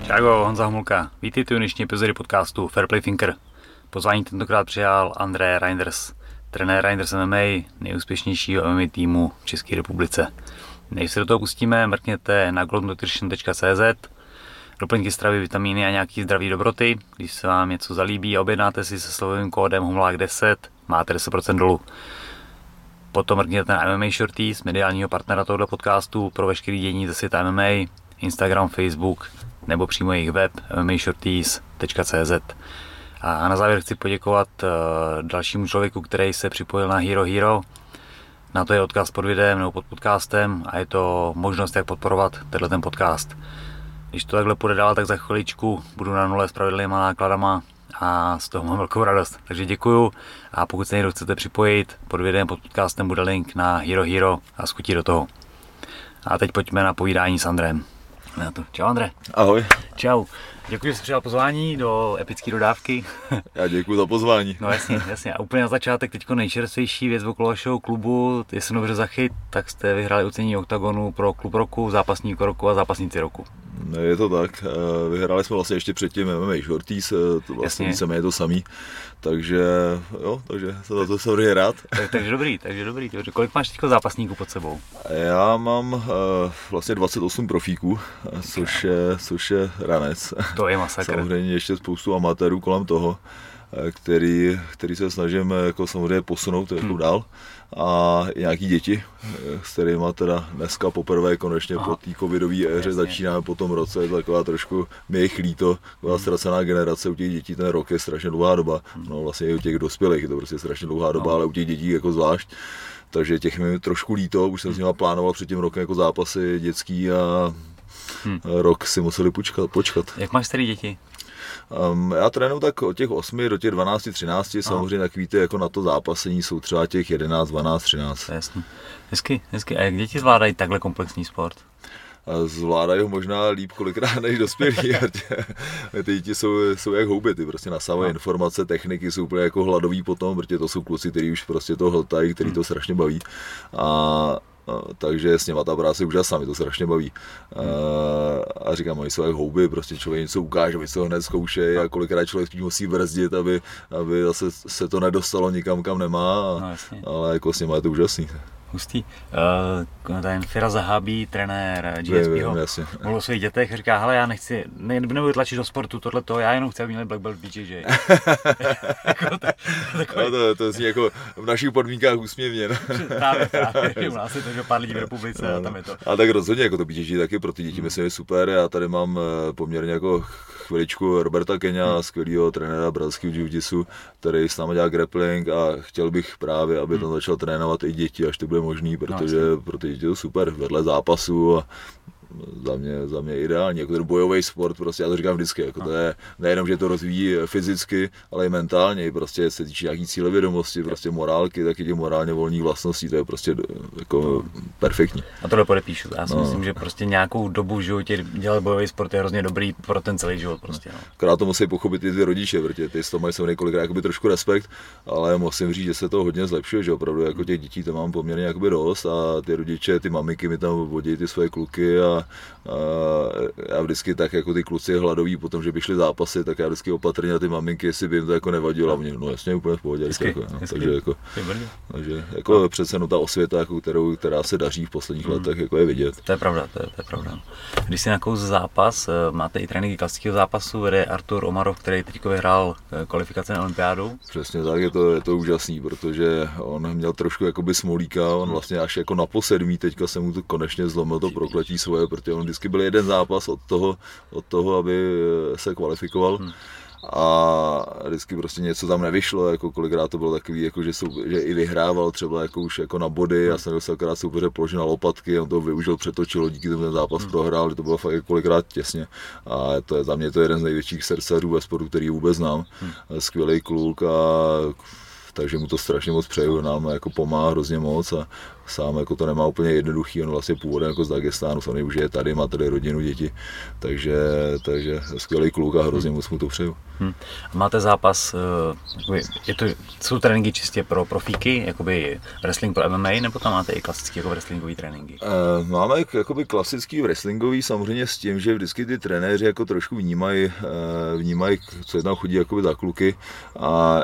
Čau, Honza Homolka. Vítejte u dnešní epizody podcastu Fair Play Thinker. Pozvání tentokrát přijal André Reinders, trenér Reinders MMA, nejúspěšnějšího MMA týmu v České republice. Než se do toho pustíme, mrkněte na globnutrition.cz, doplňky stravy, vitamíny a nějaký zdraví dobroty. Když se vám něco zalíbí a objednáte si se slovovým kódem HOMLAK10, máte 10% dolů. Potom mrkněte na MMA Shorties, mediálního partnera tohoto podcastu pro veškerý dění ze světa MMA, Instagram, Facebook nebo přímo jejich web mmashorties.cz. A na závěr chci poděkovat dalšímu člověku, který se připojil na Hero Hero. Na to je odkaz pod videem nebo pod podcastem a je to možnost, jak podporovat tenhle podcast. Když to takhle půjde dál, tak za chviličku budu na nule s pravidelnýma nákladama a z toho mám velkou radost. Takže děkuju a pokud se někdo chcete připojit, pod videem, pod podcastem bude link na Hero Hero a skutí do toho. A teď pojďme na povídání s Andrem. Čau Andre. Ahoj. Čau. Děkuji, že jsi přijal pozvání do epické dodávky. Já děkuji za pozvání. No jasně. A úplně na začátek teďko nejčerstvější věc okolo vašeho klubu, jestli jsem dobře zachyt, tak jste vyhráli ocenění Oktagonu pro klub roku, zápasník roku a zápasníci roku. Je to tak, vyhráli jsme vlastně ještě předtím MMA Shorties, to vlastně víceméně to samý, takže za to jsem hodně rád. Takže dobrý. Kolik máš teďko zápasníků pod sebou? Já mám vlastně 28 profíků, což je ranec. To je masakr. Samozřejmě ještě spoustu amatérů kolem toho, který se snažím jako samozřejmě posunout jako dál. A nějaký děti, s kterými teda dneska poprvé konečně po té covidové éře začínáme po tom roce, je taková trošku mi je líto, taková ztracená generace, u těch dětí ten rok je strašně dlouhá doba, no vlastně i u těch dospělých je to prostě strašně dlouhá doba, ale u těch dětí jako zvlášť, takže těch mi trošku líto, už jsem s nimi plánoval před tím rokem jako zápasy dětský a rok si museli počkat. Jak máš starý děti? Já trénuji tak od těch 8 do těch 12, 13, samozřejmě takový ty jako na to zápasení jsou třeba těch 11, 12, 13. Jasně. Hezky. A jak děti zvládají takhle komplexní sport? Zvládají ho možná líp kolikrát než dospělí. Ty děti jsou jak houby, ty prostě nasávají informace, techniky, jsou úplně jako hladový potom, protože to jsou kluci, kteří už prostě to hltají, který to strašně baví. Takže s něma ta práce je úžasná, mi to strašně baví. A říkám, oni jsou jak houby, prostě člověk něco ukáže, aby se ho hned zkoušejí a kolikrát člověk spíš musí brzdit, aby zase se to nedostalo nikam, kam nemá, ale jako s něma je to úžasný. Hustý. Ten Firas Zahábí, trenér GSPho, mluvil o svých dětech a říká, hele, já nebudu tlačit do sportu tohleto, já jenom chci, aby měli Black Belt BJJ. To zní jako v našich podmínkách úsměvně. Právě, u nás je to, že pár lidí v republice a tam je to. A tak rozhodně, jako to BJJ taky pro ty děti myslím je super, já tady mám poměrně jako chviličku Roberta Kenia, skvělýho trenéra brazilského jiu-jitsu, který s námi dělá grappling a chtěl bych právě, aby tam začal trénovat i děti, až to bude možný, protože pro ty děti je to super, vedle zápasu a za mě ideální, jako ten bojový sport, prostě já to říkám vždycky, jako to je nejenom, že to rozvíjí fyzicky, ale i mentálně, prostě se týče nějaký cílevědomosti, prostě morálky, taky těch morálně volných vlastností, to je prostě jako perfektní. A tohle podepíšu, já si myslím, že prostě nějakou dobu v životě dělat bojový sport je hrozně dobrý pro ten celý život prostě. Akorát to musí pochopit i ty rodiče, protože ty s tom mají několikrát jakoby trošku respekt, ale musím říct, že se to hodně zlepšuje, že opravdu jako těch dětí to mám poměrně jakoby dost a ty rodiče, ty maminky mi tam vodí ty svoje kluky a já vždycky tak jako ty kluci hladoví potom, že by šli zápasy, tak já vždycky opatrně na ty maminky, jestli by jim to jako nevadilo a mě, no jasně úplně v pohodě. Takže jako přece ta osvěta, jako která se daří v posledních letech, jako je vidět. To je pravda. Když si nějakou zápas, máte i tréninky klasického zápasu, vede Artur Omarov, který teď vyhrál kvalifikaci na olympiádu. Přesně tak, je to úžasný, protože on měl trošku jakoby smolíka, on vlastně až jako na posedmí teďka se mu to konečně zlomil to prokletí svoje, protože on vždycky byl jeden zápas od toho, aby se kvalifikoval. A vždycky prostě něco tam nevyšlo, jako kolikrát to bylo takový, jako že i vyhrával třeba jako už jako na body, já jsem se akorát soupeře položil na lopatky, on to využil, přetočil, díky tomu ten zápas prohrál, to bylo fakt kolikrát těsně. A to je za mě to jeden z největších srdcařů ve sportu, který vůbec znám. Skvělý kluk a takže mu to strašně moc přeju, nám jako pomáhá hrozně moc a sám jako to nemá úplně jednoduchý, on vlastně původem jako z Dagestánu, samozřejmě už je tady, má tady rodinu, děti, takže skvělý kluk a hrozně moc mu to přeju. Máte zápas, jsou tréninky čistě pro profíky, jakoby wrestling pro MMA, nebo tam máte i klasický jako wrestlingový tréninky? Máme jakoby klasický wrestlingový, samozřejmě s tím, že vždycky ty trenéři jako trošku vnímají, co je tam chodí jakoby za kluky a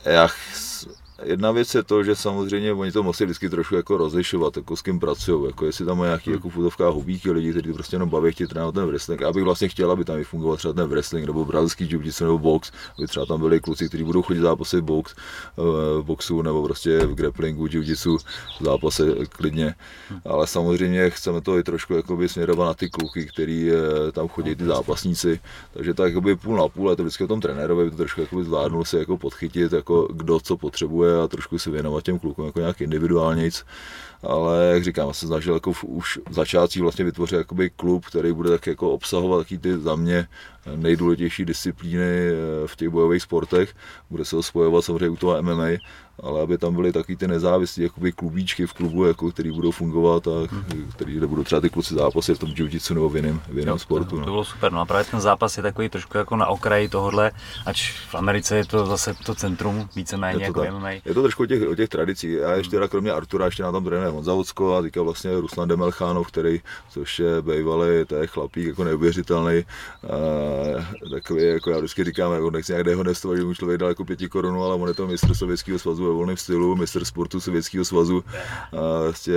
jedna věc je to, že samozřejmě oni to musí vždycky trošku jako rozlišovat, jako s kým pracují, jako jestli tam mají nějaký jako v útovkách hobíky lidi, kteří prostě jenom baví, chtějí trénovat ten wrestling. Já bych vlastně chtěl, aby tam i fungoval třeba ten wrestling nebo brazilský jiu-jitsu nebo box, aby třeba tam byli kluci, kteří budou chodit zápasy v boxu nebo prostě v grapplingu, jiu-jitsu, zápasy klidně. Ale samozřejmě chceme to i trošku jakoby směrovat na ty kluky, kteří tam chodí ty zápasníci. Takže tak jakoby půl na půl, a to vždycky o tom trenérovi, by to trošku jakoby zvládnul se jako podchytit, jako kdo co potřebuje a trošku se věnovat těm klukům jako nějak individuálnějc. Ale jak říkám, já jsem snažil jako už v začátcích vlastně vytvořit jakoby klub, který bude tak jako obsahovat taky ty za mě nejdůležitější disciplíny v těch bojových sportech. Bude se to spojovat samozřejmě u toho MMA, ale aby tam byly taky ty nezávislí jakoby klubíčky v klubu, jako, který budou fungovat a kde budou třeba ty kluci zápasy v tom jiu-jitsu nebo v jiném sportu. To bylo super, no a právě ten zápas je takový trošku jako na okraji tohohle, ač v Americe je to zase to centrum, víceméně jako MMA. Je to trošku o těch tradicích. Já ještě teda kromě Artura ještě na tam trénuje Honza Vocko a teďka vlastně Ruslan Demelchánov, což je bývalý, to je chlapík jako neuvěřitelný. Takový, jako já vždycky říkám, jako nechci nějak dehonestovat, že mu člověk dal jako 5 korun, ale on je to mistr Sovětského svazu ve volném stylu, mistr sportu Sovětského svazu. Vlastně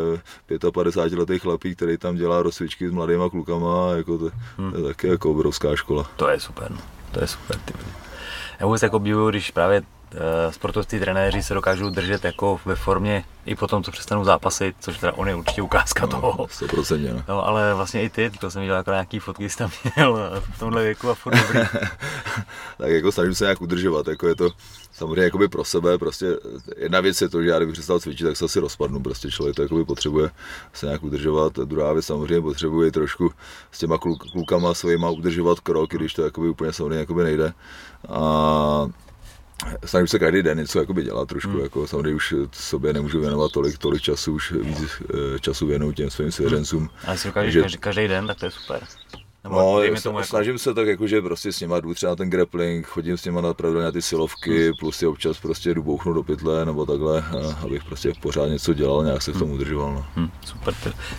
55letý chlapík, který tam dělá rozcvičky s mladýma klukama, jako to je taky jako obrovská škola. To je super, no. To je super. Já vůbec jako obdivuju, když právě sportovci, trenéři se dokážou držet jako ve formě i po tom, co přestanou zápasit, což teda on je určitě ukázka toho. 100%. Ne? No, ale vlastně i ty, to jsem viděl jako nějaký fotky, jsi tam měl v tomhle věku a furt dobrý. Tak jako snažím se nějak udržovat, jako je to samozřejmě jakoby pro sebe, prostě jedna věc je to, že já kdybych přestal cvičit, tak se asi rozpadnu, prostě člověk to jakoby potřebuje se nějak udržovat, druhá věc samozřejmě potřebuje trošku s těma klukama svýma udržovat krok, když to jakoby úplně samozřejmě jakoby nejde. A snažím se každý den něco jakoby dělat trošku, jako samozřejmě už sobě nemůžu věnovat tolik času, už víc času věnuju těm svým svěřencům. Ale si dokážeš každý den, tak to je super. No, snažím se tak jako, že prostě s nima jdu třeba na ten grappling, chodím s nima na pravidelně na ty silovky, plus si občas prostě jdu bouchnout do pytle nebo takhle, abych prostě pořád něco dělal, nějak se v tom udržoval. No. Super,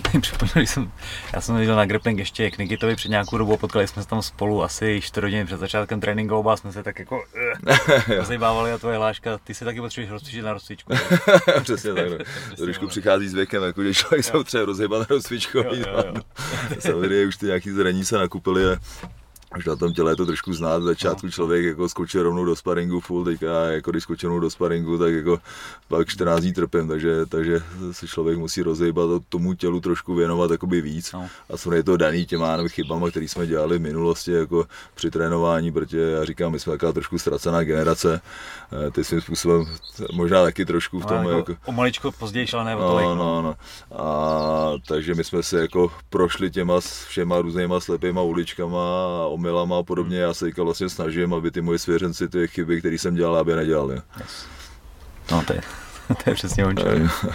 já jsem viděl na grappling ještě k Nikitovi před nějakou dobou, potkali jsme se tam spolu asi 4 hodiny před začátkem tréninku, oba jsme se tak jako rozejbávali a tvoje hláška, ty se taky potřebuješ rozcvičit na rozcvičku. Přesně tak, trošku přichází s věkem, jako když člověk se potřebuje rozejbat na rozcvičku. Samozřejmě už ty nějaký zraní se nakupili a už na tom těle je to trošku znát, v začátku člověk jako skočil rovnou do sparingu full, teďka jako když skočil do sparingu, tak jako pak 14 dní trpím, takže se člověk musí rozejbat a tomu tělu trošku věnovat jakoby víc. A jsou to daný těma chybama, které jsme dělali v minulosti jako při trénování, protože já říkám, my jsme taková trošku ztracená generace, ty svým způsobem možná taky trošku v tom. Jako o maličko později, ale ne o tolik. No. A takže my jsme se jako prošli těma všema různýma slepýma uličkama a omylama a podobně. Já se vlastně snažím, aby ty moje svěřenci ty chyby, které jsem dělal, aby nedělali. Yes. No to je přesně on.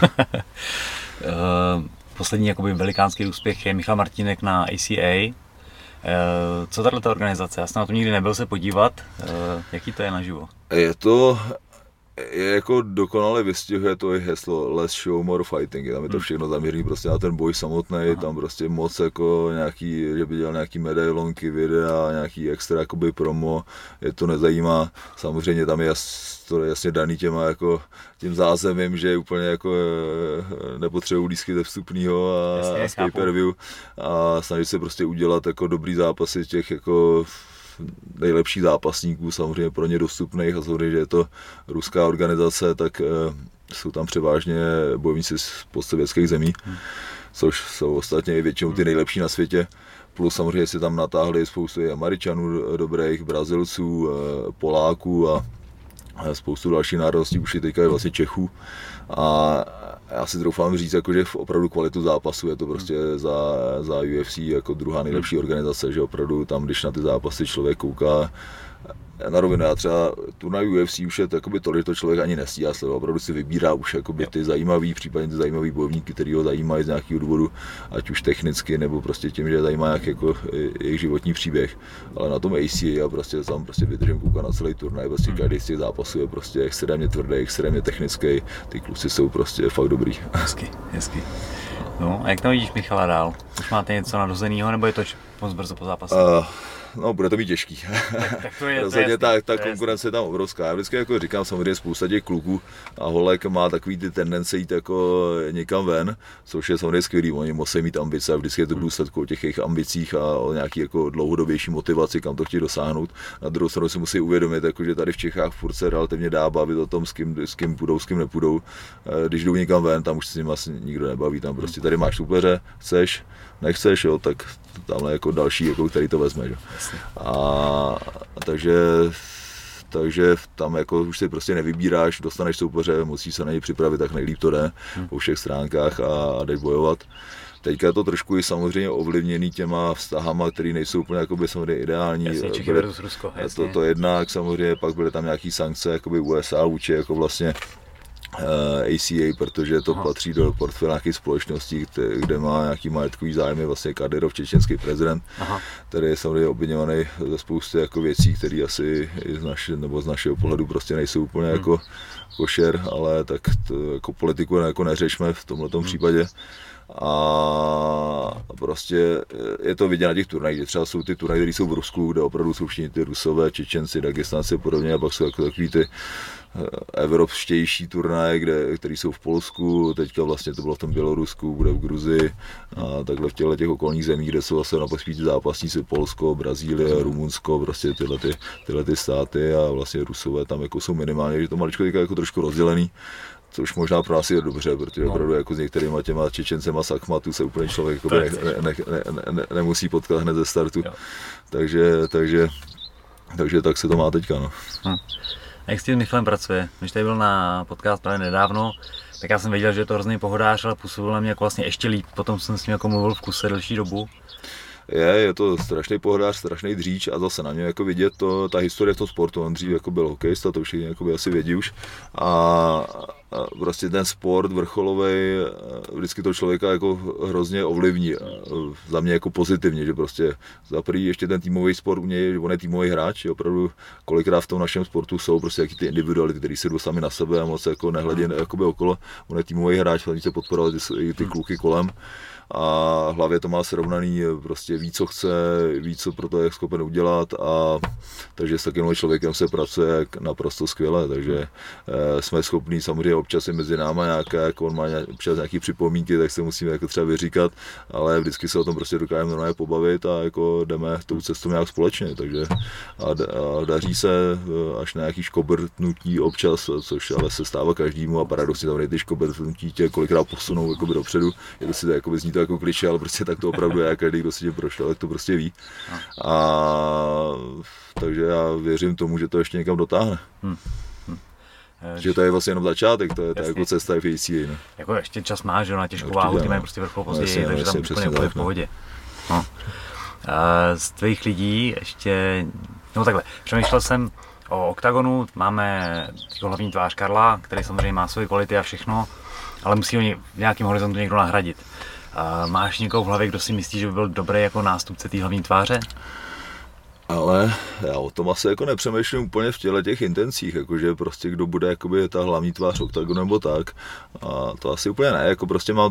Poslední jakoby velikánský úspěch je Michal Martínek na ACA. Co tato organizace? Já jsem na to nikdy nebyl se podívat. Jaký to je naživo? Je jako dokonale vystihuje to i heslo Less show, more fighting. Tam je to všechno zaměřené prostě na ten boj samotný, tam prostě moc jako nějaký, že by dělal nějaký medailonky, videa, nějaký extra jakoby promo, je to nezajímá. Samozřejmě tam je to jasně daný těma jako tím zázemím, že úplně jako nepotřebují lístky ze vstupního a z pay-per-view a snaží se prostě udělat jako dobrý zápasy těch jako nejlepších zápasníků, samozřejmě pro ně dostupných a samozřejmě, že je to ruská organizace, tak jsou tam převážně bojovníci z postsovětských zemí, což jsou ostatně i většinou ty nejlepší na světě. Plus samozřejmě si tam natáhli spoustu Američanů dobrých, Brazilců, Poláků a spoustu dalších národností, už i teďka je vlastně Čechů. A já si troufám říct, jako, že opravdu kvalitu zápasu je to prostě za UFC jako druhá nejlepší organizace, že opravdu tam, když na ty zápasy člověk kouká, Na rovinu, já třeba turnaj UFC už je tolik, to člověk ani nestíhá sledovat, opravdu si vybírá už ty zajímavý, případně ty zajímavý bojovníky, který ho zajímají z nějakého důvodu, ať už technicky, nebo prostě tím, že zajímá jak jako jejich životní příběh. Ale na tom ACA já prostě tam vydržím koukat na celý turnaj, prostě každý z těch zápasů je prostě extrémně tvrdý, extrémně technický, ty kluci jsou prostě fakt dobrý. Hezky. No a jak tam vidíš Michala dál? Už máte něco nadhozenýho, nebo je to moc brzo po zápase? No, bude to být těžký. Tak to je, rozhodně ta konkurence je tam obrovská. Já vždycky jako říkám, samozřejmě spousta těch kluků a holek má takový ty tendence jít jako někam ven, což je samozřejmě skvělý. Oni musí mít ambice a vždycky je to důsledku o těch jejich ambicích a o nějaký jako dlouhodobější motivaci, kam to chtějí dosáhnout. Na druhou stranu si musí uvědomit, jako, že tady v Čechách furt se relativně dá bavit o tom, s kým půjdou, s kým nepůjdou. Když jdou někam ven, tam už se s nimi asi nikdo nebaví. Tam prostě tady máš soupeře, chceš, nechceš, jo, tak tamhle jako další, jako, který to vezme. Jo. Takže tam jako už si prostě nevybíráš, dostaneš soupeře, musíš se na něj připravit, tak nejlíp to jde po všech stránkách a jdeš bojovat. Teďka je to trošku i samozřejmě ovlivněný těma vztahama, které nejsou úplně jakoby samozřejmě ideální. Jasně, Čechy versus Rusko, to jednak samozřejmě, pak byly tam nějaký sankce jakoby USA vůči jako vlastně ACA, protože to patří do portfelia nějakých společností, kde má nějaký majetkový zájmy, vlastně Kadyrov, čečenský prezident, který je samozřejmě obviňovaný ze spousty jako věcí, které asi z našeho pohledu prostě nejsou úplně jako košer, ale tak to, jako politiku jako neřešme v tomhletom případě. A prostě je to vidět na těch turnajích, třeba jsou ty turnaje, které jsou v Rusku, kde opravdu jsou všichni ty Rusové, Čečenci, Dagestánci a podobně, a pak jsou jako takový ty evropštější turnaje, které jsou v Polsku, teďka vlastně to bylo v tom Bělorusku, bude v Gruzii a takhle v těch okolních zemích, kde jsou vlastně naposledy zápasníci Polsko, Brazílie, Rumunsko, prostě tyhle ty státy a vlastně Rusové tam jako jsou minimálně, že to maličko teďka jako trošku rozdělený. Což možná pro nás je dobře, protože opravdu jako s některýma těma Čečencema z Achmatu se úplně člověk nemusí potkat hned ze startu. Takže tak se to má teďka. No. A jak s tím Michalem pracuje? Když tady byl na podcast právě nedávno, tak já jsem věděl, že je to hrozný pohodář, ale působil na mě jako vlastně ještě líp. Potom jsem s ním jako mluvil v kuse delší dobu. Je to strašný pohodář, strašný dříč a zase na něm jako vidět ta historie v tom sportu. On dřív jako byl hokejista, to všichni jako by asi vědí už. A prostě ten sport vrcholový vždycky toho člověka jako hrozně ovlivní. Za mě jako pozitivně, že prostě za prvý ještě ten týmový sport u něj, on je týmový hráč, opravdu kolikrát v tom našem sportu jsou prostě jaký ty individuality, který se jdou sami na sebe a moc jako nehledí jakoby okolo. On je týmový hráč, hlavně se podporovat ty kluky kolem. A hlavě to má srovnaný, prostě ví, co chce, ví, co pro to je schopen udělat a takže s takovým člověkem se pracuje naprosto skvěle, takže jsme schopní samozřejmě občas i mezi náma nějaké, jako on má občas nějaké připomínky, tak se musíme jako třeba vyříkat, ale vždycky se o tom prostě dokážeme normálně pobavit a jako jdeme tou cestou nějak společně, takže a daří se až na nějaký škobrtnutí občas, což ale se stává každému a paradoxně tam ty škobrtnutí tě kolikrát posunou jakoby dopředu, je to si to jako zní to jako klišé, ale prostě tak to opravdu je, každý, kdo si tím prošel, tak to prostě ví. Takže já věřím tomu, že to ještě někam dotáhne. Že to je vlastně jenom začátek, to je jako cesta v ACA. Ne? Jako ještě čas má, že na těžkou váhu, ty mají prostě vrchol později, takže tam úplně bude v pohodě. No. Z tvých lidí ještě, no takhle, přemýšlel jsem o Oktagonu, máme jako hlavní tvář Karla, který samozřejmě má svoje kvality a všechno, ale musí ho v nějakém horizontu někdo nahradit. Máš někoho v hlavě, kdo si myslí, že by byl dobrý jako nástupce té hlavní tváře? Ale já o tom asi jako nepřemýšlím úplně v těch intencích, jakože prostě kdo bude jakoby ta hlavní tvář Oktagonu nebo tak. A to asi úplně ne, jako prostě mám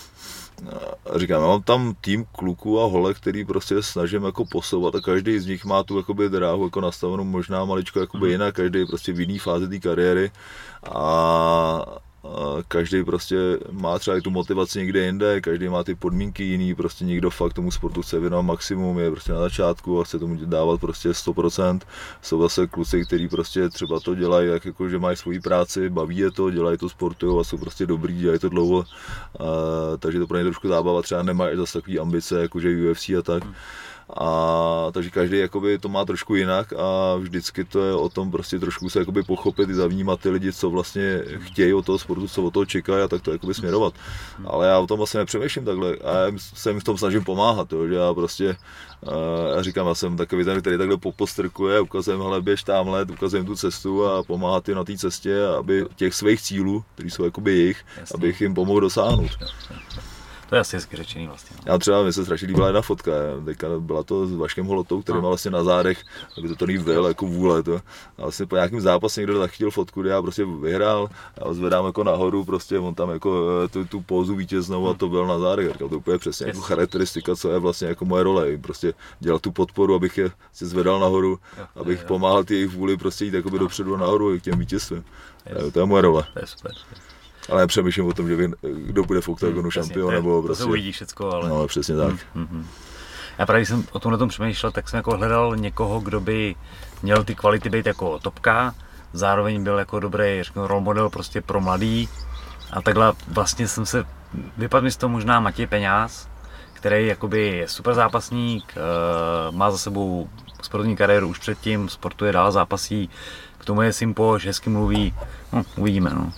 tam tým kluků a holek, který prostě snažím jako posouvat a každý z nich má tu jakoby dráhu jako nastavenou možná maličko jakoby jinak, každý je prostě v jiný fázi té kariéry a každý prostě má třeba i tu motivaci někde jinde, každý má ty podmínky jiný, prostě někdo fakt tomu sportu chce věnovat maximum, je prostě na začátku a chce tomu dávat prostě 100%. Jsou zase kluci, kteří prostě třeba to dělají, jako že mají svoji práci, baví je to, dělají to, sportujou a jsou prostě dobrý, dělají to dlouho, takže to pro ně trošku zábava, třeba nemají zase takový ambice, jakože UFC a tak. A takže každý jakoby to má trošku jinak a vždycky to je o tom prostě trošku se jakoby pochopit, zavnímat ty lidi, co vlastně chtějí od toho sportu, co od toho čekají a tak to jakoby směrovat. Ale já o tom vlastně nepřemýšlím takhle a já se jim v tom snažím pomáhat, jo, že já prostě já říkám, já jsem takový ten, který takhle postrkuje, ukazujem, hele, běž tamhle, ukazujem tu cestu a pomáhat jim na té cestě, aby těch svých cílů, které jsou jakoby jejich, abych jim pomohl dosáhnout. To je asi hezky řečený vlastně. Já třeba, mi se strašně líbila jedna fotka, teďka byla to s Vaškem Holotou, který má vlastně na zádech, aby to byl jako vůle to. A vlastně po nějakém zápase někdo tak chtěl fotku, kde já prostě vyhrál, já ho zvedám jako nahoru, prostě on tam jako tu pózu vítěznou a to byl na zádech. Říkal, to úplně přesně jako charakteristika, co je vlastně jako moje role, prostě dělat tu podporu, abych je si zvedal nahoru, abych pomáhal ty jejich vůli prostě jít jakoby dopředu a nahoru k těm vítězstvím. To je moje role. To je super. Ale nepřemýšlím o tom, že kdo bude v oktagonu šampion, nebo prostě... To se uvidí všecko, ale... No, přesně tak. Já právě, když jsem o tomhle přemýšlel, tak jsem jako hledal někoho, kdo by měl ty kvality být jako topka, zároveň byl jako dobrý, řeknu, role model prostě pro mladý. A takhle vlastně vypadl mi z toho možná Matěj Peňáz, který jakoby je super zápasník, má za sebou sportovní kariéru už předtím, sportuje dál, zápasí, k tomu je sympož, hezky mluví, no, uvidíme, no.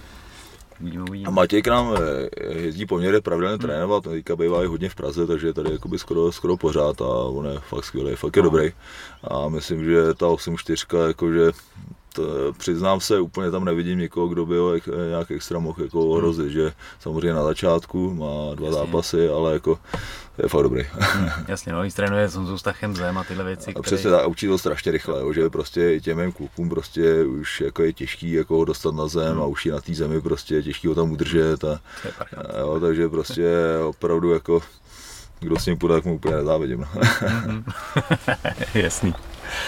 A Matěj k nám jezdí poměrně pravidelně trénovat, teďka bývá i hodně v Praze, takže je tady jakoby skoro pořád a on je fakt skvělý, fakt je dobrý. A myslím, že ta 8-4, jakože přiznám se, úplně tam nevidím nikoho, kdo by ho nějak extra mohl jako ohrozit, že samozřejmě na začátku má 2 zápasy, ale jako je fakt dobrý. Jasně, no, trénuje s Honzou Stachem Zem a tyhle věci. A přesně tak, učí to strašně rychle, jo, že prostě i těm mým klukům prostě už jako je těžký jako ho dostat na zem a už je na té zemi prostě je těžký ho tam udržet a jo, takže prostě opravdu jako kdo s ním půjde, tak mu úplně nezávidím. No. Jasný.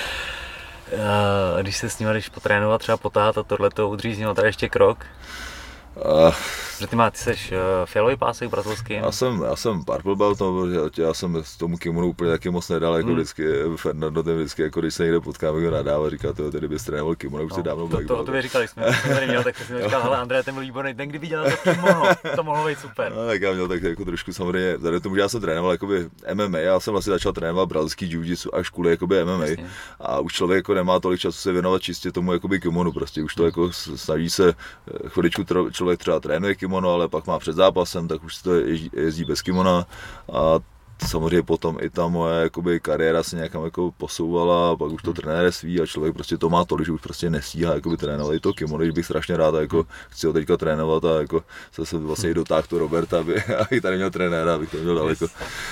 Když se s ním jdeš potrénovat, třeba potáhat a tohleto, udržíš s ním tady ještě krok? Protože ty seš fialový pásek brazilský. Já jsem purple belt, já jsem s tomu kimonu úplně taky moc nedal, jako vždycky, Fernando ten vždycky, jako když se někde potkáme, jako nadává, říká, tady bys trénoval kimono, už si dávno black belt. To by říkali, jsme tady měl, tak jsem říkal, hele Andrej, ten byl výborný, ten kdyby dělal to kimono, to mohlo být super. No, tak já měl tak jako trošku samozřejmě, vzhledem k tomu, že já jsem trénoval jakoby MMA, já jsem vlastně začal trénovat brazilský jiu-jitsu až kvůli jakoby MMA. Jasně. A už člověk jako nemá tolik času se věnovat čistě tomu jakoby kimonu, prostě už to jako snaží se chviličku člověk třeba trénuje kimono, ale pak má před zápasem, tak už se to jezdí bez kimona a samozřejmě potom i ta moje jakoby kariéra se nějakam jako posouvala, pak už to trenér sví a člověk prostě to má tolik, že už prostě nestíhá jakoby trénovat i to kimono, když bych strašně rád jako chci ho teďka trénovat a jako se vlastně i dotáhl to Roberta, aby tady měl trenéra, abych to měl daleko.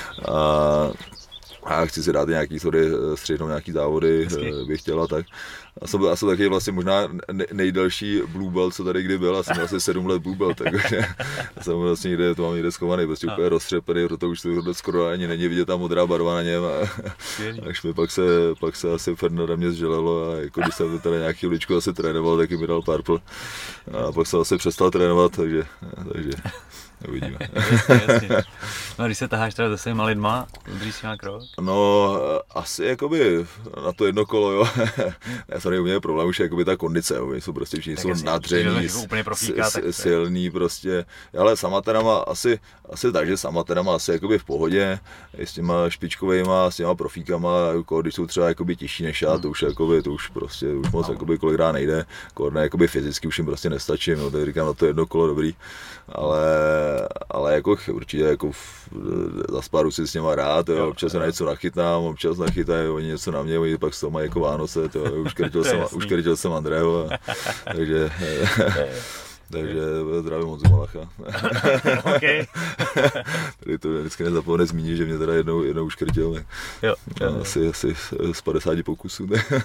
A chci si dát nějaký střihnout nějaký závody, bych chtěla tak. A jsem taky vlastně možná nejdelší blue belt, co tady kdy byl, já jsem vlastně 7 let blue belt, takže jsem vlastně to mám někde schovaný, prostě úplně roztřepený, proto už to skoro ani není vidět ta modrá barva na něm. Až mi pak se asi Fernanda mě zželelo a jako když jsem tady nějaký chviličku asi trénoval, taky mi dal purple. A pak jsem asi přestal trénovat, takže uvidíme. Jasně. No a když se taháš teda se svýma lidma, udržíš si nějak krok? No, asi jakoby na to jedno kolo, jo. Já jsem neměl problém, už je jakoby ta kondice, jo. Jsou prostě všichni jsou nadřený, silný prostě. Ale s amatérama asi tak, že s amatérama asi jakoby v pohodě, i s těma špičkovejma, s těma profíkama, jako, když jsou třeba jakoby těžší než já, to už moc jakoby kolikrát nejde, jakoby fyzicky už jim prostě nestačím, jo. Tak říkám, na to jedno kolo dobrý, ale jako určitě jako zasparu si s něma rád, jo, občas se na něco nachytám, občas nachytají oni něco na mě, oni pak z toho mají jako Vánoce, už krytil jsem Andreho, takže zdravím Honzu Malacha. Okay. Tady to vždycky nezapomene zmínit, že mě teda jednou už krytil, asi z 50 pokusů. Dobře.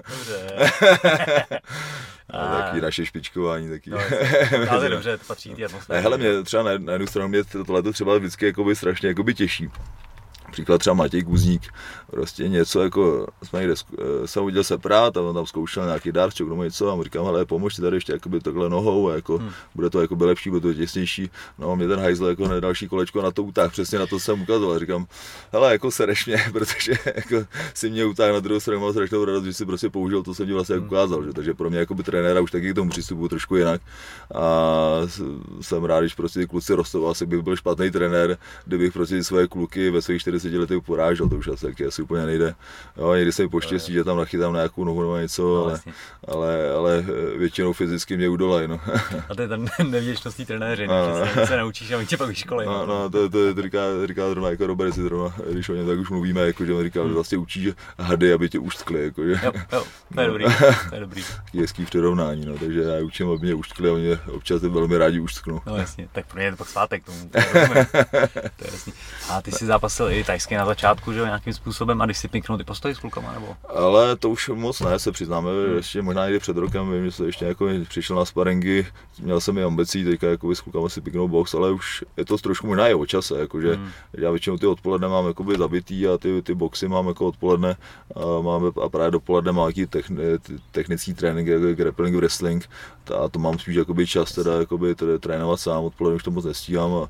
A taky naše špičkování taky. No, ale dobře, to patří ty atmosféry. Hele, mě třeba na jednu stranu mě tohleto třeba vždycky jakoby strašně jakoby těší. Příklad třeba Matěj Kuzník, prostě něco jako, jsme někde, jsem udělal se prát a on tam zkoušel nějaký dárček, nebo něco a mu říkám, hele, pomož ti tady ještě jakoby takhle nohou a jako, bude to jakoby lepší, bude to těsnější, no a mě ten hajzl jako hned další kolečko na to utáh, přesně na to jsem ukazoval, říkám, hele, jako sereš mě, protože jako si mě utáh na druhou stranu, mám strašnou radost, že si prostě použil to, jsem ti vlastně ukázal, že? Takže pro mě jakoby trenéra už taky k tomu přistupuju trošku jinak a jsem rád, když prostě ty kluci rostou, asi bych byl špatný trenér, kdybych prostě své kluky ve svých 40 10 letech porážel, to už asi úplně nejde. Jo, někdy se mi poštěstí, že tam nachytám nějakou nohu nebo něco, ale většinou fyzicky mě udolají. No. A to je ten nevděčnostní trenéři, se naučíš a oni tě pak vyškolí. No, to říká zrovna jako Robert, když o něm tak už mluvíme, jako, že on říká, že vlastně učí hady, aby tě uštkli. Jako, že? Jo, to je dobrý. Taky hezký přirovnání, no, takže já učím, aby mě uštkli a oni občas velmi rádi uštknou. No jasně, tak pro ně je to pak svátek tomu. To je jasný. A ty jsi zápasil i tajsky na začátku, že nějakým způsobem, a když si piknul ty postoji s klukama, nebo? Ale to už moc ne, se přiznáme, ještě možná někdy před rokem, vím, že jsem ještě jako přišel na sparingy, měl jsem i ambicí teďka jako s klukama si piknout box, ale už je to trošku možná i o čase, jakože já většinou ty odpoledne mám jakoby zabitý a ty boxy mám jako odpoledne a právě dopoledne mám nějaký technický trénink, jako grappling, wrestling, a to mám spíš jakoby čas teda jakoby trénovat sám, odpoledne už to moc nestíhám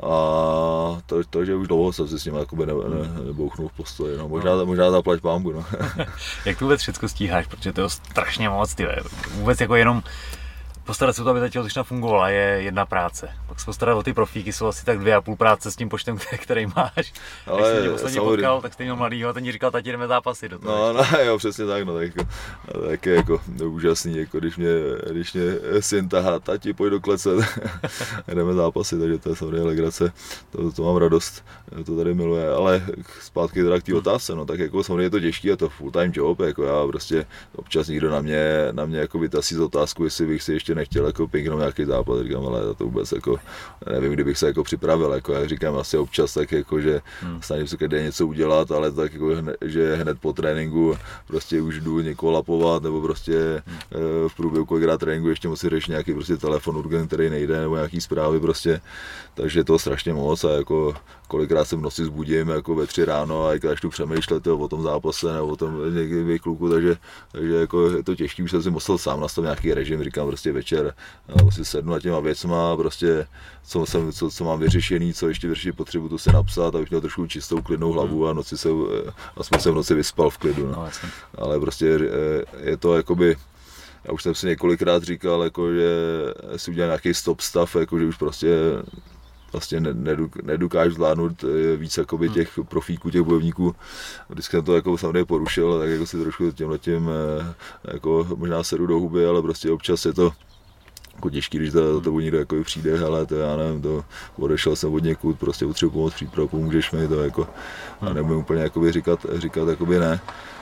takže už dlouho jsem si s ním jakoby nebouchnul v postoji, no. Možná zaplať pánbu, no. Jak to vůbec všechno stíháš, protože to je strašně moc, ty vůbec jako jenom postarat se o to, aby ta tělocvična fungovala, je jedna práce. Pak se postarat o ty profíky jsou asi tak 2,5 práce s tím počtem, který máš. Ale když jsem tě posledně potkal, tak jsi měl mladýho a ten ti říkal, tati jdeme zápasy do toho. No jo, přesně tak, no, tak je jako úžasný, jako když mě syn tahá, tati pojď do klece, jdeme zápasy, takže to je samozřejmě legrace, to mám radost, to tady miluje, ale zpátky teda k té otázce, no tak jako samozřejmě je to těžký, je to full time job, jako já prostě občas někdo na mě jako vytasí z otázku, jestli bych si ještě nechtěl jako piknout nějaký zápas, říkám, ale to vůbec jako, nevím, kdybych se jako připravil, jako já říkám asi občas tak jako, že snažím se každý něco udělat, ale tak jako, že hned po tréninku prostě už jdu někoho lapovat, nebo prostě v průběhu kolikrát tréninku ještě musím řešit nějaký prostě telefon urgent, který nejde, nebo nějaký zprávy prostě, takže to strašně moc a jako kolikrát se v noci zbudím jako ve 3 ráno a začnu přemýšlet o tom zápase nebo o tom někdy kluku, takže jako je to těžké, už jsem si musel sám nastavit nějaký režim, říkám prostě večer si sednu na těma věcma, prostě co mám vyřešený, co ještě vyřešit potřebu, to se napsat, abych měl trošku čistou klidnou hlavu a aspoň se v noci vyspal v klidu, no. Ale prostě je to jakoby, já už jsem si několikrát říkal, jako, že si udělal nějaký stop stav, jako, že už prostě vlastně nedokážu zvládnout víc jakoby těch profíků, těch bojovníků. Vždycky jsem to jako samozřejmě porušil, tak jako si trošku tímhletím jako možná sedu do huby, ale prostě občas je to jako těžký, když to někdo jako přijde, ale to já nevím, to odešel jsem od někud, prostě potřebuji pomoct přípravu, pomůžeš mi, to jako a nemůžu úplně jakoby říkat jakoby ne.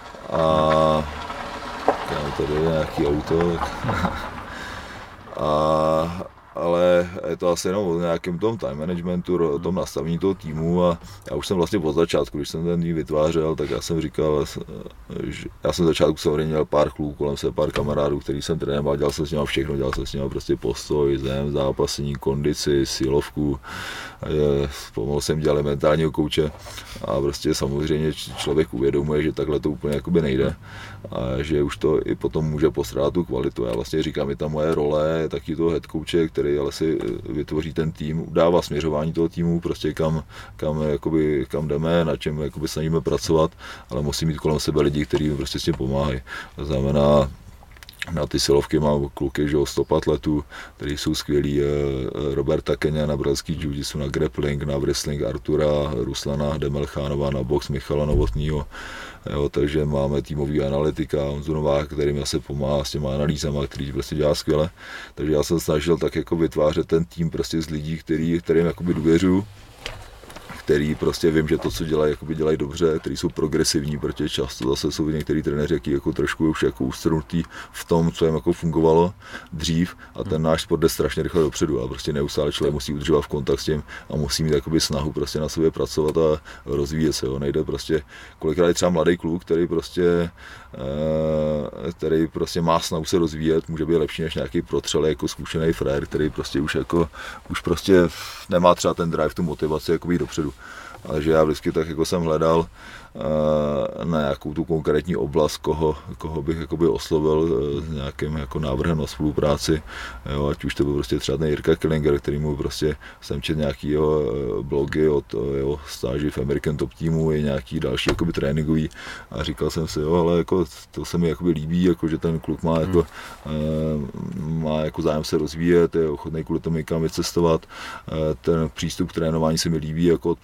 A tady je nějaký auto, ale je to asi jenom o nějakém tom time managementu, o tom nastavení toho týmu a já už jsem vlastně od začátku, když jsem ten tým vytvářel, tak já jsem říkal, že já jsem začátku samozřejmě měl pár kluků, kolem se pár kamarádů, který jsem trénoval, dělal jsem s nimi všechno, dělal jsem s nimi prostě postoj, zem, zápasení, kondici, silovku, pomohl jsem dělat mentálního kouče a prostě samozřejmě člověk uvědomuje, že takhle to úplně jakoby nejde a že už to i potom může postrádat tu kvalitu. Já vlastně říkám, je ta moje role, je taky toho head coache, který ale si vytvoří ten tým, dává směřování toho týmu, prostě kam jdeme, na čem jakoby snažíme pracovat, ale musí mít kolem sebe lidi, kteří mi prostě s tím pomáhají. To znamená, na ty silovky mám kluky, že 100 atletů, kteří jsou skvělí, Roberta Kenia na brazilský jiu-jitsu, na grappling, na wrestling Artura, Ruslana Demelchánova, na box Michala Novotnýho. Jo, takže máme týmový analytika, Honzu Nováka, který mi zase pomáhá s těma analýzama, který prostě dělá skvěle. Takže já jsem snažil tak jako vytvářet ten tým prostě z lidí, kterým jakoby důvěřuju, který prostě vím, že to, co dělají dobře, který jsou progresivní, protože často zase jsou některý trenéři, jaký jako trošku už jako ustrnutý v tom, co jim jako fungovalo dřív a ten náš sport jde strašně rychle dopředu a prostě neustále člověk musí udržovat v kontakt s tím a musí mít jakoby snahu prostě na sobě pracovat a rozvíjet se, jo. Nejde prostě, kolikrát je třeba mladý kluk, který prostě má snahu se rozvíjet, může být lepší než nějaký protřelý jako zkušený frér, který prostě už prostě nemá třeba ten drive, tu motivaci jako být dopředu. Ale že já vždycky tak jako jsem hledal na nějakou tu konkrétní oblast, koho bych jakoby oslovil s nějakým jako návrhem na spolupráci, jo, ať už to byl prostě třeba ten Jirka Killinger, který mu prostě jsem četl nějaký jeho blogy od jeho stáži v American Top Teamu i nějaký další jakoby tréninkový a říkal jsem si, jo, ale jako to se mi jakoby líbí, jako že ten kluk má jako má jako zájem se rozvíjet, je ochotný kvůli tomu někam vycestovat, ten přístup k trénování se mi líbí, jako odpovídá tomu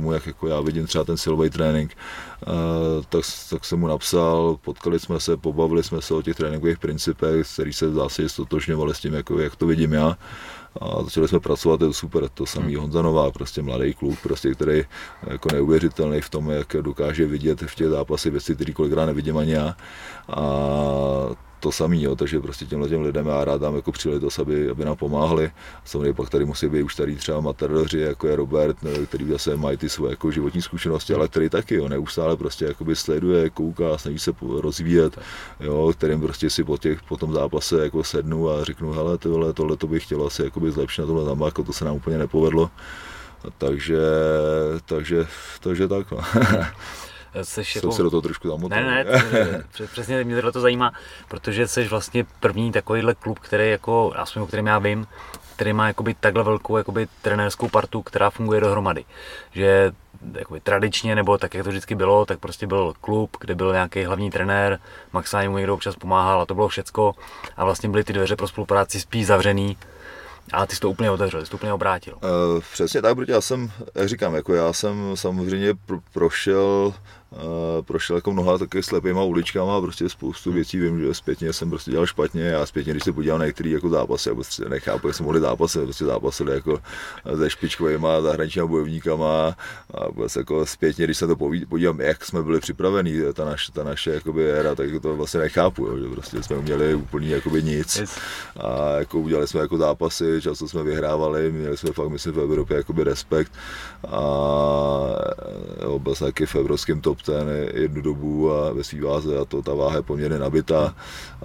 tomu, jak jako já vidím třeba ten silový trénink, tak jsem mu napsal, potkali jsme se, pobavili jsme se o těch tréninkových principech, který se v zásadě stotožňovali s tím, jako, jak to vidím já. A začali jsme pracovat, je to super, to samý Honza Novák, prostě mladý kluk, prostě, který jako neuvěřitelný v tom, jak dokáže vidět v těch zápasech věci, které kolikrát nevidím ani já. A to samý, jo, takže prostě těm lidem já rád dám jako příležitost, aby nám pomáhali. Samozřejmě pak tady musí být už tady třeba matadoři, jako je Robert, který zase mají ty svoje jako životní zkušenosti, ale který taky, jo, neustále prostě jakoby sleduje, kouká, snaží se rozvíjet, jo, kterým prostě si po tom zápase jako sednu a řeknu, hele, tohle to bych chtěl asi jakoby zlepšit na tomhle tam, jako to se nám úplně nepovedlo. Takže tak, no. Jsem se do toho trošku zamotal. Ne, přesně mě tohle to zajímá, protože jsi vlastně první takovýhle klub, který jako, aspoň o kterém já vím, který má jakoby takhle velkou jakoby trenérskou partu, která funguje dohromady. Že jakoby tradičně, nebo tak, jak to vždycky bylo, tak prostě byl klub, kde byl nějaký hlavní trenér, maximálně mu někdo občas pomáhal a to bylo všecko. A vlastně byly ty dveře pro spolupráci spíš zavřený. A ty jsi to úplně otevřel, jsi to úplně obrátil. Přesně tak, protože já jsem, jak říkám, jako já jsem samozřejmě prošel jako mnoha takových slepýma uličkama a prostě spoustu věcí vím, že zpětně jsem prostě dělal špatně. Já zpětně, když se podívám na některé jako zápasy, já prostě nechápu, jak jsme mohli zápasit, prostě zápasili jako se špičkovýma zahraničníma bojovníkama a vlastně jako zpětně, když se to podívám, jak jsme byli připravení, ta naše jakoby éra, tak to vlastně nechápu, jo, že prostě jsme uměli úplně jakoby nic a jako udělali jsme jako zápasy, často jsme vyhrávali, měli jsme fakt, myslím, v Evropě jakoby respekt a jo, byl jsem taky v evropském top ten jednu dobu a ve svý váze a ta váha je poměrně nabitá,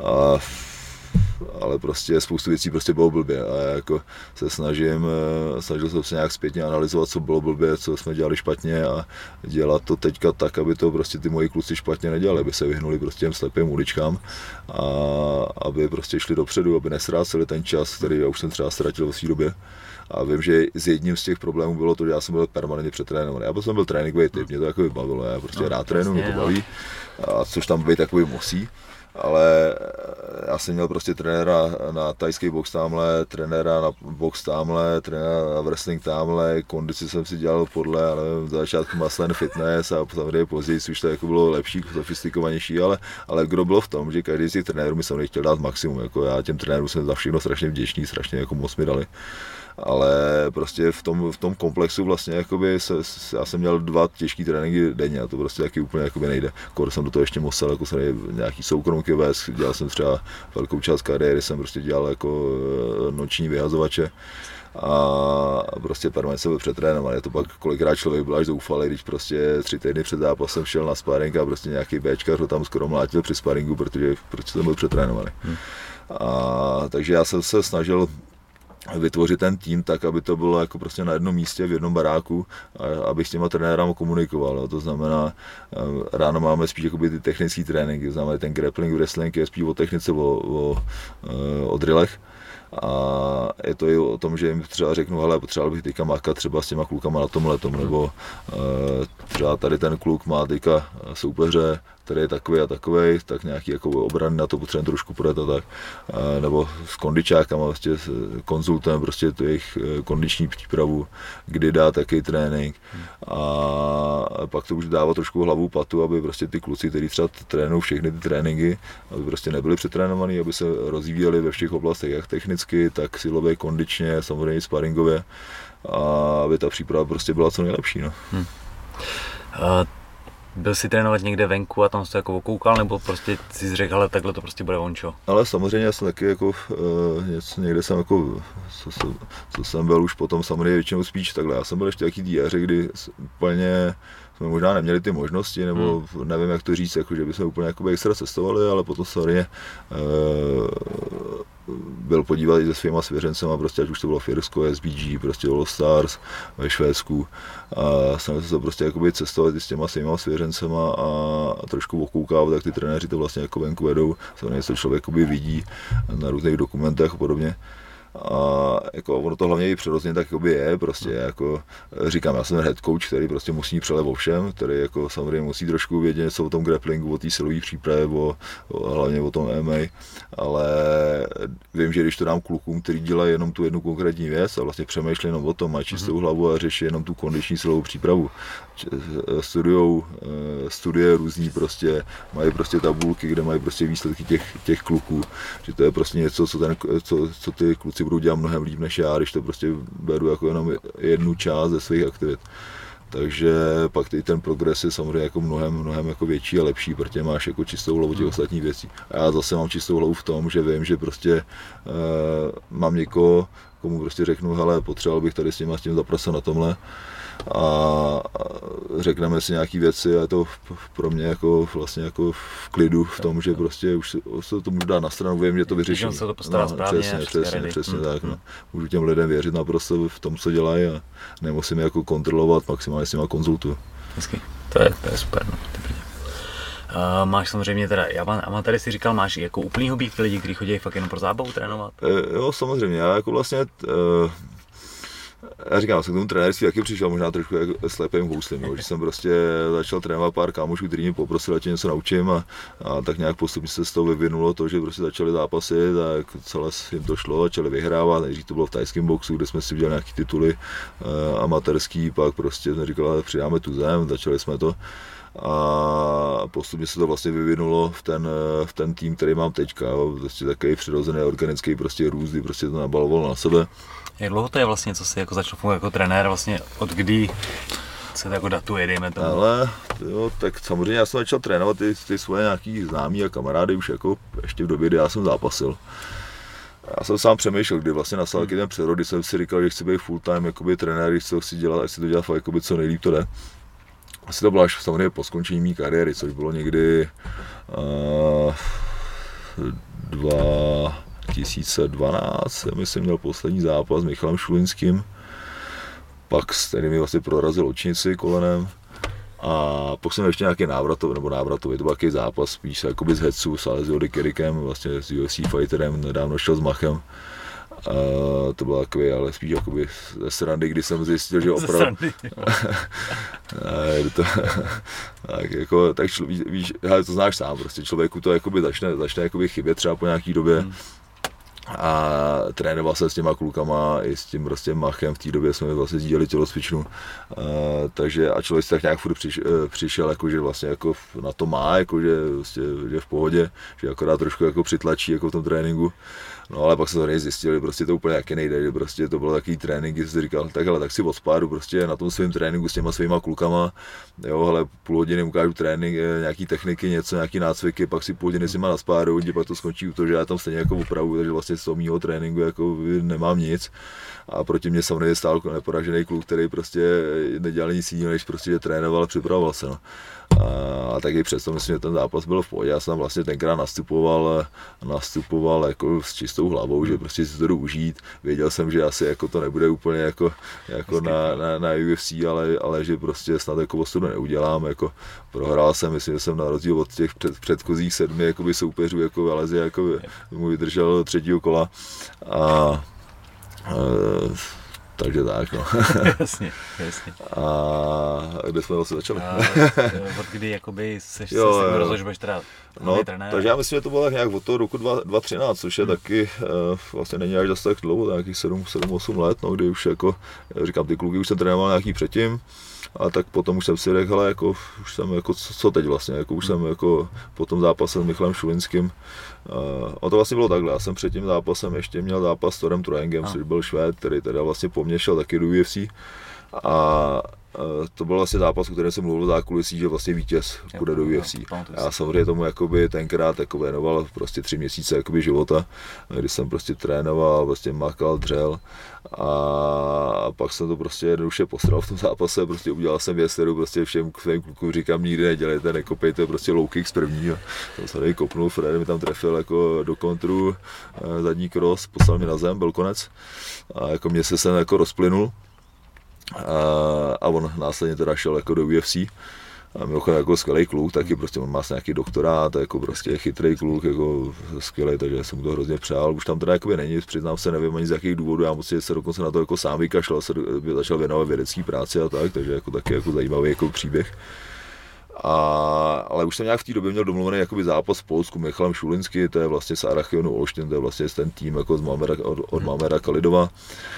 ale prostě spoustu věcí prostě bylo blbě a já jako se snažil jsem se nějak zpětně analyzovat, co bylo blbě, co jsme dělali špatně a dělat to teďka tak, aby to prostě ty moji kluci špatně nedělali, aby se vyhnuli prostě těm slepým uličkám a aby prostě šli dopředu, aby nesráceli ten čas, který já už jsem třeba ztratil v svý době. A vím, že z jedním z těch problémů bylo to, že já jsem byl permanentně přetrénovaný. Já jsem byl tréninkový typ, mě to jako bavilo, já prostě rád trénuju, mě to baví, a což tam být takový musí. Ale já jsem měl prostě trenéra na thajský box tamhle, trenéra na box tamhle, trenéra na wrestling tamhle, kondici jsem si dělal podle, ale v začátku Muscle Fitness a samozřejmě později už to jako bylo lepší, sofistikovanější, ale kdo bylo v tom, že každý z těch trenérů mi samozřejmě chtěl dát maximum, jako já těm trenérům jsem za všechno strašně vděčný, strašně jako moc mi dali. Ale prostě v tom komplexu vlastně jakoby já jsem měl 2 těžký tréninky denně a to prostě taky úplně jakoby nejde. Kor jsem do toho ještě musel jako se nějaký soukromky vést, dělal jsem třeba velkou část kariéry, jsem prostě dělal jako noční vyhazovače a prostě permanentně jsem byl přetrénovaný. To pak kolikrát člověk byl až zoufalý, když prostě 3 týdny před zápasem šel na sparring a prostě nějaký Bčkař ho tam skoro mlátil při sparingu, protože jsem byl přetrénovaný. Takže já jsem se snažil vytvořit ten tým tak, aby to bylo jako prostě na jednom místě, v jednom baráku, abych s těma trenérama komunikoval. To znamená, ráno máme spíš jakoby ty technické tréninky, to znamená ten grappling, wrestling je spíš o technice, o drillech. A je to i o tom, že jim třeba řeknu, hele, potřeboval bych teďka makat třeba s těma klukama na tomhletom, nebo třeba tady ten kluk má teďka soupeře, který je takový a takovej, tak nějaký jako obrany na to potřebujeme trošku podat a tak, nebo s kondičákama vlastně konzultujeme prostě tu jejich kondiční přípravu, kdy dá taký trénink a pak to už dává trošku hlavu patu, aby prostě ty kluci, kteří třeba trénují všechny ty tréninky, aby prostě nebyli přetrénovaní, aby se rozvíjeli ve všech oblastech, jak technicky, tak silově, kondičně, samozřejmě sparingově a aby ta příprava prostě byla co nejlepší. No. Byl jsi trénovat někde venku a tam jsi to jako okoukal, nebo prostě si řekl, ale takhle to prostě bude ončo? Ale samozřejmě já jsem taky jako, někde jsem jako, co jsem byl už potom samozřejmě většinou spíš takhle. Já jsem byl ještě taky té éře, kdy úplně jsme možná neměli ty možnosti, nebo nevím, jak to říct, jako, že bychom úplně jakoby extra cestovali, ale potom samozřejmě byl podívat i se svýma svěřencema, prostě ať už to bylo Firsko, SBG, prostě All Stars ve Švédsku a snažil se to prostě jakoby cestovat i s těma svýma svěřencema a trošku okoukávat, jak ty trenéři to vlastně jako venku vedou, samozřejmě to člověk jakoby vidí na různých dokumentech a podobně. A jako ono to hlavně i přirozeně tak jakoby je, prostě jako říkám, já jsem head coach, který prostě musí přelet o všem, který jako samozřejmě musí trošku vědět něco o tom grapplingu, o té silové přípravě, hlavně o tom MMA, ale vím, že když to dám klukům, kteří dělají jenom tu jednu konkrétní věc a vlastně přemýšlí jenom o tom, mají čistou hlavu a řeší jenom tu kondiční silovou přípravu, studie různý prostě, mají prostě tabulky, kde mají prostě výsledky těch kluků, že to je prostě něco, co ty kluci budou dělat mnohem líp než já, když to prostě beru jako jenom jednu část ze svých aktivit. Takže pak ten progres je samozřejmě jako mnohem jako větší a lepší, protože máš jako čistou hlavu těch ostatních věcí. A já zase mám čistou hlavu v tom, že vím, že prostě mám někoho, komu prostě řeknu, hele, potřeboval bych tady s tím zapracovat na tomhle a řekneme si nějaký věci a je to pro mě jako vlastně jako v klidu v tom, že prostě už se to můžu dát na stranu, vím, že to vyřeším. Se to postarat správně, přesně tak. No. Můžu těm lidem věřit naprosto v tom, co dělají a nemusím je jako kontrolovat, maximálně s nimi konzultuju. Hezky, to je super. No. Máš samozřejmě teda, amatéry si říkal, máš jako úplný hobby ty lidi, kteří chodí fakt jenom pro zábavu trénovat? Jo, samozřejmě, já jako vlastně já říkám, jsem k tomu trenérství taky přišel možná trošku jako slepým houslím, že jsem prostě začal trénovat pár kámošů, kteří mě poprosili, ať je něco naučím a tak nějak postupně se z toho vyvinulo to, že prostě začali zápasit a celé jim to šlo, začali vyhrávat, nejdřív to bylo v thajském boxu, kde jsme si udělali nějaké tituly amatérský, pak prostě jsme říkali, přidáme tu zem, začali jsme to a postupně se to vlastně vyvinulo v ten tým, který mám teďka, prostě takový přirozený organický prostě růst, kdy prostě to nabalovalo na sebe. Jak dlouho to je vlastně, co jsi jako začal fungovat jako trenér, vlastně od kdy se to jako datuje, dejme tomu? Ale jo, tak samozřejmě já jsem začal trénovat ty svoje nějaký známí a kamarády už jako ještě v době, kdy já jsem zápasil. Já jsem sám přemýšlel, kdy vlastně nastal ten přerod, kdy jsem si říkal, že chci být full time jakoby trenér, když to chci dělat, až si to dělat fakt jakoby co nejlíp to jde. Asi to bylo až samozřejmě po skončení mé kariéry, což bylo někdy 2012, myslím, měl poslední zápas s Michalem Šulinským, pak který mi vlastně prorazil očnici kolenem a pak jsem ještě nějaký návratový, to byl takový zápas spíš jakoby z headsu s Alessio Di Chirichem, vlastně s UFC fighterem, nedávno šel s Machem. To bylo takový, ale spíš jakoby ze srandy, kdy jsem zjistil, že opravdu... tak víš, to znáš sám, prostě člověku to jakoby začne jakoby chybět třeba po nějaký době. A trénoval jsem s těma klukama i s tím prostě Machem, v té době jsme vlastně sdíleli tělocvičnu, takže a člověk si tak nějak furt přišel, jako, že vlastně jako na to má, jako, že, vlastně, že v pohodě, že akorát trošku jako přitlačí jako v tom tréninku. No ale pak jsem to zjistil, že prostě to úplně taky nejde, že prostě to bylo takový trénink, kdy jsem si říkal, tak si odspáru prostě na tom svém tréninku s těma svýma klukama, jo, hele, půl hodiny ukážu trénink, nějaký techniky, něco, nějaký nácviky, pak si půl hodiny s nima naspáru, pak to skončí u toho, že já tam stejně jako opravu, takže vlastně z toho mýho tréninku jako nemám nic. A proti mě samozřejmě stál neporažený kluk, který prostě nedělal nic jiného, než prostě že trénoval a připravoval se. No. A taky přesto myslím, že ten zápas byl v pohodě. Já jsem tam vlastně tenkrát nastupoval jako s čistou hlavou, že prostě si to jdu užít. Věděl jsem, že asi jako to nebude úplně jako na UFC, ale že prostě snad jako ostudu neudělám. Jako prohrál jsem, myslím, že jsem na rozdíl od těch předchozích 7 jakoby soupeřů, jako Alesi, jako mu vydržel 3. kola. Takže tak, no. Jasně. A kde jsme vlastně začali? Od kdy jakoby seš se rozhodl, že budeš teda trenér? Takže já myslím, že to bylo tak nějak od toho roku 2013, což je taky vlastně není až zase tak dlouho, nějakých 7-8 let, no, kdy už jako, říkám, ty kluky už jsem trénoval nějaký předtím. A tak potom už jsem si řekl, hele, jako, už jsem jako, co teď vlastně, jako, už jsem jako po tom zápase s Michalem Šulinským. A to vlastně bylo takhle, já jsem před tím zápasem ještě měl zápas s Torem Troengem, což byl Švéd, který teda vlastně po mně šel taky do UFC. A to byl vlastně zápas, o kterém jsem mluvil v zákulisí, že vlastně vítěz půjde do UFC. Já samozřejmě tomu jakoby tenkrát jako věnoval prostě 3 měsíce jakoby života, kdy jsem prostě trénoval, prostě makal, dřel a pak jsem to prostě jednoduše posral v tom zápase, prostě udělal jsem věc, kterou prostě všem svým klukům říkám, nikdy nedělejte, nekopejte prostě low kick z první. To jsem tady kopnul, Fred mi tam trefil jako do kontru, zadní cross, poslal mě na zem, byl konec a jako mě se jako rozplynul. A on následně teda šel jako do UFC A mimochodem jako skvělý kluk, taky prostě on má nějaký doktorát, jako prostě chytrý kluk, jako skvělý, takže jsem mu to hrozně přál. Už tam teda jakoby není, přiznám se, nevím ani z jakých důvodů, já musím se dokonce na to jako sám vykašlal, začal věnovat vědecký práci a tak, takže jako taky jako zajímavý jako příběh. Ale už jsem nějak v té době měl domluvený jakoby zápas v Polsku Michalem Šulinsky, to je vlastně z Arachionu Olsztyn, to je vlastně ten tým jako od Mamera Kalidova.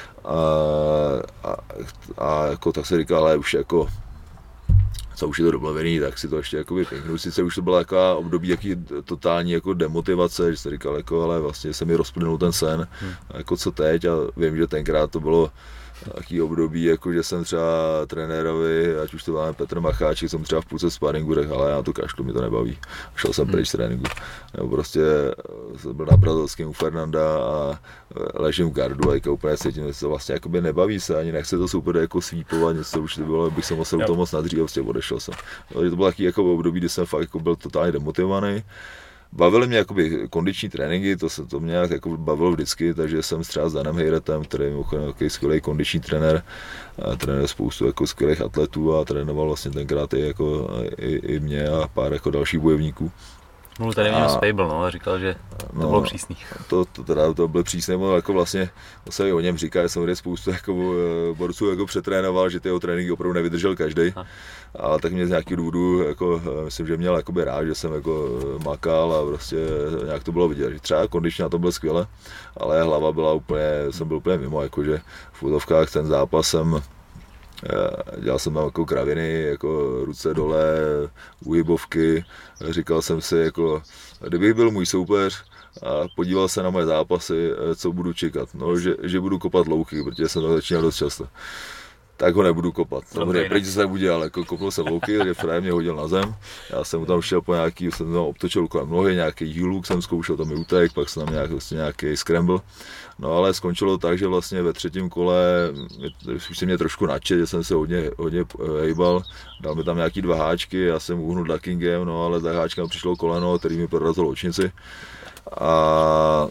A jako tak se říká, ale už jako co už je to domluvený, tak si to ještě jakoby pěknu. Sice už to byla taková období jaký totální jako demotivace, že se říkal jako, ale vlastně se mi rozplynul ten sen, jako co teď, a vím, že tenkrát to bylo taký období, jako že jsem třeba trenérovi, ať už to máme Petr Macháček, jsem třeba v půlce sparingu řekl, ale já to kašlu, mi to nebaví. Šel jsem pryč z tréninku. Nebo prostě jsem byl na Brazilském u Fernanda a ležím v gardu a jako úplně cítím, že to vlastně jakoby nebaví se, ani nechce to super jako svípovat, něco už to bylo, bych se musel to moc nadřít a prostě odešel jsem. To bylo taky jako období, kdy jsem fakt jako byl totálně demotivovaný. Bavily mě jakoby kondiční tréninky, to mě nějak jako bavilo vždycky, takže jsem třeba s Danem Hejretem, který je mimochodem skvělý kondiční trenér, trénuje spoustu jako skvělých atletů a trénoval vlastně tenkrát i mě a pár jako dalších bojovníků. Mluvil tady měl Spable, no, a říkal, že to bylo přísný. To bylo přísné, jako vlastně to se o něm říká, že samozřejmě spoustu jako borců jako přetrénoval, že ty jeho tréninky opravdu nevydržel každý. Ale tak mě z nějakých důvodů, jako, myslím, že měl jakoby rád, že jsem jako makal a prostě nějak to bylo vidět, že třeba kondičně na to bylo skvěle, ale hlava byla úplně, jsem byl úplně mimo, jakože v útovkách ten zápas dělal jsem tam jako kraviny, jako ruce dole, uhybovky, říkal jsem si, jako, kdybych byl můj soupeř a podíval se na moje zápasy, co budu čekat, no, že budu kopat louky, protože jsem to začínal dost často. Tak ho nebudu kopat. Samozřejmě, prý se udělal, jako kopnul jsem louky, takže frajer mě hodil na zem. Já jsem mu tam šel po nějaký, jsem tam obtočil kolem nohy, nějaký heel jsem zkoušel, tam mi utek, pak jsem tam nějaký scramble. No ale skončilo tak, že vlastně ve třetím kole už se mě trošku nadšel, že jsem se hodně hejbal. Dal mi tam nějaký 2 háčky, já jsem uhnul duckingem, no ale za háčkem přišlo koleno, který mi prorazil očnici. A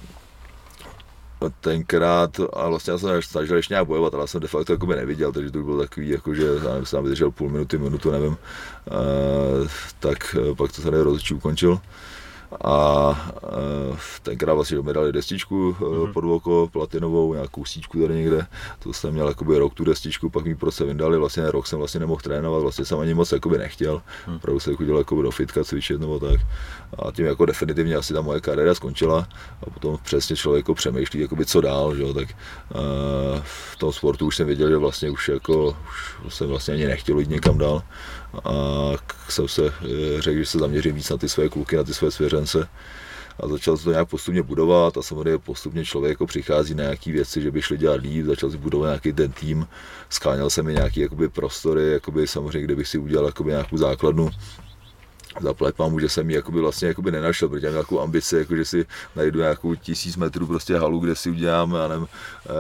tenkrát, a vlastně já jsem snažil ještě nějak bojovat, ale já jsem de facto jakoby neviděl, takže to bylo takový, jako, že já nevím, jsem vydržel půl minutu, nevím, tak pak to tady rozhodčí ukončil. A tenkrát vlastně mi dali destičku pod oko, platinovou, nějakou síčku tady někde, to jsem měl jakoby rok tu destičku, pak mi prostě vyndali, vlastně rok jsem vlastně nemohl trénovat, vlastně jsem ani moc jakoby nechtěl, opravdu jsem chodil jakoby do fitka cvičit nebo tak, a tím jako definitivně asi ta moje kariéra skončila a potom přesně člověk jako přemýšlí, jakoby co dál, že jo, tak v tom sportu už jsem věděl, že vlastně už jsem vlastně ani nechtěl jít někam dál a jsem se řekl, že se zaměřím víc na ty své kluky, na ty své svěřence a začal se to nějak postupně budovat a samozřejmě postupně člověk jako přichází na nějaké věci, že by šli dělat líp, začal si budovat nějaký ten tým, skáněl jsem mi nějaký jakoby prostory, jakoby samozřejmě, kde bych si udělal jakoby nějakou základnu. Zaplať pámu, že jsem ji vlastně nenašel, protože mám nějakou ambici, jako že si najdu nějakou 1000 metrů prostě halu, kde si udělám, já nevím,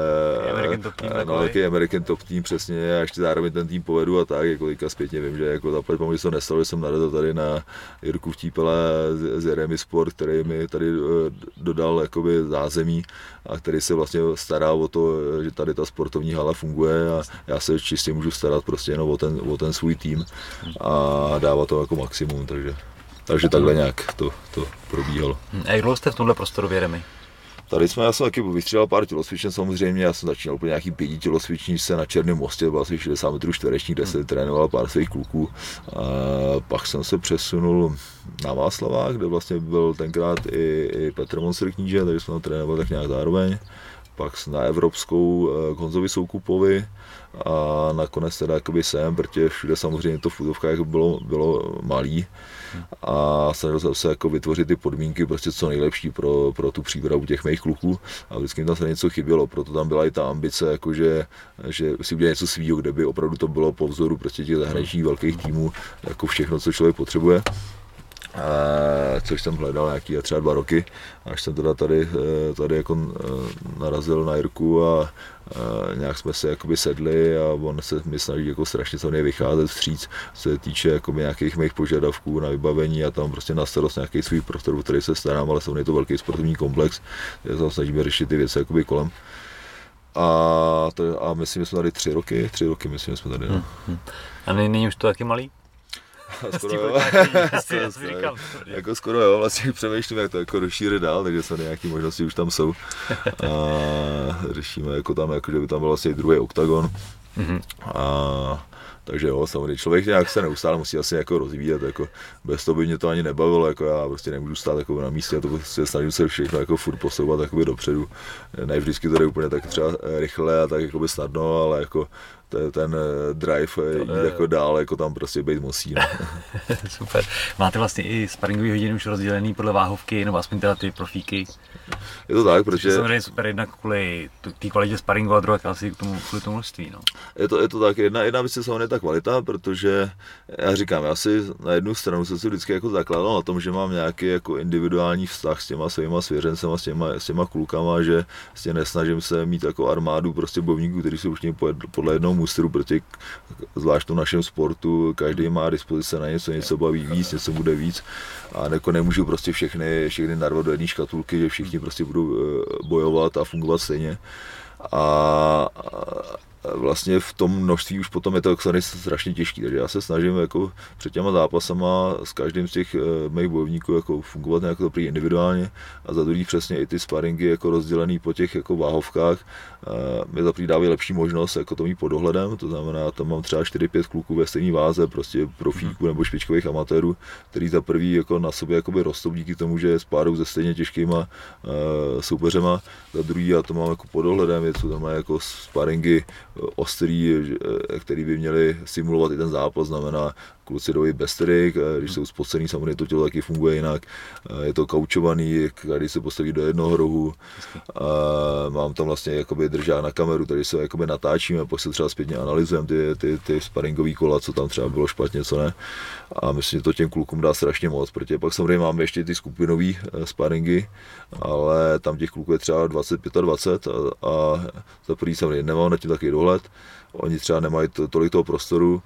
nějaký American Top Team přesně, a ještě zároveň ten tým povedu a tak, jako teďka zpětně vím, že jako zaplať pámu, že se to nestalo, že jsem narazil tady na Jirku Vtípela z Jeremy Sport, který mi tady dodal jakoby zázemí a který se vlastně stará o to, že tady ta sportovní hala funguje a já se čistě můžu starat prostě jenom o ten svůj tým a dávat to jako maximum, takže takhle nějak to probíhalo. A jak dlouho jste v tomhle prostoru v Jeremy? Tady já jsem taky vystřídal pár tělocvičen samozřejmě, já jsem začínal úplně nějaký 5 tělocvičnice na Černém mostě, byl asi 60 metrů čtverečních, kde se trénoval pár svých kluků. A pak jsem se přesunul na Václavák, kde vlastně byl tenkrát i Petr Monster kníže, takže jsme tam trénovali tak nějak zároveň. Pak na Evropskou k Honzovi Soukupovi a nakonec teda jakoby sem, protože všude samozřejmě to v útovkách bylo malý a snažil jsem se jako vytvořit ty podmínky prostě co nejlepší pro tu přípravu těch mých kluků a vždycky mi tam se něco chybělo, proto tam byla i ta ambice, jakože, že si udělat něco svýho, kde by opravdu to bylo po vzoru prostě těch zahraničních velkých týmů, jako všechno, co člověk potřebuje. Což jsem hledal nějaký třeba 2 roky, až jsem teda tady jako narazil na Jirku a nějak jsme se jakoby sedli a on se mi snaží jako strašně co vycházet vstříc, co se týče jakoby nějakých mých požadavků na vybavení a tam prostě na starost nějaký svůj prostor, o který se starám, ale samozřejmě je to velký sportovní komplex, kde se snažíme řešit ty věci jakoby kolem. A myslím, že jsme tady 3 roky myslím, že jsme tady. No. A není už to taky malý? Skoro jo. Jako skoro jo, vlastně přemýšlím, jak to jako rozšířit dál, takže se nějaké možnosti už tam jsou. A řešíme jako tam, jako, že by tam byl vlastně druhý oktagon. A takže jo, samozřejmě člověk nějak se neustále musí asi jako rozvíjet, jako bez toho by mě to ani nebavilo, jako já prostě nemůžu stát jako na místě, a to prostě snažím se všechno jako furt posouvat jakoby dopředu. Ne vždycky to jde úplně tak třeba rychle a tak jakoby snadno, ale jako ten drive jít jako dál, jako tam prostě být musí. No. Super. Máte vlastně i sparingový hodiny už rozdělený podle váhovky, nebo aspoň teda ty profíky? Je to tak, protože... Je samozřejmě super jednak kvůli té kvalitě sparingu a druhá asi kvůli tomu množství, no. Je to tak, jedna věc je samozřejmě ta kvalita, protože já říkám, já si na jednu stranu jsem si vždycky jako zakládal na tom, že mám nějaký jako individuální vztah s těma svýma svěřencema, s těma klukama, že vlastně nesnažím se mít jako armádu prostě bojovníků, kteří jsou už podle jednoho mustru, protože zvlášť v našem sportu každý má dispozice na něco baví víc, něco bude víc a jako nemůžu prostě všechny narvat do jedné škatulky, že všichni prostě budou bojovat a fungovat stejně. A vlastně v tom množství už potom je to strašně těžké, takže já se snažím jako před těma zápasama s každým z těch mých bojovníků jako fungovat nějak dobrý individuálně a za druhý přesně i ty sparingy jako rozdělený po těch jako váhovkách mi za prvý dávají lepší možnost jako to mít pod dohledem, to znamená, tam mám třeba 4-5 kluků ve stejné váze, prostě profíků nebo špičkových amatérů, který za prvý jako na sobě jakoby rostou díky tomu, že spádou se stejně těžkýma soupeřema, za druhý já to mám jako pod dohledem, je to tam jako sparingy ostrý, který by měli simulovat i ten zápas, znamená kluci jdou i bez trik, když jsou spocený, samozřejmě to tělo taky funguje jinak, je to kaučovaný, když se postaví do jednoho rohu, mám tam vlastně jakoby držák na kameru, tady se jakoby natáčíme, pak se třeba zpětně analyzujeme ty sparingový kola, co tam třeba bylo špatně, co ne, a myslím, že to těm klukům dá strašně moc, protože pak samozřejmě máme ještě ty skupinový sparingy, ale tam těch kluků je třeba 25 a za první samozřejmě nemám na tím taky dohled, oni třeba nemají tolik toho prostoru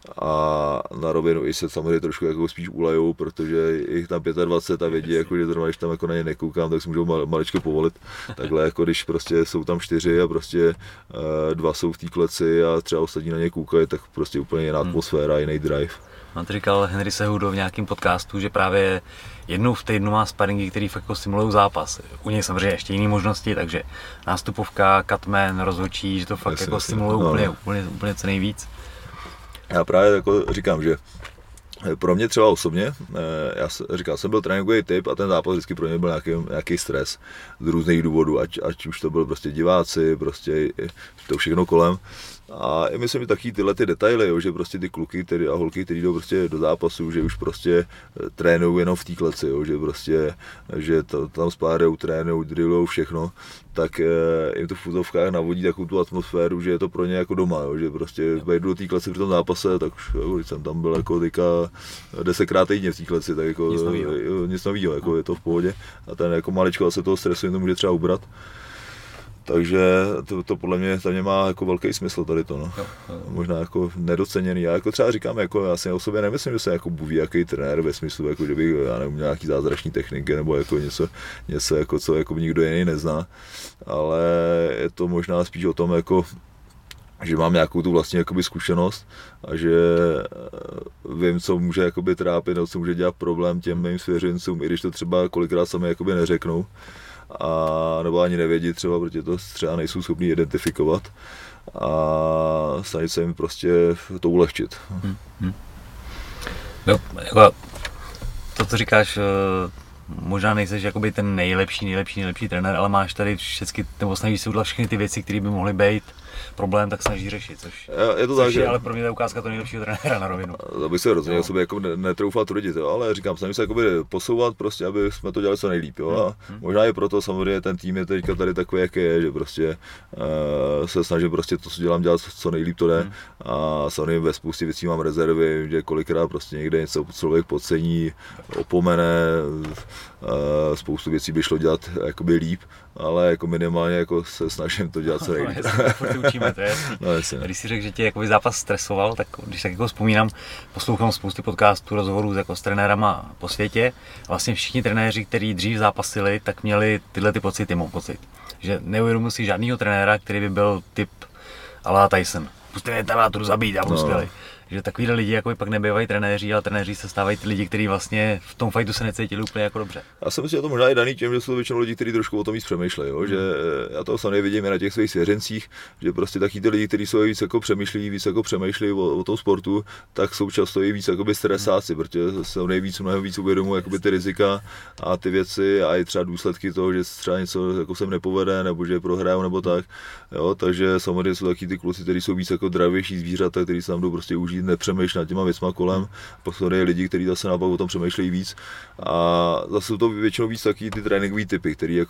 a na rovinu i se samozřejmě trošku jako spíš ulejou, protože jich tam 25 a vědí, jako, že když tam jako na ně nekoukám, tak si můžou maličko povolit. Takhle jako když prostě jsou tam 4 a prostě 2 jsou v té kleci a třeba ostatní na ně koukají, tak prostě úplně jiná atmosféra, jiný drive. On to říkal Henry Cejudo v nějakém podcastu, že právě jednou v týdnu má sparingy, který fakt jako simulují zápas. U něj samozřejmě ještě jiné možnosti, takže nástupovka, cutman, rozhodčí, že to fakt jako simulují úplně co nejvíc. Já právě jako říkám, že pro mě třeba osobně, já jsem byl tréninkový typ a ten zápas vždycky pro mě byl nějaký stres z různých důvodů, ať už to byl prostě diváci, prostě to všechno kolem. A myslím, že taky tyhle ty detaily, jo, že prostě ty kluky a holky, kteří jdou prostě do zápasu, že už prostě trénují jenom v té kleci, jo, že prostě, že tam spárujou, trénují, drillujou všechno, tak jim to v fuzovkách navodí takovou tu atmosféru, že je to pro ně jako doma, jo, že prostě vejdu do té klece při tom zápase, tak už, jo, když jsem tam byl jako teďka 10krát týdně v té kleci, tak jako nic novýho, jako je to v pohodě a ten jako maličko se toho stresu jim to může třeba ubrat. Takže to podle mě má jako velký smysl tady to, no. Možná jako nedoceněný. Já jako třeba říkám, jako já si o sobě nemyslím, že jsem jako bůh jaký trenér ve smyslu, jako že bych já neuměl nějaký zázračný techniky nebo jako něco jako co jako nikdo jiný nezná, ale je to možná spíš o tom jako že mám nějakou tu vlastní jakoby zkušenost a že vím, co může jakoby trápit, nebo co může dělat problém těm mým svěřencům, i když to třeba kolikrát sami jakoby neřeknou. A nebo ani nevědí třeba, protože to třeba nejsou schopní identifikovat a snažit se jim prostě to ulehčit. Jo, jako to, co říkáš, možná nejseš jakoby ten nejlepší trenér, ale máš tady všechny, nebo snažíš se udělat všechny ty věci, které by mohly být problém, tak snaží řešit, což je to tak, je ale pro mě ta ukázka to nejlepšího trenéra na rovinu. To bych se rozhodně o sobě jako netroufal tvrdit, jo, ale říkám, snažím se jakoby posouvat prostě, aby jsme to dělali co nejlíp, jo, a možná i proto samozřejmě ten tým je teďka tady takový, jaký je, že prostě se snažím prostě to, co dělám, dělat co nejlíp to jde a samozřejmě ve spoustě věcí mám rezervy, že kolikrát prostě někde něco člověk podcení, opomene, spoustu věcí by šlo dělat jakoby líp, ale jako minimálně jako se snažím to dělat co nejlíp. Učíme, to je jasný. Když si řekl, že tě jakoby zápas stresoval, tak když tak jako vzpomínám, poslouchám spousty podcastů, rozhovorů jako s trenérama po světě. Vlastně všichni trenéři, kteří dřív zápasili, tak měli tyhle ty pocity, mám pocit. Že neuvědomuji si žádnýho trenéra, který by byl typ a la Tyson. Puste mě tam, já to jdu zabít, já budu skvělej. že takovýhle lidi jako pak nebývají trenéři, ale trenéři se stávají ty lidi, kteří vlastně v tom fightu se necítili úplně jako dobře. Já si myslím, že to možná je daný tím, že jsou většinou lidi, kteří trošku o tom víc přemýšlejí, jo? Že já to samozřejmě vidím i na těch svých svěřencích, že prostě taky ty lidi, kteří jsou víc jako přemýšlejí o tom sportu, tak jsou často i víc jakoby stresáci, protože se mnohem víc uvědomují jakoby ty rizika a ty věci a i třeba důsledky toho, že třeba něco jako se nepovede nebo že prohrajou nebo tak. Jo? Takže samozřejmě jsou taky ty kluci, kteří jsou víc jako dravější zvířata, kteří se tam jdou prostě užít, nepřemýšlí nad těma věcma kolem. Pak jsou lidi, kteří zase naopak o tom přemýšlejí víc. A zase jsou to většinou víc taky ty tréninkové typy, který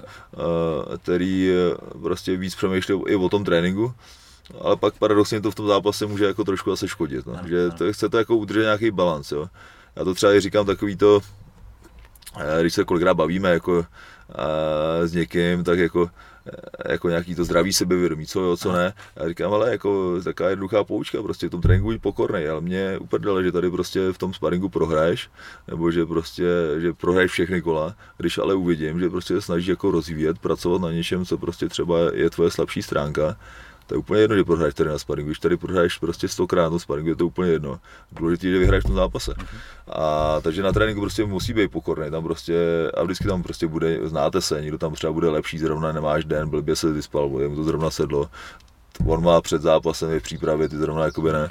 prostě víc přemýšlí i o tom tréninku. Ale pak paradoxně to v tom zápase může jako trošku zase škodit. No. Že to chcete jako udržet nějaký balans. Jo. Já to třeba i říkám takový to, když se kolikrát bavíme jako s někým, tak jako nějaký to zdravý sebevědomí, co jo, co ne. Já říkám, ale jako taková jednoduchá poučka, prostě v tom tréninku být pokornej, ale mě uprdele, že tady prostě v tom sparingu prohraješ, nebo že prostě, že prohraješ všechny kola, když ale uvidím, že prostě se snažíš jako rozvíjet, pracovat na něčem, co prostě třeba je tvoje slabší stránka. To je úplně jedno, že prohraješ tady na sparingu. Když tady prohraješ prostě 100krát na sparingu, je to úplně jedno. Důležité je, že vyhraješ v tom zápase. A takže na tréninku prostě musí být pokorný. Tam prostě, a vždycky tam prostě bude, znáte se, někdo tam třeba bude lepší, zrovna nemáš den, blbě se vyspal, mu to zrovna sedlo. On má před zápasem, je v přípravě, ty zrovna jakoby ne.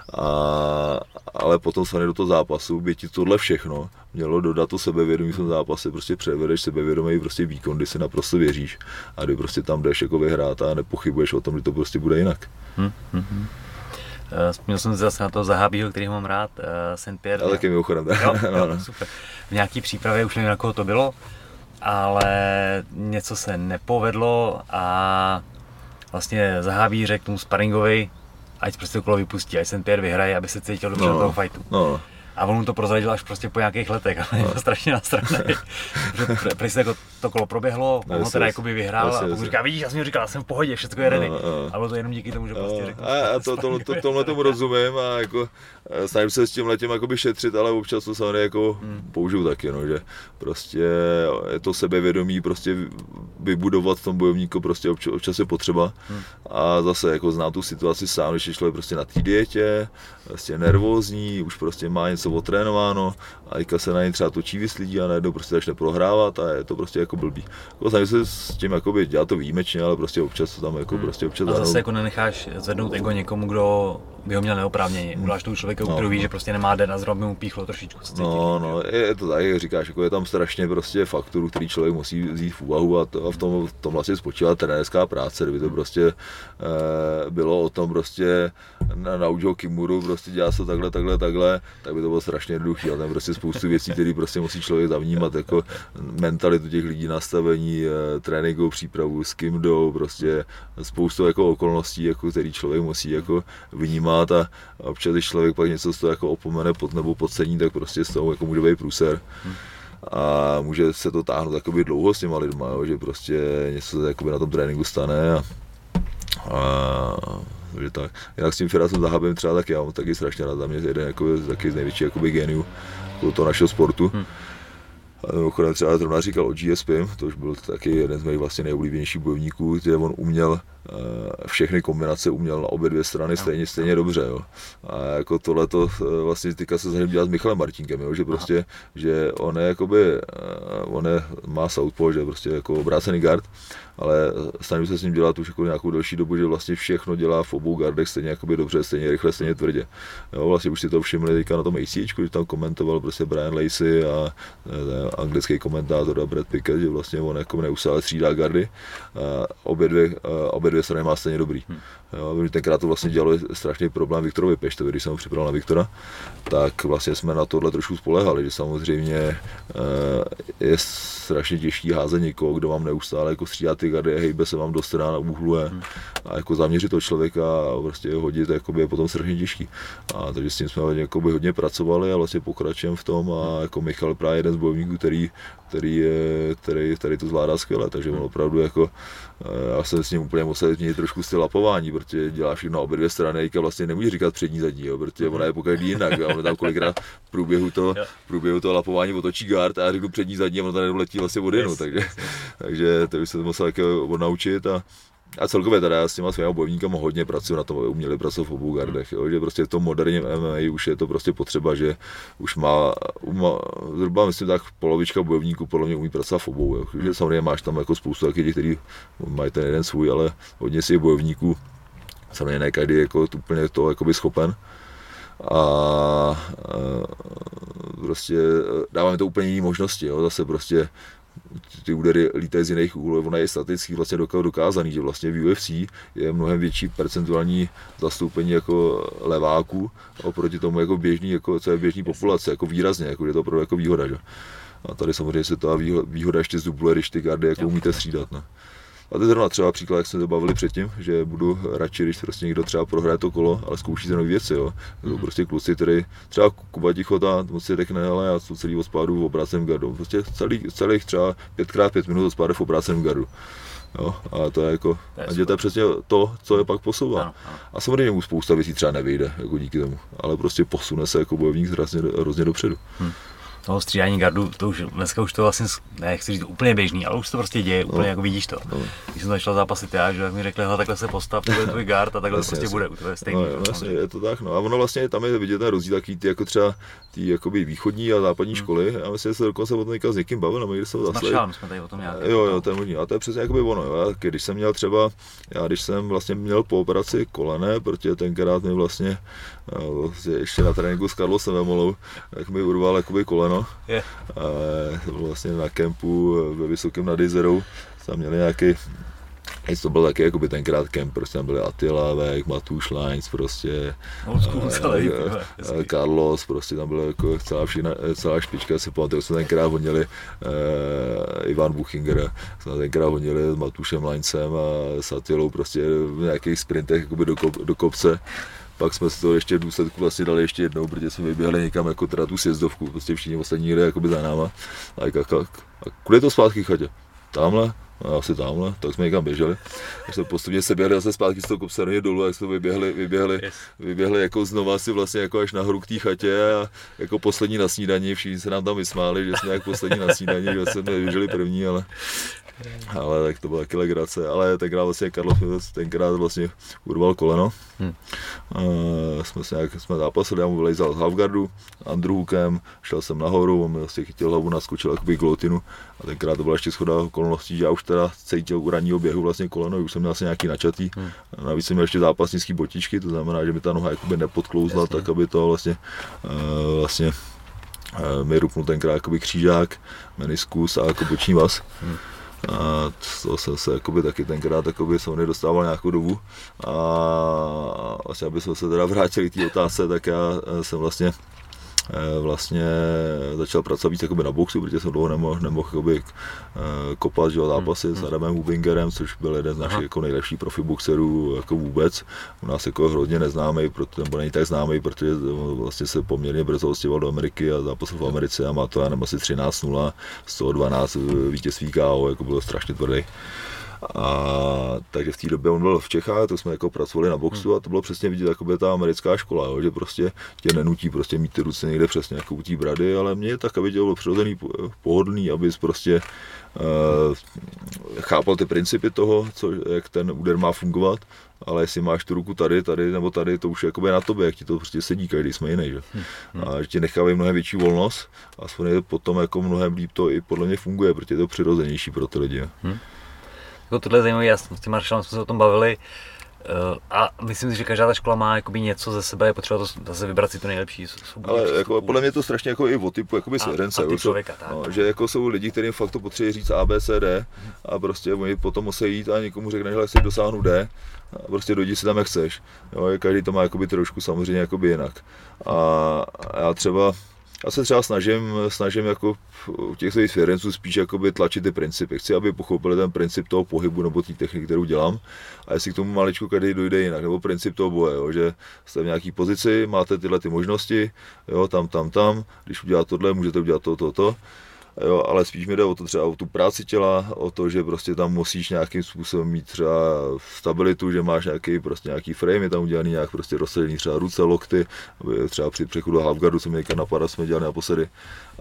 Ale potom se do toho zápasu by ti tohle všechno mělo dodat to sebevědomí v tom zápase, prostě převedeš sebevědomý prostě výkon, kdy si naprosto věříš a kdy prostě tam jdeš jako vyhrát a nepochybuješ o tom, že to prostě bude jinak. Vzpomněl jsem se zase na toho Zahábího, který mám rád, Saint-Pierre. A taky mimochodem. No. Super. V nějaký přípravě už nevím, na koho to bylo, ale něco se nepovedlo a vlastně Zahábí řekl tomu sparingovi, ať prostě kolo vypustí, ať Saint-Pierre vyhraje, aby se cítil dobře do toho fightu. No. A on mu to prozradil až prostě po nějakých letech, ale je to strašně nasranej. Protože jako to kolo proběhlo, on ho teda jakoby vyhrál a pokud říká, vidíš, já jsem mi říkal, já jsem v pohodě, všechno je ready. A bylo to jenom díky tomu, že prostě řekl. A tomhle tomu rozumím a jako snažím se s tím letem jakoby šetřit, ale občas to samozřejmě jako použiju taky, no, že prostě je to sebevědomí prostě vybudovat v tom bojovníku prostě občas je potřeba. A zase jako znám tu situaci sám, když je člověk prostě na té dietě, prostě nervózní, už prostě má něco otrénováno a teďka se na něj třeba točí víc lidí a najednou prostě začne prohrávat a je to prostě jako blbý. Jako snažím se s tím jakoby dělat to výjimečně, ale prostě občas to tam jako prostě občas. A zase jako nenecháš zvednout ego někomu, kdo by ho měl neoprávněně. Udáš tomu člověku, který ví, že prostě nemá den a zrovna mu píchlo trošičku. Je to tak, jak říkáš, jako je tam strašně prostě faktorů, který člověk musí vzít v úvahu a v tom vlastně spočívá trenérská práce, kdyby to prostě bylo o tom prostě nauč ho Kimuru, prostě dělá se takhle, tak by to bylo strašně jednoduchý, ale tam prostě spoustu věcí, které prostě musí člověk zavnímat, jako mentalitu těch lidí, nastavení, tréninkovou přípravu, s kým jdou, prostě spoustu jako okolností, jako, který člověk musí jako vnímat a občas, když člověk pak něco z toho jako opomene nebo podcení, tak prostě z toho jako může být průser. A může se to táhnout jakoby dlouho s těma lidma, jo, že prostě něco se jakoby na tom tréninku stane takže tak. Jinak s tím Firasem Zahábem třeba taky, já mám taky strašně rád, za mě jeden jakoby, taky z největší jakoby géniů toho našeho sportu. A mimochodem třeba zrovna říkal o GSP, to už byl taky jeden z mých vlastně nejoblíbenějších bojovníků, kde on uměl všechny kombinace uměl na obě dvě strany stejně dobře, jo. A jako tohleto vlastně teďka se začal dělat s Michalem Martinkem, jo, že prostě, že on je jakoby, má southpaw, že prostě jako obrácený guard, ale snažím se s ním dělat už jako nějakou delší dobu, že vlastně všechno dělá v obou gardech stejně jakoby dobře, stejně rychle, stejně tvrdě. Jo, vlastně už si to všimli teďka na tom ACHku, že tam komentoval prostě Brian Lacey a anglický komentátor a Brad Pickett, že vlastně on jako neustále střídá gardy a obě dvě strany má stejně dobrý. Jo, tenkrát to vlastně dělalo strašný problém Viktorovi Peštovi, když jsem ho připravil na Viktora, tak vlastně jsme na tohle trošku spolehali, že samozřejmě je strašně těžký házet někoho, kdo vám neustále jako střídá ty gardy, hejbe se vám do stran a úhluje a jako zaměřit toho člověka a prostě hodit jakoby, je potom strašně těžký. A takže s tím jsme hodně pracovali a vlastně pokračujeme v tom a jako Michal právě jeden z bojovníků, který to zvládá skvěle, takže on opravdu jako já jsem s ním úplně musel změnit trošku styl lapování, protože dělá všechno na obě dvě strany, a vlastně nemůže říkat přední zadní, jo, protože ona je pokaždý jinak, a on tam kolikrát v průběhu toho lapování otočí guard a já řeknu přední zadní a on tam letí vlastně od jinu, takže to bych se to musel jako odnaučit A celkově teda já s těma svými bojovníkama hodně pracuji na tom, aby uměli pracovat v obou gardech, jo? Že prostě v tom moderním MMA už je to prostě potřeba, že už má zhruba myslím tak polovička bojovníků podle mě umí pracovat v obou, jo? Že samozřejmě máš tam jako spoustu taky těch, kteří mají ten jeden svůj, ale hodně si bojovníků, samozřejmě ne každý je jako úplně to jakoby schopen. A prostě dáváme to úplně jiné možnosti, jo? Zase prostě ty údery lítají z jiných úhlů, ono je staticky vlastně dokázaný, že vlastně v UFC je mnohem větší percentuální zastoupení jako leváků oproti tomu jako běžný, jako co je běžný populace, jako výrazně, jako je to opravdu jako výhoda, že? A tady samozřejmě se ta výhoda ještě zdubluje, když ty gardy jako umíte střídat, ne? A to je zrovna třeba příklad, jak jsme to bavili předtím, že budu radši, když prostě někdo třeba prohraje to kolo, ale zkouší se nové věci, jo. To jsou prostě kluci, který třeba Kuba Tichota, moc si řekne, ale já jsem celý odspádu v obráceném gardu. Prostě celých třeba 5x5 minut odspádu v obráceném gardu. Jo, a to je jako, to je přesně to, co je pak posouvá. Ano. A samozřejmě mu spousta věcí třeba nevyjde, jako díky tomu, ale prostě posune se jako bojovník hrozně dopředu. Toho střídání gardu, to už dneska už to vlastně, nechci říct úplně běžný, ale už to prostě děje, úplně jako vidíš to. Když jsem začal zápasit já, že jak mi řekli, takhle se postav, to je tvůj gard a takhle jasně, prostě bude, to je stejný. No, vlastně, je to tak, no a ono vlastně tam je vidět ten rozdíl takový ty jako třeba ty jakoby východní a západní školy. Já myslím, že se dokonce o tom s někým bavil, nebo se ho zaslali. Jsme tady o tom nějak. Jo, to je možný. A to je přesně jakoby ono, jo. Když jsem měl třeba, když jsem vlastně měl po operaci kolene, protože tenkrát mi vlastně ještě na tréninku s Carlosem Vemolou, tak mi urval jakoby koleno. To bylo vlastně na kempu ve Vysokém nad Jizerou, tam měli nějaký, to byl taky jakoby tenkrát kemp, prostě tam byli Attila, Vek, Matuš Lines, prostě Carlos, prostě tam byla jako celá špička, si pamatuju, jsme tenkrát honili Ivan Buchinger, jsme tenkrát honili s Matušem Linesem a s Attilou prostě v nějakých sprintech jakoby do kopce. Pak jsme si to ještě v důsledku vlastně dali ještě jednou, protože jsme vyběhli někam jako teda tu sjezdovku, prostě všichni ostatní jde jakoby za náma. A kudy je to zpátky chatě? Tamhle? No, asi tamhle, tak jsme někam běželi. Až jsme postupně se běhli zase zpátky z toho kopce dolů, jak jsme vyběhli jako znova si vlastně jako až nahoru k té chatě a jako poslední na snídani, všichni se nám tam vysmáli, že jsme jak poslední na snídani, že jsme běželi první, ale tak to byla taky legrace, ale tenkrát vlastně Carlos tenkrát vlastně urval koleno. Jsme zápasili, já mu vylejzal z halfguardu, underhookem, šel jsem nahoru, on mi vlastně chytil hlavu, naskočil jakoby glotinu a tenkrát to byla ještě shoda okolností, že já už teda cítil u ranního běhu vlastně koleno, už jsem měl asi nějaký načatý. Navíc jsem měl ještě zápasnický botičky, to znamená, že mi ta noha jakoby nepodklouzla, tak aby to vlastně mi rupnul tenkrát jakoby křížák, meniskus a jako boční vaz. A to jsem se jakoby taky tenkrát samozřejmě dostával nějakou dobu a vlastně, aby jsme se teda vrátili k té otázce, tak já jsem vlastně začal pracovat víc jakoby na boxu, protože jsem dlouho nemohl jakoby kopat, že zápasy s Adamem Hubingerem, což byl jeden z našich jako nejlepších profiboxerů jako vůbec. U nás jako hrozně neznámý, nebo není tak známý, protože vlastně se poměrně brzo odstěhoval do Ameriky a zápasil v Americe a má to jenom asi 13-0, 112 vítězství KO, jako bylo strašně tvrdý. A takže v té době on byl v Čechách, to jsme jako pracovali na boxu a to bylo přesně vidět jakoby ta americká škola, jo, že prostě tě nenutí prostě mít ty ruce někde přesně jako u té brady, ale mě tak, aby tě bylo přirozený, pohodlný, abys prostě chápal ty principy toho, jak ten úder má fungovat, ale jestli máš tu ruku tady nebo tady, to už je jakoby na tobě, jak ti to prostě sedí, každý jsme jiný, že? A že ti nechávají mnohem větší volnost a potom jako mnohem líp to i podle mě funguje, protože je to přirozenější pro ty lidi. Tohle je zajímavé, já s tím Maršalem jsme se o tom bavili a myslím si, že každá ta škola má jakoby něco ze sebe, je potřeba to zase vybrat si to nejlepší. Ale jako, podle mě to strašně jako i o typu svěřence, že jako jsou lidi, kterým fakt to potřebuje říct A, B, C, D a prostě oni potom musí jít a někomu řekne, že chceš dosáhnout D a prostě dojdi si tam jak chceš. Jo, každý to má jakoby trošku samozřejmě jakoby jinak. A já se třeba snažím jako u těch svých svěřenců spíš jakoby tlačit ty principy. Chci, aby pochopili ten princip toho pohybu nebo té techniky, kterou dělám. A jestli k tomu maličku každý dojde jinak, nebo princip toho boje, jo, že jste v nějaký pozici, máte tyhle ty možnosti, jo, tam, když uděláte tohle, můžete udělat to. Jo, ale spíš mi jde o to třeba o tu práci těla, o to, že prostě tam musíš nějakým způsobem mít třeba stabilitu, že máš nějaký frame, je tam udělaný nějak prostě rozsazený třeba ruce, lokty, třeba při přechodu halfguardu, co mě někde napadá, jsme dělali naposledy.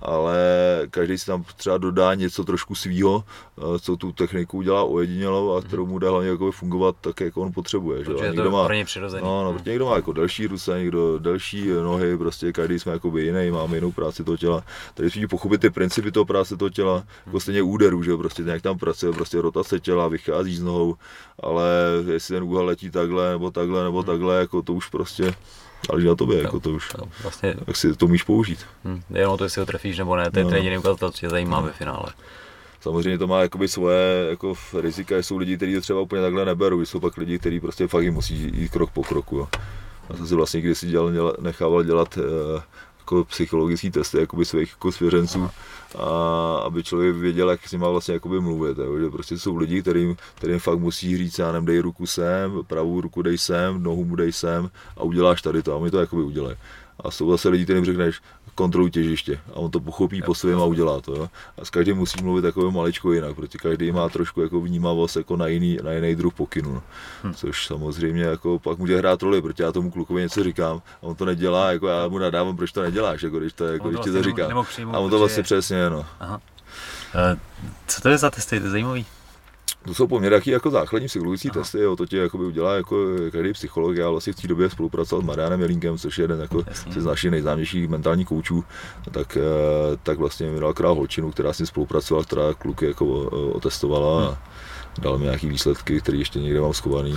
ale každý si tam třeba dodá něco trošku svýho, co tu techniku udělá ojedinělou a kterou mu dá hlavně jako fungovat tak, jak on potřebuje. Protože je to pro ně přirozený. Protože někdo má jako delší ruce, někdo delší nohy, prostě každý jsme jakoby jiný, máme jinou práci toho těla. Tady musí pochopit ty principy toho práce toho těla, jako stejně úderu, že prostě nějak tam pracuje, prostě rotace těla, vychází z nohou, ale jestli ten úhel letí takhle, nebo takhle, jako to už prostě ale na tobě, jako to už, vlastně, jak si to umíš použít. Jenom to, jestli ho trefíš nebo ne, to je jediný ukazatel, co tě zajímá ve finále. Samozřejmě to má jakoby svoje jako rizika, jsou lidi, kteří to třeba úplně takhle neberou, jsou pak lidi, kteří prostě fakt musí jít krok po kroku. Jo. Já jsem si vlastně kdysi nechával dělat jako psychologický testy jakoby svých jako svěřenců, a aby člověk věděl, jak s nima vlastně jakoby mluvit. Jo. Že prostě jsou lidi, kterým fakt musí říct, já nevím, dej ruku sem, pravou ruku dej sem, nohu mu dej sem a uděláš tady to a my to jakoby udělají. A jsou zase lidi, kterým řekneš, kontroluj těžiště a on to pochopí po svém a udělá to. Jo? A s každým musí mluvit takový maličko jinak, protože každý má trošku jako vnímavost jako na jiný druh pokynu. No. Což samozřejmě jako pak může hrát roli, protože já tomu klukovi něco říkám a on to nedělá, jako já mu nadávám, proč to neděláš, jako když ti to říkám. A on to vlastně přesně, no. Aha. Co to je za testy, to je zajímavý? To jsou poměrně jako základní psychologické testy, jo, to tě jakoby udělá jako každý psycholog. Já vlastně v té době spolupracoval s Marianem Jelínkem, což je jeden jako z našich nejznámějších mentálních koučů, tak vlastně mi dal král holčinu, která s ním spolupracovala, která kluky jako otestovala a dal mi nějaký výsledky, které ještě někde mám schovaný.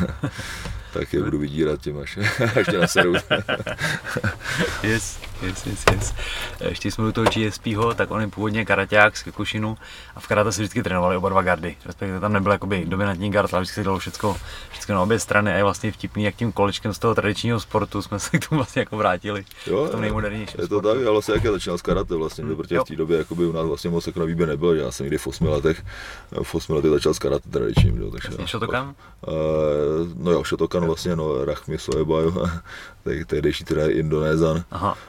Tak je budu vydírat tím, až tě naseru. Yes. Ještě jsme u toho GSPho, tak on je původně karaťák z Kyokushinu a v karate se vždycky trénovali oba dva gardy. Respektive tam nebyl jakoby dominantní gard, ale vždycky se dalo všechno na obě strany a je vlastně vtipný, jak tím kolečkem z toho tradičního sportu jsme se k tomu vlastně jako vrátili. Jo, v tom nejmodernějším je to tak, ale vlastně jak já začínal s karate vlastně, protože v té době jakoby u nás vlastně moc jako na výběr nebyl, já jsem někdy v 8 letech začal s karate tradičním. Jo, takže Shotokan? No jo, Shotokan vlastně, no, Rachmi Soebaju, tehdejší trenér Indonézan.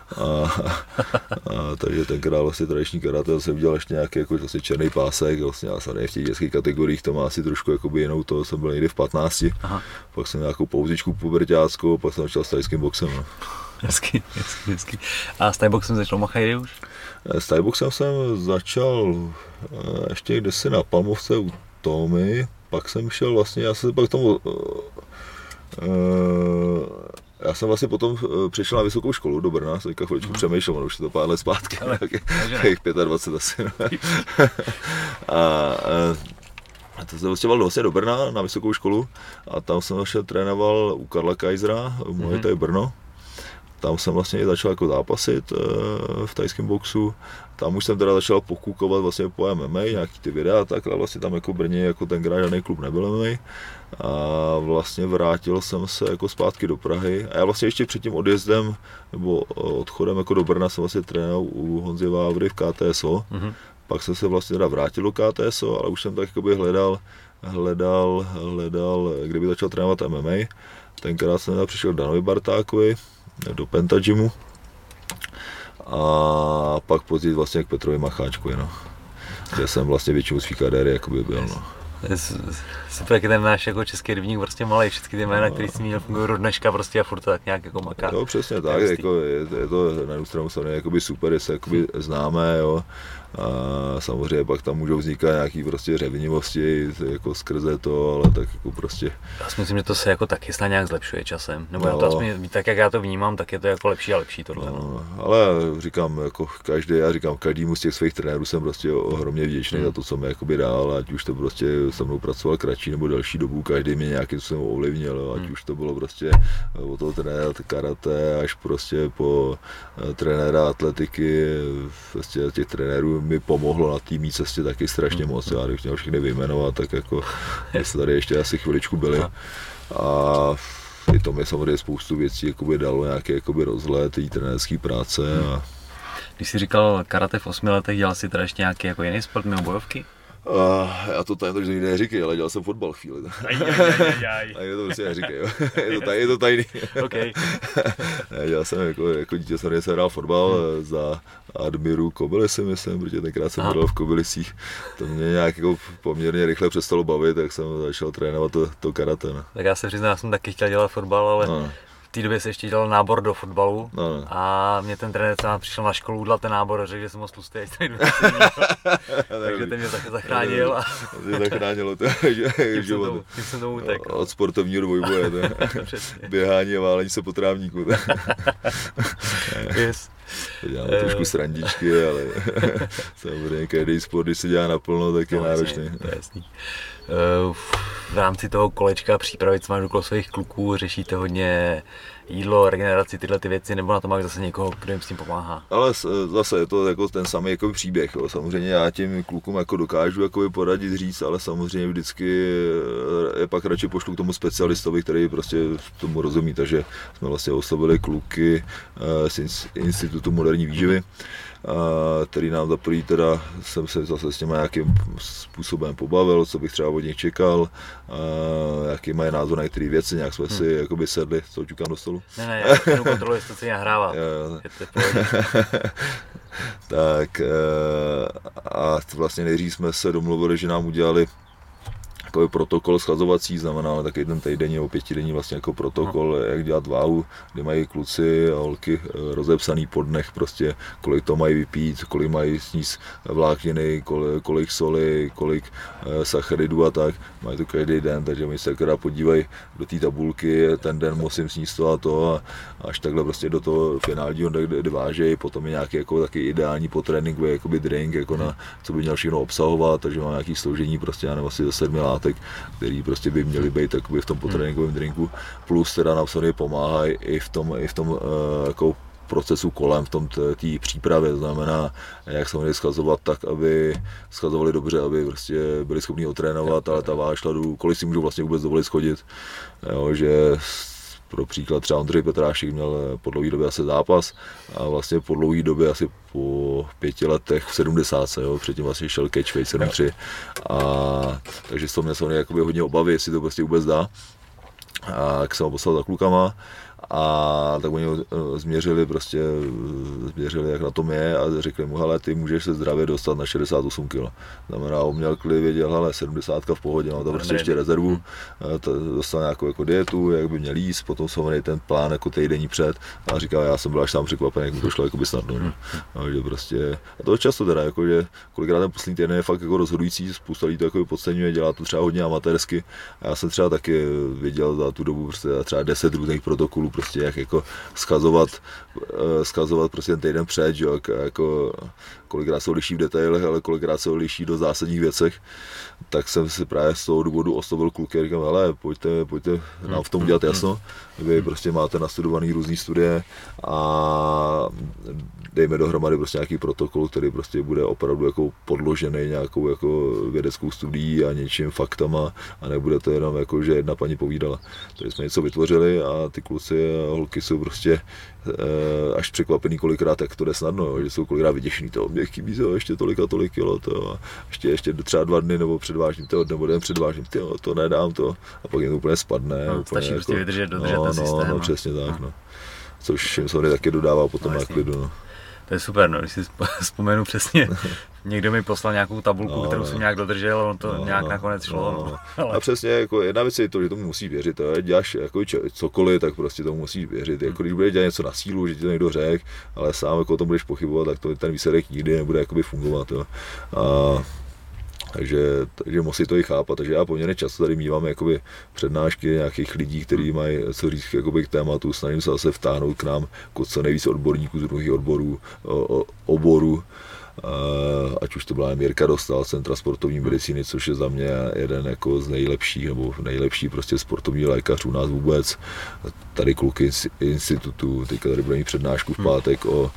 Takže tenkrát vlastně tradiční karate jsem dělal ještě nějaký jako vlastně černý pásek, vlastně já jsem v těch dětských kategoriích, to má asi trošku jakoby jinou, to jsem byl někdy v 15. Pak jsem nějakou pauzičku puberťáckou, pak jsem začal s thajským boxem. No. Hezky. A s thajboxem začal Machajdy už? S thajboxem jsem začal ještě kdysi na Palmovce u Tomy, pak jsem šel vlastně, já jsem pak tomu já jsem vlastně potom přišel na vysokou školu do Brna, jsem teďka chviličku přemýšlel, už je to pár let zpátky, nějakých 25 asi. No. A to jsem vlastně vlastně do Brna na vysokou školu a tam jsem vlastně trénoval u Karla Kaisera, Muay Thai Brno. Tam jsem vlastně začal jako zápasit v thajském boxu. Tam už jsem teda začal pokoukovat vlastně po MMA, nějaký ty videa a tak, ale vlastně tam jako Brně jako tenkrát žádný klub nebyl MMA. A vlastně vrátil jsem se jako zpátky do Prahy. A já vlastně ještě před tím odjezdem nebo odchodem jako do Brna jsem vlastně trénoval u Honzy Vávry v KTSO. Pak jsem se vlastně teda vrátil do KTSO, ale už jsem tak jakoby hledal, kde bych začal trénovat MMA. Tenkrát jsem přišel k Danovi Bartákovi do Pentagymu a pak později vlastně k Petrovi Macháčkovi, no. Kde jsem vlastně většinu svých kariéry jakoby byl, no. Super, jak je ten náš jako český rybník prostě malý, všechny ty jména, který si měl fungují do dneška prostě a furt to tak nějak jako maká. Jo, přesně tak, jako je to na jednu stranu samozřejmě jakoby super, že se jakoby známe, jo. A samozřejmě pak tam můžou vznikat nějaký prostě řevnivosti jako skrze to, ale tak jako prostě. Já si myslím, že to se jako taky snad nějak zlepšuje časem, nebo to aspoň, tak jak já to vnímám, tak je to jako lepší a lepší tohle. No, ale říkám, jako každému z těch svých trenérů jsem prostě ohromně vděčný za to, co mi jakoby dál, ať už to prostě se mnou pracoval kratší nebo delší dobu, každý mě nějakým způsobem ovlivnil, ať už to bylo prostě od toho trenéra karate až prostě po trenéra atletiky, prostě těch trenérů mi pomohlo na té mý cestě taky strašně moc. Já bych měl všechny vyjmenovat, tak jako jsme tady ještě asi chviličku byli. A i to mi samozřejmě spoustu věcí jakoby dalo nějaký jakoby rozhled té trenérské práce. A... Když jsi říkal karate v 8 letech, dělal jsi teda ještě nějaký jako jiný sport mimo bojovky? Já to tady nikdy neříkej, ale dělal jsem fotbal chvíli. A je to prostě neříkej, jo. Je to tajný. Okay. Dělal jsem jako dítě jsem hrál fotbal za Admiru Kobily, si myslím, protože tenkrát jsem hrál v Kobylisích. To mě nějak jako poměrně rychle přestalo bavit, tak jsem začal trénovat to karate. Ne. Tak já se přiznám, já jsem taky chtěl dělat fotbal, ale té době se ještě dělal nábor do fotbalu No. a mě ten trenér přišel na školu udělat ten nábor a řekl, že jsem moc tlustý, takže ten mě zachránil. Zachránilo to, že jsem tomu utekl. Od sportovního dvojboje, běhání a válení se po trávníku. Yes. Děláme trošku srandičky, ale samozřejmě každý sport, když se dělá naplno, tak je náročný. To je jasný. V rámci toho kolečka přípravy, co máš okolo svých kluků, řešíte hodně jídlo, regeneraci, tyhle ty věci, nebo na to máš zase někoho, kdo jim s tím pomáhá? Ale zase je to jako ten samý jako příběh. Jo. Samozřejmě já těm klukům jako dokážu jako poradit, říct, ale samozřejmě vždycky je pak radši pošlu k tomu specialistovi, který prostě tomu rozumí. Takže jsme vlastně oslovili kluky z Institutu moderní výživy, který nám za prvý teda jsem se zase s těma nějakým způsobem pobavil, co bych třeba od nich čekal, jaký mají názor na některé věci, nějak jsme si jakoby sedli, co ťukám do stolu. Ne, já jenom kontroluji, jestli to si nahrává. Tak a vlastně nejdřív jsme se domluvili, že nám udělali takový protokol schlazovací, znamená taky ten týdenní nebo 5denní vlastně jako protokol, jak dělat váhu, kde mají kluci a holky rozepsaný po dnech prostě, kolik to mají vypít, kolik mají sníst vlákniny, kolik soli, kolik sacharidů a tak, mají to každý den, takže oni se akorát podívají do té tabulky, ten den musím sníst to a to a až takhle prostě do toho finálního, kde vážejí, potom je nějaký jako taky ideální po tréninku, jakoby drink, jako na, co by měl všechno obsahovat, takže má nějaký složení prostě, já nevím, asi ze 7 látek, který prostě by měly být v tom potréninkovém drinku, plus teda nám samozřejmě pomáhají i v tom jako procesu kolem, v tom té přípravě, znamená, jak se mohli schazovat tak, aby schazovali dobře, aby prostě byli schopni otrénovat, ale ta váha šla dolů, kolik si můžou vlastně vůbec dovolit schodit, jo, že pro příklad třeba Ondřej Petrášek měl po dlouhé době asi zápas a vlastně po dlouhé době asi po 5 letech v 70, jo, předtím vlastně šel catchweight 7-3 a takže z toho měl jsem jakoby hodně obavy, jestli to prostě vůbec dá. A jak jsem ho poslal za klukama a tak oni změřili, jak na tom je a řekli mu, hele, ty můžeš se zdravě dostat na 68 kg. Znamená, on měl klid, věděl, hele, 70 v pohodě, mám tam prostě ještě rezervu, dostal nějakou jako dietu, jak by měl jíst, potom jsem měl ten plán jako týdenní před a říkal, já jsem byl až sám překvapený, jak mi to šlo jakoby snadno, že prostě, a to je často teda, jako, že kolikrát ten poslední týden je fakt jako rozhodující, spousta lidí to jako podceňuje, dělá to třeba hodně amatérsky a já jsem třeba taky viděl za tu dobu prostě třeba 10 různých protokolů, prostě jak jako skazovat prostě ten týden před, že jako kolikrát se liší v detailech, ale kolikrát se liší do zásadních věcech, tak jsem si právě z toho důvodu oslovil kluky a říkám, hele, pojďte nám v tom dělat jasno, vy prostě máte nastudovaný různý studie a dejme dohromady prostě nějaký protokol, který prostě bude opravdu jako podložený nějakou jako vědeckou studií a něčím faktama a nebude to jenom jako, že jedna paní povídala. Takže jsme něco vytvořili a ty kluci a holky jsou prostě až překvapený kolikrát, jak to jde snadno, jo, že jsou kolikrát vyděšený, to mě chybí ještě tolik a tolik kilo, to a ještě třeba 2 dny nebo před vážným, nebo den před vážným, to nedám to a pak jim to úplně spadne. No, úplně stačí jako, prostě vydržet, dodržet ten systém. No, přesně tak, no. Což jim samozřejmě taky dodává potom na klidu, no. To je super, no, když si vzpomenu přesně, někdo mi poslal nějakou tabulku, kterou jsem nějak dodržel, ono to nějak nakonec šlo. Ale... A přesně, jako jedna věc je to, že tomu musí věřit, jo. Děláš jako cokoliv, tak prostě tomu musí věřit. Jako když budeš dělat něco na sílu, že ti to někdo řekl, ale sám jako o tom budeš pochybovat, tak to, ten výsledek nikdy nebude jakoby fungovat. Jo. Takže musí to i chápat, takže já poměrně často tady mívám jakoby přednášky nějakých lidí, kteří mají co říct jakoby k tématu, snažím se zase vtáhnout k nám co nejvíc odborníků z druhých oborů, ať už to byla Mirka Dostal, Centra sportovní medicíny, což je za mě jeden jako z nejlepších, nebo nejlepší prostě sportovní lékař u nás vůbec. Tady kluky z institutu, teďka tady budeme mít přednášku v pátek o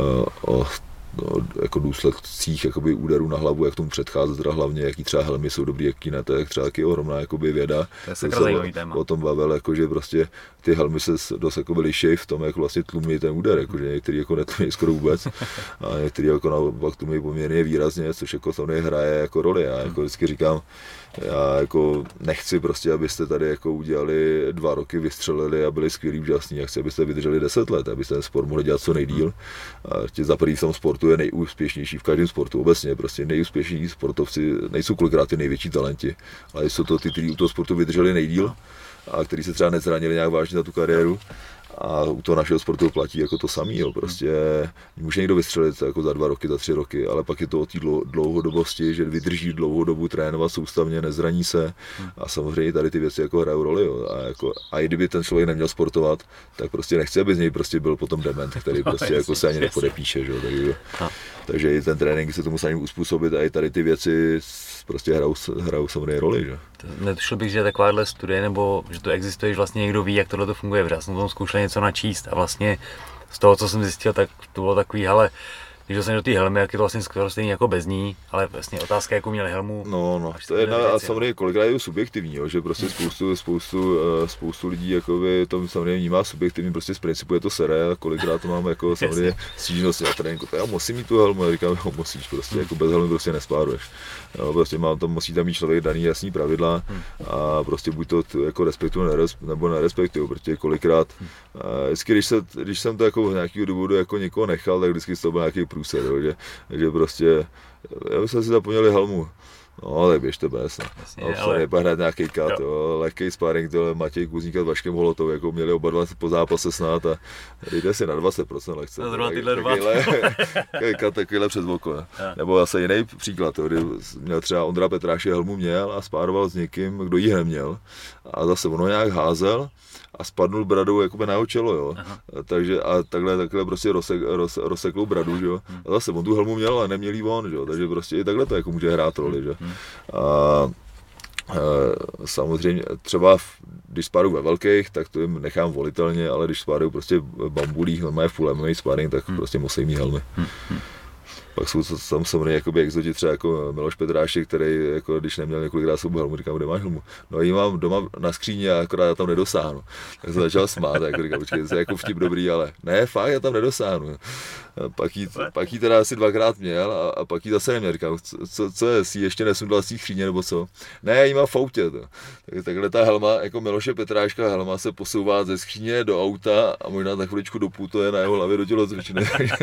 jako důsledcích jakoby úderů na hlavu, jak tomu předcházet, teda hlavně jaký třeba helmy jsou dobrý, jaký ne, to je třeba taky ohromná jakoby věda. To je sakra zajímavý téma. O tom bavil, jako, že prostě ty helmy se dost jako liší v tom, jak vlastně tlumí ten úder, jako, že některý jako netlumí skoro vůbec a některý jako naopak tlumí poměrně výrazně, což jako samozřejmě hraje jako roli. Já jako vždycky říkám, já jako nechci prostě, abyste tady jako udělali 2 roky, vystřelili a byli skvělí, úžasní. Já chci, abyste vydrželi 10 let, abyste ten sport mohli dělat co nejdýl. A za první v tom sportu je nejúspěšnější v každém sportu obecně, prostě nejúspěšnější sportovci nejsou kolikrát ty největší talenti, ale jsou to ty, kteří u toho sportu vydrželi nejdýl a kteří se třeba nezranili nějak vážně za tu kariéru A u toho našeho sportu platí jako to samý, jo. Prostě může někdo vystřelit jako za 2 roky, za 3 roky, ale pak je to o té dlouhodobosti, že vydrží dlouhou dobu trénovat soustavně, nezraní se a samozřejmě tady ty věci jako hrajou roli, jo. A i kdyby ten člověk neměl sportovat, tak prostě nechce, aby z něj prostě byl potom dement, který prostě jako se ani nepodepíše, že jo. Takže i ten trénink se tomu snažím uspůsobit a i tady ty věci prostě hrajou samozřejmě roli, že? Netušil bych, že takováhle studie, nebo že to existuje, že vlastně někdo ví, jak tohle to funguje, protože já jsem tom zkoušel něco načíst a vlastně z toho, co jsem zjistil, tak to bylo takový, hele, když jsem do té helmy, jak je to vlastně skoro stejný jako bez ní, ale vlastně otázka, jakou měli helmu. No, to je jedna, a samozřejmě kolikrát je to subjektivní, jo, že prostě spoustu lidí jakoby to samozřejmě vnímá subjektivně, prostě z principu je to sere a kolikrát to máme jako samozřejmě stížnosti na tréninku, to já musím mít tu helmu, já říkám, jo, musíš prostě, jako bez helmy prostě nespáruješ. Jo, prostě musí tam mít člověk daný jasný pravidla a prostě buď to jako respektuju nebo nerespektuju, protože kolikrát, vždycky, když jsem to jako z nějakého důvodu jako někoho nechal, tak vždycky to byl nějaký průser, jo, že prostě, já jsme si zapomněli helmu. No, tak běžte bez, no. Ale pak hrát nějaký kat, jo, lehký sparring, tohle Matěj Kuzník s Vaškem Holotou, jako měli oba dva po zápase snad a jde si na 20% lehce. No, zrovna tyhle dva. Kat takovýhle přes oko, ne? Nebo zase jiný příklad, jo, kdy měl třeba Ondra Petrášek helmu měl a spároval s někým, kdo jí neměl a zase ono nějak házel a spadnul bradou jakoby na jeho čelo, jo. Takže a takhle prostě rozseklou bradu, že jo. A zase on tu helmu měl, ale neměl jí on, že jo. Takže prostě i takhle to jako může hrát roli, že. A samozřejmě třeba když spáruju ve velkých, tak to jim nechám volitelně, ale když spáruju prostě v bambulích, normálně full MMA sparring, tak prostě musí mít helmy. Pak jsou tam samozřejmě jakoby exoti, třeba jako Miloš Petrášek, který jako když neměl několikrát svou helmu, říkám, kde máš helmu? No ji mám doma na skříni a akorát já tam nedosáhnu. Tak jsem začal smát, jako říkám, počkej, to je jako vtip dobrý, ale ne, fakt, já tam nedosáhnu. Pak jí teda asi 2krát měl a pak jí zase neměl, říkám, co je, si ještě nesundal z té skříně nebo co? Ne, jí má v autě. Tak takhle ta helma, jako Miloše Petráška helma se posouvá ze skříně do auta a možná za chviličku doputuje na jeho hlavě do tělocvičny.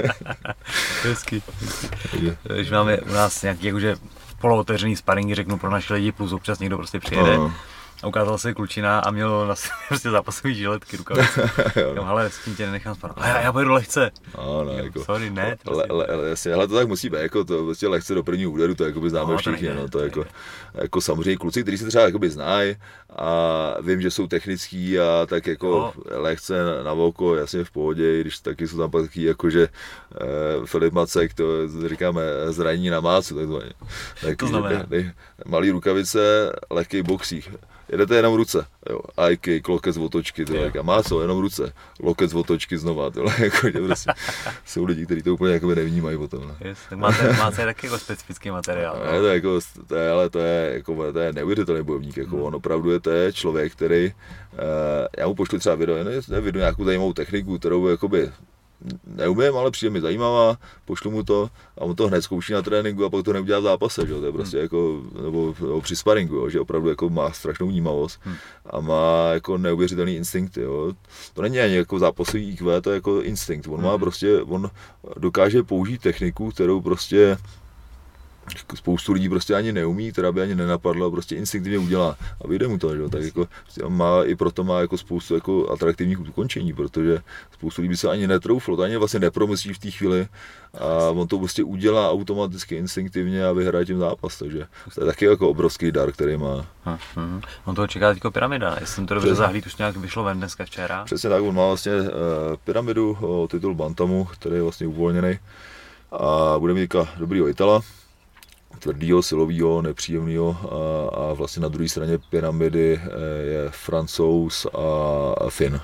Hezky. Když máme u nás nějaký jakože polootevřený sparingy, řeknu pro naše lidi, plus občas někdo prostě přijede a ukázal se klučina a měl na sobě prostě zápasový žiletky, rukavice. Říkám, hele, s tím tě nenechám spadat. A já pojedu lehce. No, jako, sorry, ne. Jasně, ale to tak musí být, jako to prostě lehce do prvního úderu, to jakoby známe všichni, no, to jako samozřejmě kluci, kteří se třeba jakoby znají a vím, že jsou technický a tak jako lehce na oko, jasně v pohodě, když taky jsou tam pak taky jakože Filip Macek, to říkáme zranění na mácu, takzvaně. To znamená? Malý rukavice, lehký boxík. Jedete jenom ruce, jo, ajky, lokec z otočky, má co, jenom ruce, lokec z otočky znova, jako, prostě, jsou lidi, kteří to úplně jakoby nevnímají potom. Yes, tak máte taky jako specifický materiál. Ne, to je neuvěřitelný bojovník, jako on opravdu to je člověk, který, já mu pošlu třeba video nějakou zajímavou techniku, kterou jakoby neumím, ale přijde mi zajímavá, pošlu mu to a on to hned zkouší na tréninku a pak to neudělá v zápase, že? To je prostě jako, nebo při sparingu, jo? Že opravdu jako má strašnou vnímavost a má jako neuvěřitelný instinkt, jo? To není ani jako zápasový IQ, to je jako instinkt, on má prostě, on dokáže použít techniku, kterou prostě spoustu lidí prostě ani neumí, která by ani nenapadla, prostě instinktivně udělá a vyjde mu to, že? Tak jako i proto má jako spoustu jako atraktivních ukončení, protože spoustu lidí by se ani netrouflo, to ani vlastně nepromyslí v té chvíli a on to prostě udělá automaticky, instinktivně a vyhraje tím zápas, takže to je taky jako obrovský dar, který má. On toho čeká jako pyramida, jestli jsem to dobře zahlíd, už nějak vyšlo ven dneska včera. Přesně tak, on má vlastně pyramidu o titul Bantamu, který je vlastně uvolněný a bude mít dobrýho Itala, tvrdýho, silovýho, nepříjemného a vlastně na druhé straně pyramidy je Francouz a Fin.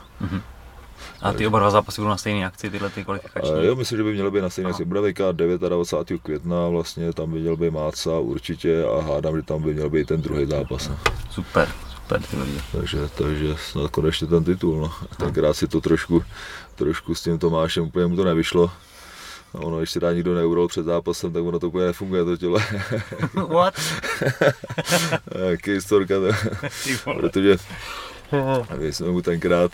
A ty oba dva zápasy budou na stejné akci, tyhle ty kvalifikační? Jo, myslím, že by měly být na stejné akci. Bude vejkat 29. května, vlastně tam by měl být Máca určitě a hádám, že tam by měl být ten druhý zápas. Super. Takže snad konečně ten titul, no. Tenkrát si to trošku s tím Tomášem úplně mu to nevyšlo. Ono, když si dá nikdo neurol před zápasem, tak ono to úplně nefunguje, to tělo. What? Jaký historka to. Protože my jsme mu tenkrát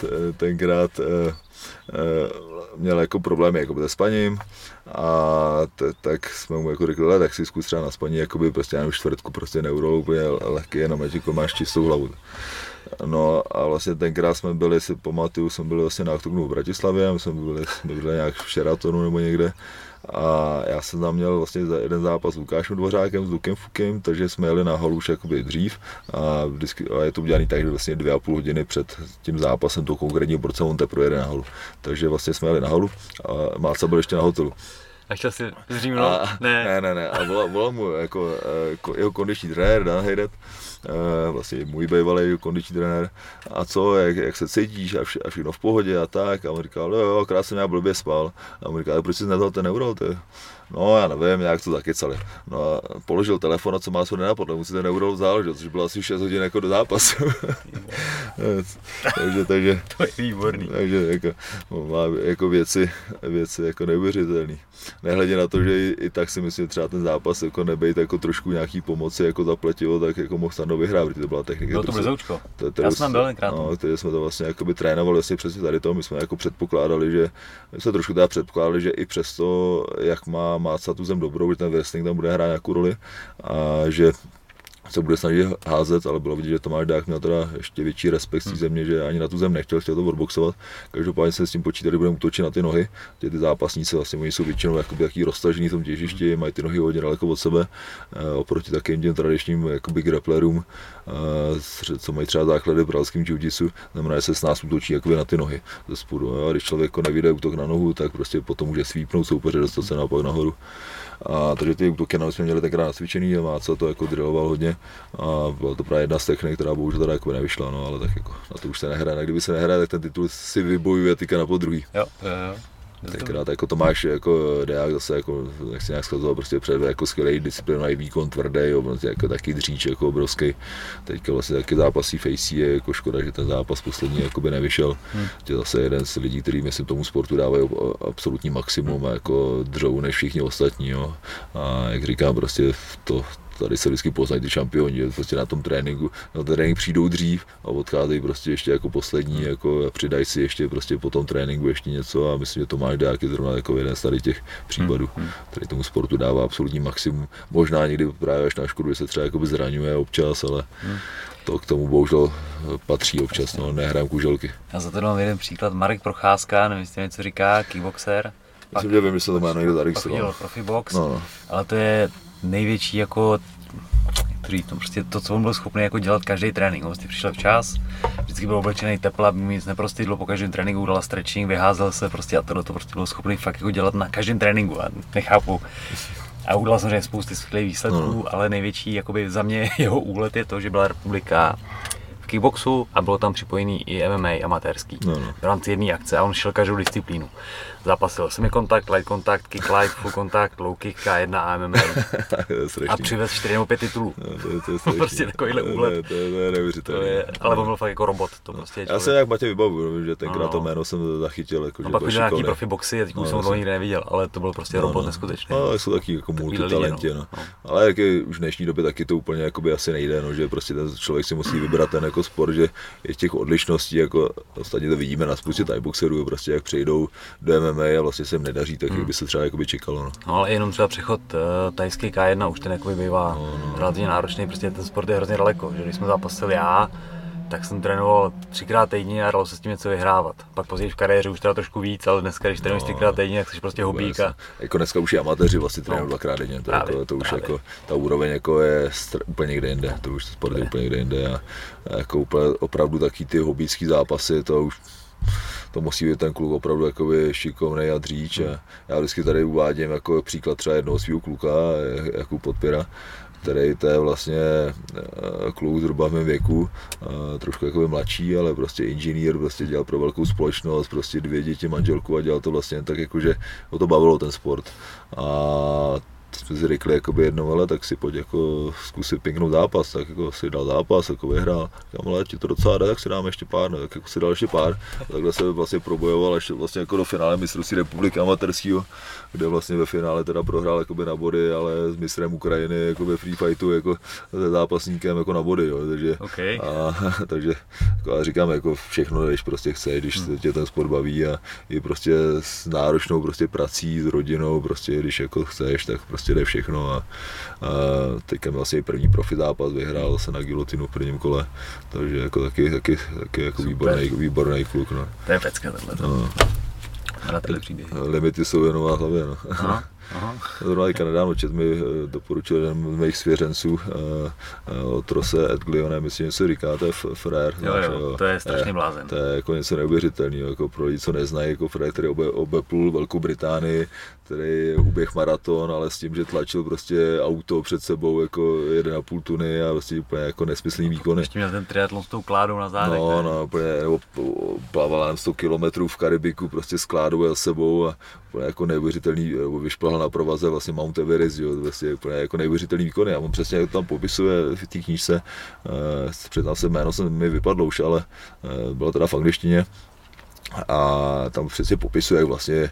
měl jako problémy jako se spaním a tak jsme mu jako řekli, tak si zkus třeba na spaní, jakoby prostě jenom čtvrtku, prostě neurol úplně lehký, jenom jako máš čistou hlavu. No a vlastně tenkrát jsme byli, si pamatuju, jsme byli vlastně na Octagonu v Bratislavě, my jsme byli nějak v Sheratonu nebo někde. A já jsem tam měl vlastně jeden zápas s Lukášem Dvořákem, s Lukem Fukem, takže jsme jeli na halu už jakoby dřív a je to udělané tak, že vlastně 2,5 hodiny před tím zápasem toho konkrétního borce on teprve jede na halu. Takže vlastně jsme jeli na halu a Máca byl ještě na hotelu. A chtěl si zřímnout? Ne. A volal mu jako jeho kondiční trenér Dan Hejdet, vlastně můj bývalý kondiční trenér. A co, jak se cítíš a všechno v pohodě a tak. A on říkal, jo, akorát jsem já blbě spal. A on říkal, proč jsi nedal ten euro? No já nevím, nějak to zakecali. No a položil telefon a co má se nenapadlo, mu si ten euro vzal, že? Což bylo asi 6 hodin jako do zápasu. takže to je výborný. Takže má jako věci jako neuvěřitelný. Nehledě na to, že i tak si myslím, že třeba ten zápas jako nebejt jako trošku nějaký pomoci jako zapletivo, tak jako mohl Stando vyhrát, protože to byla technika. Bylo to brzoučko. Já jsem tam byl tenkrát. No, takže jsme to vlastně jakoby trénovali vlastně přesně tady to, my jsme jako předpokládali, že že i přesto, jak má Máca tu zem dobrou, že ten wrestling tam bude hrát nějakou roli a že se bude snažit házet, ale bylo vidět, že Tomáš Dák měl teda ještě větší respekt z té země, že ani na tu zem nechtěl to odboxovat. Každopádně se s tím počítali, že budeme útočit na ty nohy. Ty zápasníci vlastně oni jsou většinou jakoby taky roztažený v tom těžišti, mají ty nohy hodně daleko od sebe, oproti takovým těm tradičním jakoby grapplerům, co mají třeba základy v brazilském jiu-jitsu, znamená, že se s nás útočí jakoby na ty nohy ze spodu. A když člověk nevyjde útok na nohu, tak prostě potom může svípnout soupeře, dostat se naopak nahoru. Takže ty útoky jsme měli tenkrát nacvičený a Máca to jako drilloval hodně a byla to právě jedna z technik, která bohužel teda jako nevyšla, no, ale tak jako na to už se nehraje, a kdyby se nehraje, tak ten titul si vybojuje teďka na podruhý. Jo. Tenkrát jako Tomáš jako Deák zase jako nechci nějak schazoval, prostě předvede jako skvělý disciplinovaný výkon, tvrdý, jako taky dříč jako obrovský. Teďka vlastně taky zápasí Facey, je jako škoda, že ten zápas poslední jakoby nevyšel. Je zase jeden z lidí, kteří myslím tomu sportu dávají absolutní maximum a jako dřou než všichni ostatní, jo. A jak říkám, prostě tady se vždycky poznají ty šampioni, prostě na tom tréninku, na trénink přijdou dřív a odcházejí prostě ještě jako poslední, jako přidají si ještě prostě po tom tréninku ještě něco a myslím, že Tomáš Dák je zrovna jako jeden z tady těch případů, který tomu sportu dává absolutní maximum. Možná někdy právě až na škodu, že se třeba jakoby zraňuje občas, ale to k tomu bohužel patří občas, no, nehrám kuželky. Já za to mám jeden příklad, Marek Procházka, nevím, jestli něco říká, kickboxer. Myslím, že vím, jestli to má někdo zaregistroval. Profibox, ale to je největší jako, prostě to, co on byl schopný jako dělat každý trénink. On prostě přišel včas, vždycky byl oblečený teple, aby mi nic neprostydlo, po každém tréninku udělal stretching, vyházel se prostě a tohle to prostě byl schopný fakt jako dělat na každém tréninku a nechápu. A udělal samozřejmě spousty skvělých výsledků, ale největší jakoby za mě jeho úlet je to, že byla republika v kickboxu a bylo tam připojený i MMA amatérský v rámci jedné akce a on šel každou disciplínu. Zápasil semi-kontakt, light kontakt, kick light, full kontakt, low kick, K1 a MMA. A přivez 4 nebo 5 titulů. To je prostě takovýhle úlet. To je neuvěřitelné. Ale on byl fakt jako robot, to prostě je člověk. Já se jak Matěj vybavuju, že tenkrát to jméno jsem zachytil. Jako, a pak už nějaký profiboxy, teď už jsem ho nikdy neviděl, ale to byl prostě robot neskutečný. No, jsou taky jako multitalenti, ale jak je už v dnešní době taky to úplně jakoby asi nejde, že prostě ten člověk si musí vybrat ten jako sport, že je těch odlišností, jako ostatně to vidíme na spoustě thaiboxerů, prostě jak přejdou do MMA a vlastně se jim nedaří, tak jak by se třeba jakoby čekalo. No, ale jenom třeba přechod thajský K1 už ten jakoby bývá relativně náročný, prostě ten sport je hrozně daleko, že když jsme zápasil já, tak jsem trénoval 3x týdně a dalo se s tím něco vyhrávat. Pak později v kariéře už teda trošku víc, ale dneska, když trénuješ 3x týdně, tak jsi prostě hobík. Jako dneska už i amatéři vlastně trénují 2x denně, to už jako ta úroveň jako je úplně někde jinde, to už sport je úplně někde jinde a jako opravdu taky ty hobícký zápasy, to musí být ten kluk opravdu jakoby šikovnej a dříč a já vždycky tady uvádím jako příklad třeba jednoho svýho kluka, Jakub Podpěra, který to je vlastně kluk zhruba v mém věku, trošku jakoby mladší, ale prostě inženýr, prostě dělal pro velkou společnost, prostě 2 děti, manželku a dělal to vlastně tak jako, že ho to bavilo ten sport. A jsme si řekli jakoby jednou, ale tak si pojď jako zkusit pěknou zápas, tak jako si dal zápas, jako vyhrál, říkám, ale ti to docela jde, tak si dáme ještě pár, tak jako si dal ještě pár, a takhle se vlastně probojoval ještě vlastně jako do finále mistrovství republiky amatérského, kde vlastně ve finále teda prohrál jakoby na body, ale s mistrem Ukrajiny jako ve free fightu jako se zápasníkem jako na body, jo, takže takže jako já říkám jako všechno, když prostě chceš, když tě ten sport baví a je prostě s náročnou prostě prací, s rodinou, prostě když jako chceš, tak prostě jde všechno a teďka měl vlastně první profi zápas, vyhrál se na gilotinu v prvním kole, takže jako taky jako výborný kluk, no. To je pecka tohle. No. Limity jsou jenom na hlavě, no. Zrovna teďka nedávno čet mi doporučil jeden z mých svěřenců od Rose Edglione, myslím, že se říká, to je Frér. Jo, to je strašně blázen. To je jako něco neuvěřitelného, jako pro lidi, co neznají, jako Frér, který obeplul Velkou Británii, který uběh maraton, ale s tím, že tlačil prostě auto před sebou jako 1,5 tuny a prostě úplně jako nesmyslný výkony. Ještě měl ten triatlon s tou kládou na zádech. No, úplně, nebo plaval 100 kilometrů v Karibiku prostě s kládou jel sebou a úplně jako neuvěřitelný, vyšplhal na provaze vlastně Mount Everest, jo, vlastně úplně jako neuvěřitelný výkony. A on přesně jak to tam popisuje v té knížce, předtím se jméno mi vypadlo už, ale bylo teda v angličtině. A tam přesně popisuje, jak vlastně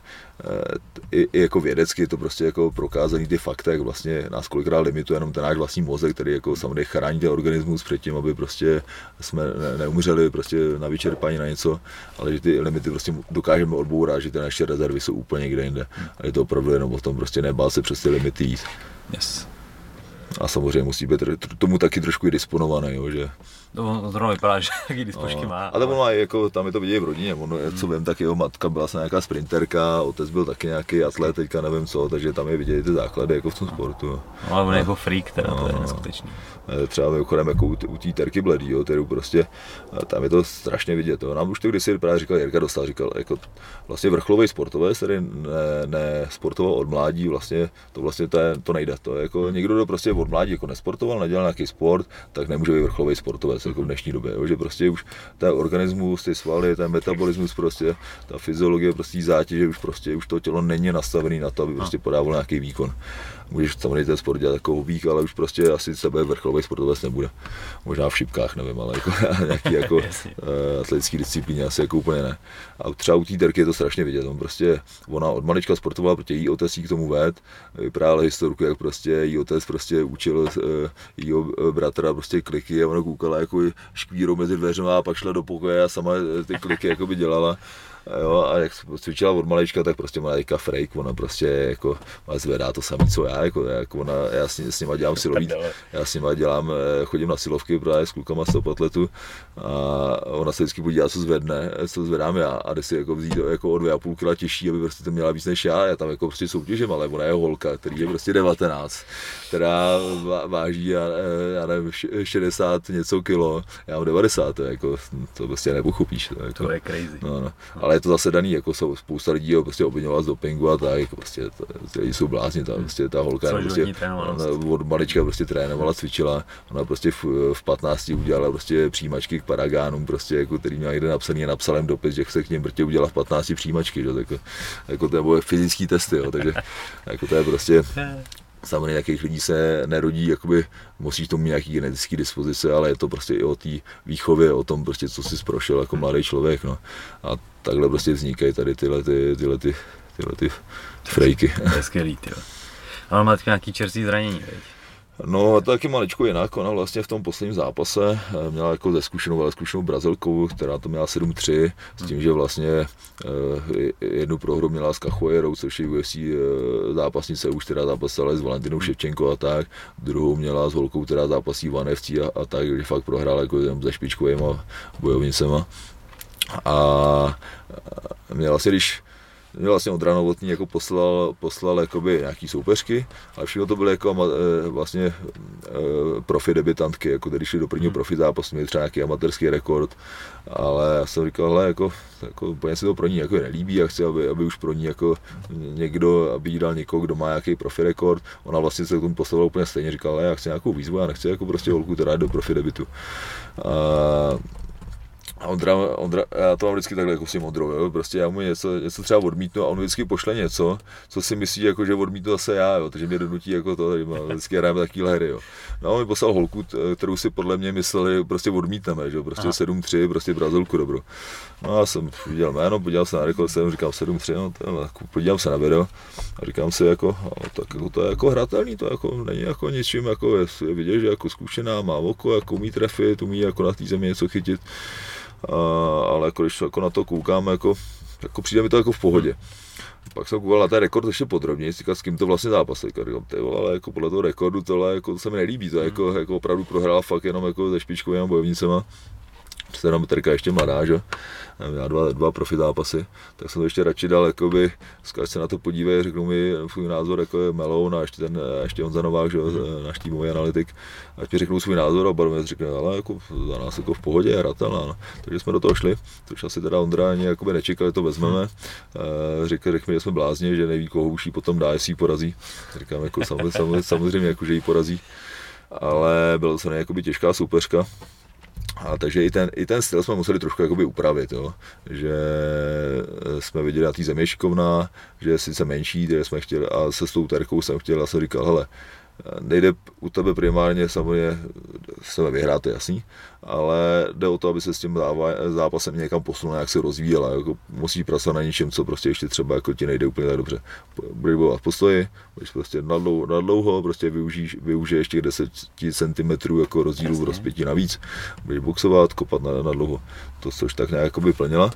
i jako vědecky to prostě jako prokázaný ty fakta, jak vlastně nás kolikrát limituje jenom ten náš vlastní mozek, který jako samozřejmě chrání ten organismus před tím, aby prostě jsme neumřeli prostě na vyčerpání na něco, ale že ty limity prostě dokážeme odbourat, že ty naše rezervy jsou úplně někde jinde. A je to opravdu jenom o tom prostě nebát se přes ty limity jít. Yes. A samozřejmě musí být tomu taky trošku i disponovaný, jo, že... No, zrovna vypadá, že jaký dispočky má. Ale on má jako, tam je to vidět v rodině, co vím, tak jeho matka byla se nějaká sprinterka, otec byl taky nějaký atlet, teďka nevím co, takže tam je vidět ty základy jako v tom sportu. No, ale on je jako freak, teda to je neskutečný. Třeba mimochodem jako u té Terky Bledý, jo, kterou prostě, tam je to strašně vidět, jo. Nám už to kdysi právě říkal Jirka Dostal, říkal, jako vlastně vrcholový sportovec, který nesportoval od mládí, vlastně to nejde, to je jako někdo, kdo prostě od mládí jako nesportoval, nedělal nějaký sport, tak nemůže být vrcholový sportovec jako v dnešní době, jo, že prostě už ten organismus, ty svaly, ten metabolismus prostě, ta fyziologie prostě zátěže už to tělo není nastavené na to, aby prostě podávalo nějaký výkon. Můžeš samozřejmě ten sport dělat jako hobík, ale už prostě asi sebe vrcholový sportovec nebude. Možná v šipkách, nevím, ale jako nějaký jako atletický disciplíně asi jako úplně ne. A třeba u té Terky je to strašně vidět. Ona od malička sportovala, protože jí otec jí k tomu ved. Vyprávěla historku, jak prostě jí otec prostě učil jího bratra prostě kliky a ona koukala jako škvírou mezi dveřma a pak šla do pokoje a sama ty kliky jako by dělala. Jo, a jak cvičila od malečka, tak prostě má teďka freak, ona prostě jako zvedá to samé, co já, jako ona, já s nima dělám silový, chodím na silovky právě s klukama z toho atletu a ona se vždycky podívá, co zvedám já a jde si jako vzít jako o 2,5 kg těžší, aby prostě to měla víc než já tam jako prostě soutěžím, ale ona je holka, který je prostě 19, která váží, já nevím, 60 něco kilo, já mám 90, to prostě nepochopíš. To je crazy. No. Ale je to zase daný, jako spousta lidí prostě obviňovala z dopingu a tak, jako prostě ty lidi jsou blázni, ta holka prostě, od malička prostě trénovala, cvičila, ona prostě v 15 udělala prostě přijímačky k Paragánům, prostě, jako, který měl někde napsaný a napsal jim dopis, že se k něm brtě udělala v 15 přijímačky, že, tak, jako to je fyzický testy, jo, takže jako to je prostě... Samozřejmě nějakých lidí se nerodí, jakoby musíš tomu mít nějaký genetický dispozice, ale je to prostě i o té výchově, o tom prostě, co jsi prošel jako mladý člověk, no. A takhle prostě vznikají tady tyhle frejky. To je skvělý, tyjo. A on má nějaký čerstvý zranění, veď? No, to taky maličko jinak, ona vlastně v tom posledním zápase měla jako zkušenou Brazilkou, která to měla 7-3, s tím, že vlastně jednu prohru měla s Cachoeirou, což je UFC zápasnice už, která zápasila s Valentinou Ševčenko a tak, druhou měla s holkou, která zápasí v NFC a tak, že fakt prohrála jako jenom se špičkovýma bojovnicema. A měla vlastně, když vlastně Ondra Novotný jako poslal jakoby nějaký soupeřky, ale všechno to byly jako vlastně profi debutantky, jako když šli do prvního profi zápasu, měli třeba nějaký amatérský rekord, ale já jsem říkal, hele, jako úplně se to pro ní jako nelíbí a chci, aby už pro ní jako někdo, aby jí dal někoho, kdo má nějaký profi rekord. Ona vlastně se k tomu postavila úplně stejně, říkala, já chci nějakou výzvu, já nechci jako prostě holku, která jde do profi debutu. A Ondra, já to mám vždycky takhle jako s tím Ondrou, jo? Prostě já mu něco třeba odmítnu a on vždycky pošle něco, co si myslí, jako, že odmítnu zase já, jo? Takže mě donutí jako to, tady vždycky hrajeme takovýhle hry, jo. No a on mi poslal holku, kterou si podle mě mysleli, prostě odmítneme, že jo, prostě 7-3, prostě Brazilku dobrou. No já jsem viděl jméno, podíval se na rekord, říkám 7-3, no to, podívám se na video a říkám si jako, tak jako to je jako hratelný, to jako není jako ničím, jako je vidět, že jako zkušená, má oko, jako umí trefit, umí jako na té zemi něco chytit. Ale jako když jako na to koukám, jako jako přijde mi to jako v pohodě. Pak jsem koukal na ten rekord ještě podrobněji, s kým to vlastně zápasil. Říkám, ale jako podle toho rekordu tohle jako, to se mi nelíbí, to jako opravdu prohrála fakt jenom jako se špičkovými bojovnicema. Přece jenom Terka ještě mladá, že? Měla dva profi zápasy, tak jsem to ještě radši dal, jakoby, zkáž se na to podívej, řeknu mi svůj názor, jako je Meloun a ještě Honza Novák, že? Náš týmový analytik, ať mi řeknou svůj názor a Baromec řekne, ale jako za nás jako v pohodě je hratelná, no. Takže jsme do toho šli, což asi teda Ondra ani jakoby nečekali, to vezmeme, řekl mi, že jsme blázni, že neví, koho už jí potom dá, jestli ji porazí, říkám, jako samozřejmě, jako, že ji porazí, ale byla to jakoby těžká soupeřka. A takže i ten styl jsme museli trošku jakoby upravit, jo. Že jsme viděli na té země šikovná, že je sice menší, takže jsme chtěli, a se s tou Terkou jsem chtěl, já jsem říkal, hele, nejde u tebe primárně samozřejmě sebe vyhrát, to je jasný, ale jde o to, aby se s tím zápasem někam posunul, jak se rozvíjela, jako musíš pracovat na něčem, co prostě ještě třeba jako ti nejde úplně tak dobře. Budeš bojovat v postoji, budeš prostě nadlouho, prostě využiješ těch 10 cm jako rozdílu v rozpětí navíc, budeš boxovat, kopat nadlouho, to což tak nějak jako by plnila.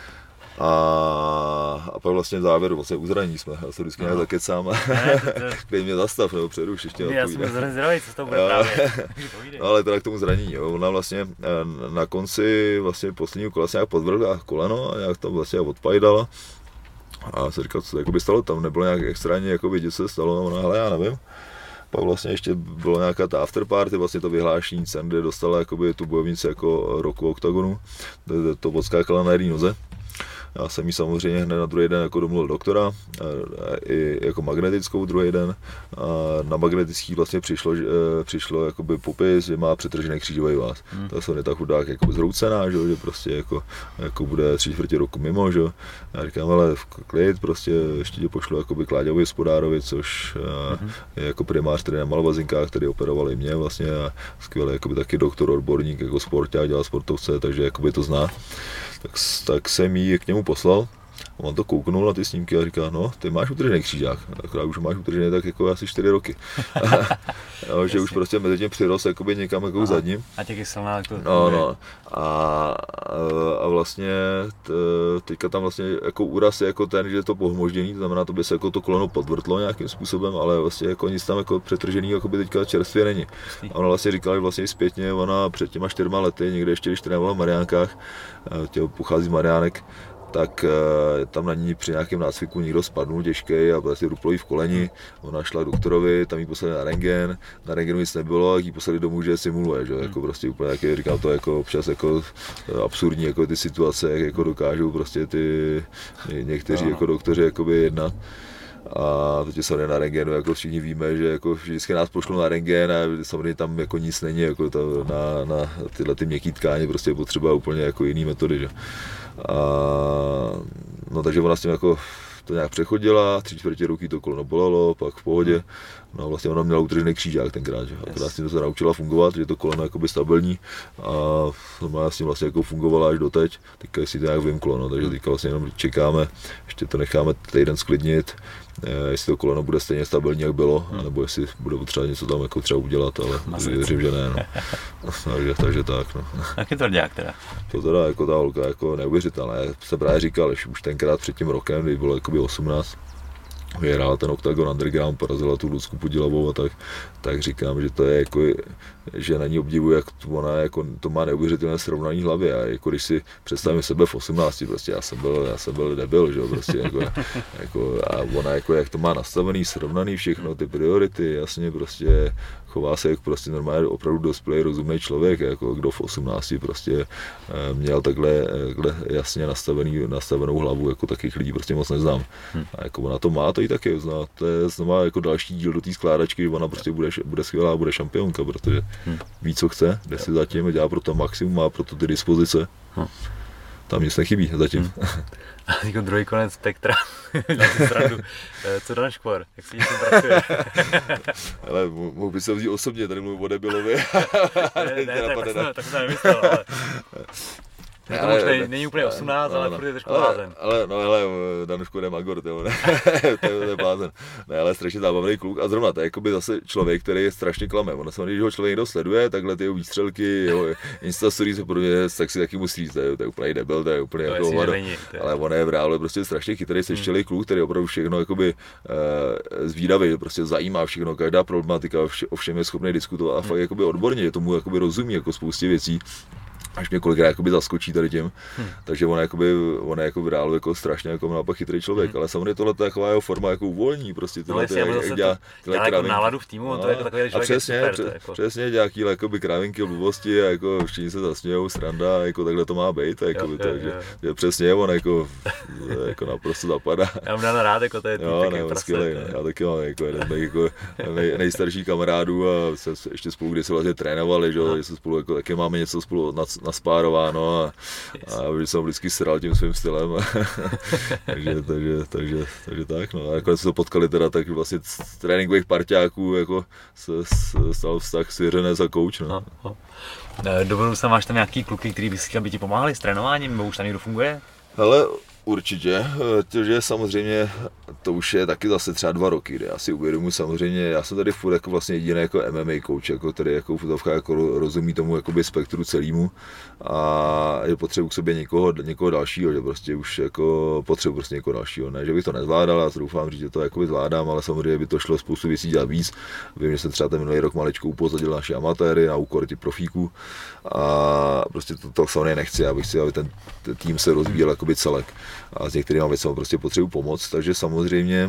A pak vlastně v závěru, vlastně u zranění jsme, já se vždycky nějak zakecám, kde mě zastav, nebo přeruš, ještě já jsem zdravý, co to bude právě. No ale teda k tomu zranění, jo. Ona vlastně na konci vlastně posledního kola se nějak podvrhla koleno a nějak tam vlastně odpajdala. A se říkal, co se jakoby stalo, tam nebylo nějak extrémně jako vidět, co se stalo, no, ona, hele, já nevím. Pak vlastně ještě byla nějaká ta afterparty, vlastně to vyhlášení cen, kde dostala jakoby tu bojovnici jako roku oktagonu, to odskákala na jedné noze. Já jsem jí samozřejmě hned na druhý den jako domluvil doktora, i jako magnetickou druhý den. A na magnetický vlastně přišlo jakoby popis, že má přetržený křížový váz. Tak jsem ta chudák jako zhroucená, že prostě jako bude 3/4 roku mimo, že. Já říkám, ale klid, prostě ještě tě pošlu jakoby k Láďovi Hospodárovi, což je jako primář, který na Malvazinkách, který operoval i mě vlastně a skvělý jakoby taky doktor, odborník, jako sporták, dělal sportovce, takže jakoby to zná. Tak jsem jí k němu poslal, on to kouknul na ty snímky a říká, no, ty máš utržený křížák, akorát už máš utržený tak jako asi 4 roky. No, že už prostě mezi tím přirost jakoby někam jako zadním. A těch je silná jako... No. A vlastně teďka tam vlastně jako úraz je jako ten, že je to pohmožděný, to znamená, to by se jako to koleno podvrtlo nějakým způsobem, ale vlastně jako nic tam jako přetržený jako by teďka čerstvě není. A ona vlastně říkala, že vlastně zpětně, ona před těma 4 lety, někde ještě když trénovala v Mariánkách, pochází z Mariánek, tak tam na ní při nějakém nácviku někdo spadnul těžký a vlastně ruplo jí v koleni. Ona šla k doktorovi, tam jí poslali na rentgen, na rentgenu nic nebylo, tak jí poslali domů, že simuluje, že jako prostě úplně taky, říkám to jako občas jako absurdní jako ty situace, jak jako dokážou prostě ty někteří jako doktoři jakoby jednat. A teď samozřejmě na rentgenu, jako všichni víme, že jako vždycky nás pošlou na rentgen a samozřejmě tam jako nic není, jako na tyhle ty měkký tkáně prostě je potřeba úplně jako jiný metody, že. A no takže ona s tím jako to nějak přechodila, 3/4 roky to koleno bolelo, pak v pohodě. No vlastně ona měla utržený křížák tenkrát, že? Akorát s tím se naučila fungovat, že to koleno jakoby stabilní a ona s tím vlastně jako fungovala až doteď, teďka si to nějak vymklo, no, takže teďka vlastně jenom čekáme, ještě to necháme týden sklidnit, jestli to koleno bude stejně stabilní, jak bylo, nebo jestli bude potřeba něco tam jako třeba udělat, ale věřím, že ne, no. takže tak, no. Taky tvrdák teda. To teda jako ta holka jako neuvěřitelná, já jsem právě říkal, že už tenkrát před tím rokem, kdy bylo jakoby 18, vyhrála ten Octagon Underground, porazila tu Lucku Pudilovou a tak říkám, že to je jako, že na ní obdivuji, jak ona jako, to má neuvěřitelné srovnání hlavy a jako když si představím sebe v 18, prostě já jsem byl debil, že jo, prostě jako a ona jako, jak to má nastavený, srovnaný všechno, ty priority, jasně prostě chová se jako prostě normálně opravdu dospělý, rozumný člověk, jako kdo v 18 prostě měl takhle jasně nastavenou hlavu, jako takových lidí prostě moc neznám. A jako ona to má, to i taky zná, to je znamená jako další díl do té skládačky, že ona prostě bude skvělá, bude šampionka, protože ví, co chce, jde si zatím, dělá pro to maximum, má pro to ty dispozice. Tam nic nechybí zatím. A jako druhý konec spektra, co Dan Škvor, jak si tím pracuje? Ale mohl by se vzít osobně, tady mluvím o debilovi. tak jsem nemyslel, ale... To už není úplně 18, ale furt je trošku blázen. Ale Danuško jde Magor, to je blázen. Ne, ale strašně zábavný kluk a zrovna to je jakoby zase člověk, který je strašně klame. Ono se, když ho člověk někdo sleduje, takhle ty jeho výstřelky, jeho Insta stories a podobně, tak si taky musí říct, to je úplně debil, to je úplně to jako hovado. Ale on je v reálu prostě strašně chytrý, seštělý kluk, který opravdu všechno jakoby zvídavý, prostě zajímá všechno, každá problematika, o všem je schopný diskutovat a fakt jakoby odborně, tomu jakoby rozumí jako spoustě věcí. Až mě kolikrát jakoby zaskočí tady tím, takže on je jako v reálu jako strašně jako naopak chytrý člověk, ale samozřejmě tohle je taková jeho forma jako uvolní, prostě tyhle jak dělá jako náladu v týmu, to je to takový člověk super. Přesně nějaký jakoby krávinky lubosti a jako všichni se zasmějou, sranda, jako takhle to má být, jako takže přesně on jako naprosto zapadá. Já mám rád, jako to je skvělý, já taky mám jako jeden jako nejstarší kamarádů a ještě spolu když se vlastně trénovali, že se spolu jako taky máme něco spolu naspárováno a už jsem vždycky sral tím svým stylem, takže tak, no a nakonec se to potkali teda, tak vlastně z tréninkových parťáků jako se stal vztah svěřenec a coach, no. Do budoucna máš tam nějaký kluky, který bys chtěl, aby ti pomáhali s trénováním, nebo už tam někdo funguje? Hele, určitě, protože samozřejmě to už je taky zase třeba 2 roky, kde já si uvědomuji samozřejmě, já jsem tady furt jako vlastně jediný jako MMA coach, jako tady jako fotovka jako rozumí tomu jakoby spektru celému a je potřebuji k sobě někoho dalšího, že prostě už jako potřebuji prostě někoho dalšího, ne, že bych to nezvládal, já to doufám říct, že to jakoby zvládám, ale samozřejmě by to šlo spoustu věcí dělat víc. Vím, že jsem třeba ten minulý rok maličko upozadil naše amatéry na úkor těch profíků a prostě to samozřejmě nechci, já bych si, aby ten tým se rozvíjel jakoby celek. A s některými věcmi prostě potřebuji pomoct, takže samozřejmě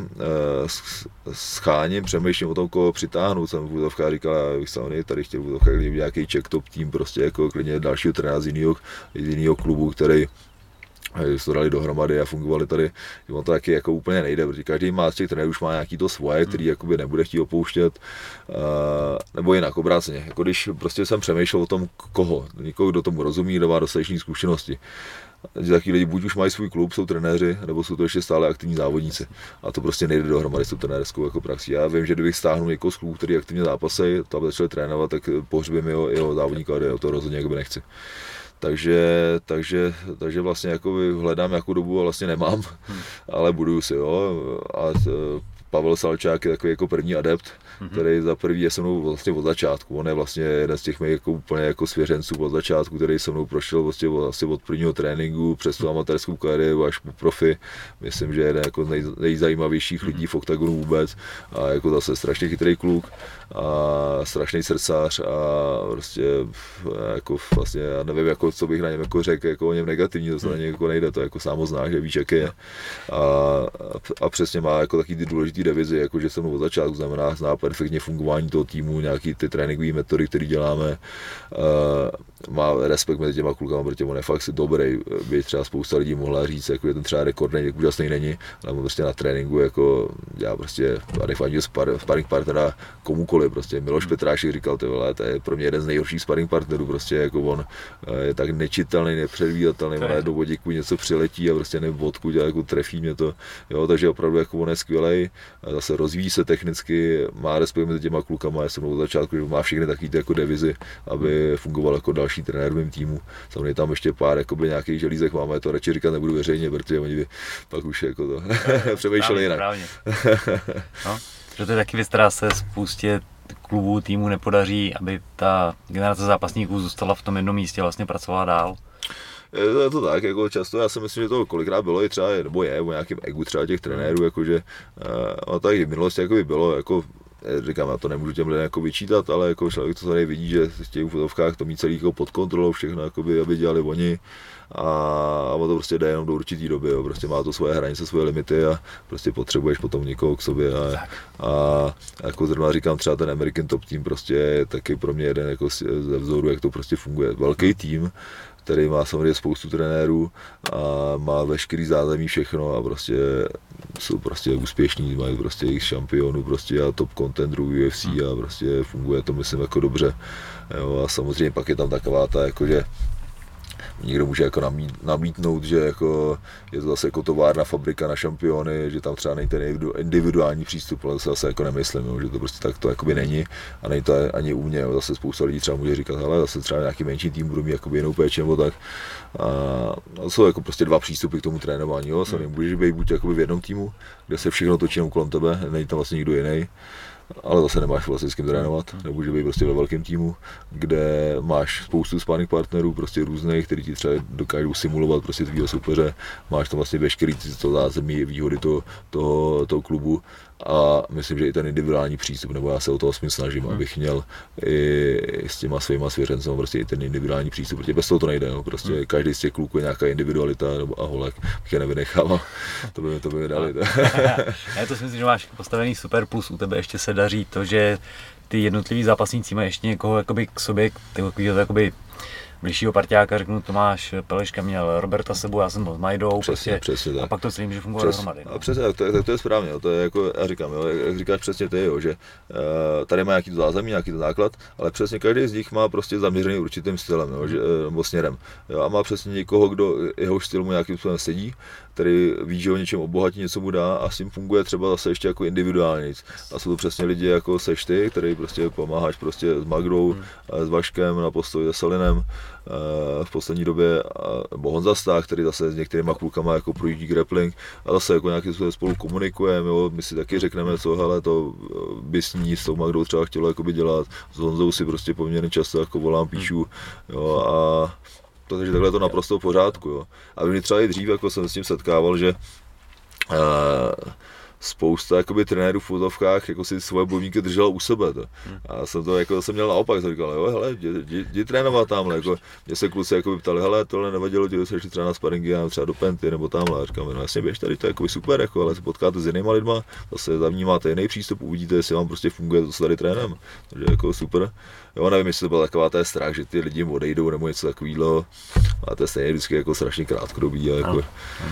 scháním, přemýšlím o tom, koho přitáhnout. Jsem v úzovkách říkal, já bych samozřejmě tady chtěl v úzovkách nějaký check-top tým, prostě jako klidně dalšího trenéra z jiného klubu, který se to dali dohromady a fungovali tady, že on to taky jako úplně nejde, protože každý má z těch trenérů už má nějaký to svoje, který jakoby nebude chtít opouštět, nebo jinak obráceně. Jako když prostě jsem přemýšlel o tom, koho, někoho, kdo tomu rozumí, kdo má dostatečné zkušenosti. Taky lidi buď už mají svůj klub, jsou trenéři, nebo jsou to ještě stále aktivní závodníci. A to prostě nejde dohromady s tou trenérskou jako praxí. Já vím, že kdybych stáhnul někoho z klubu, který aktivně zápasí, to aby začali trénovat, tak pohřbím jeho závodníka, a to rozhodně jakoby nechci. Takže vlastně jako hledám nějakou dobu a vlastně nemám, ale buduju si, jo. A Pavel Salčák je takový jako první adept, který za první je se mnou vlastně od začátku. On je vlastně jeden z těch mých jako úplně jako svěřenců od začátku, který se mnou prošel vlastně od prvního tréninku přes tu amatérskou kariéru až po profi. Myslím, že je jeden jako nejzajímavějších lidí v oktagonu vůbec a jako zase strašně chytrý kluk a strašný srdcař a prostě jako vlastně já nevím, jako, co bych na něm jako řekl jako o něm negativní, to se na něj jako nejde, to jako sám ho znáš, že víš, jak je. A přesně má jako taky ty důležitý devizy, jako že se mnou od začátku znamená, zná perfektně fungování toho týmu, nějaký ty tréninkové metody, které děláme, má respekt mezi těma klukama, protože on je fakt dobrý, by třeba spousta lidí mohla říct, jako je ten třeba rekordný, jak úžasný není, ale on prostě na tréninku jako dělá prostě adekvátního sparring partnera komukoliv, prostě Miloš Petrášek říkal, to je pro mě jeden z nejhorších sparring partnerů, prostě jako on je tak nečitelný, nepředvídatelný, má do vodíku něco přiletí a prostě nevím odkud a jako trefí mě to, jo, takže opravdu jako on je skvělej, zase rozvíjí se technicky, má respekt mezi těma klukama, já jsem od začátku, že má všechny takový ty jako devizy, aby fungoval jako další trenér v mém týmu. Samozřejmě tam ještě pár jakoby nějakých želízek máme, to radši říkat nebudu veřejně, protože oni by pak už jako to přemýšleli jinak. No, že to je taky věc, která se spoustě klubů, týmů nepodaří, aby ta generace zápasníků zůstala v tom jednom místě, vlastně pracovala dál. Je to tak, jako často, já si myslím, že to kolikrát bylo i třeba, nebo je o nějakém egu třeba těch trenérů, jakože, a tak i v minulosti jako by bylo, jako, říkám, já to nemůžu těm lidem jako vyčítat, ale jako člověk to tady vidí, že v těch fotovkách to mít celý jako pod kontrolou, všechno, jakoby, aby dělali oni a to prostě jde jenom do určitý doby, jo. Prostě má to svoje hranice, svoje limity a prostě potřebuješ potom někoho k sobě a jako zrovna říkám, třeba ten American Top Team prostě je taky pro mě jeden jako ze vzoru, jak to prostě funguje. Velký tým, který má samozřejmě spoustu trenérů a má veškerý zázemí všechno a prostě jsou prostě úspěšní, mají prostě jejich šampionů prostě a top contenderů UFC a prostě funguje to myslím jako dobře. Jo, a samozřejmě pak je tam taková ta jakože někdo může jako namítnout, že jako je to zase jako továrna, fabrika na šampiony, že tam třeba není ten individuální přístup, ale to zase jako nemyslím, jo, že to prostě tak to jakoby není a není to ani u mě, jo. Zase spousta lidí třeba může říkat, hele, zase třeba nějaký menší tým budou mít jakoby jinou péči nebo tak. A jsou jako prostě dva přístupy k tomu trénování, jo. Můžeš být buď jakoby v jednom týmu, kde se všechno točí jenom kolem tebe, není tam vlastně nikdo jiný, ale zase nemáš vlastně s kým trénovat, nemůže být prostě ve velkém týmu, kde máš spoustu sparring partnerů, prostě různých, kteří ti třeba dokážou simulovat prostě tvýho soupeře, máš tam vlastně veškerý to zázemí, výhody toho klubu a myslím, že i ten individuální přístup, nebo já se o toho snažím, abych měl i s těma svýma svěřencema prostě i ten individuální přístup, protože bez toho to nejde, no. Prostě každý z těch kluků je nějaká individualita a holek, bych je nevynechával, to by mi dali. Já to si myslím, že máš postavený super, plus u tebe ještě se daří to, že ty jednotliví zápasníci mají ještě někoho jakoby k sobě, takovýho jakoby bližšího parťáka, řeknu, Tomáš Peleška měl Roberta sebou, já jsem byl s Majdou, přesně a pak to celý může fungovat dohromady. No. A přesně, tak to je správně, to je jako, já říkám, jo, jak říkáš přesně ty, jo, že tady má nějaký to zázemí, nějaký to základ, ale přesně každý z nich má prostě zaměřený určitým stylem, jo, nebo směrem, jo, a má přesně někoho, kdo jeho styl mu nějakým způsobem sedí, který ví, že ho něčem obohatí, něco mu dá a s tím funguje třeba zase ještě jako individuálně. A jsou to přesně lidi jako seš ty, který prostě pomáháš prostě s Magdou, s Vaškem na postoji, se Salinem, v poslední době, nebo Honza Stach, který zase s některýma klukama jako projíždí grappling a zase jako nějakým způsobem spolu komunikujeme, jo, my si taky řekneme, co hele, to by s ní, s tou Magdou třeba chtělo jakoby dělat, s Honzou si prostě poměrně často jako volám, píšu, jo, a takže takhle je to naprosto v pořádku, jo. A mě třeba i dřív, jako jsem s tím setkával, že spousta jakoby trenérů v fotovkách jako si svoje bojovníky držela u sebe. To. A jsem to jako jsem měl naopak, jsem říkal, jo, hele, jdi trénovat tamhle, jako, mě se kluci jako ptali, hele, tohle nevadilo, ti se šli třeba na sparingy, já třeba do Penty nebo tamhle, a říkám, no jasně běž tady, to je jako super, jako, ale se potkáte s jinýma lidma, zase zavnímáte jiný přístup, uvidíte, jestli vám prostě funguje to, co tady trénem, takže jako super. Jo, nevím, jestli to byla taková té strach, že ty lidi jim odejdou nebo něco takového, a to je stejně vždycky jako strašně krátkodobý a jako,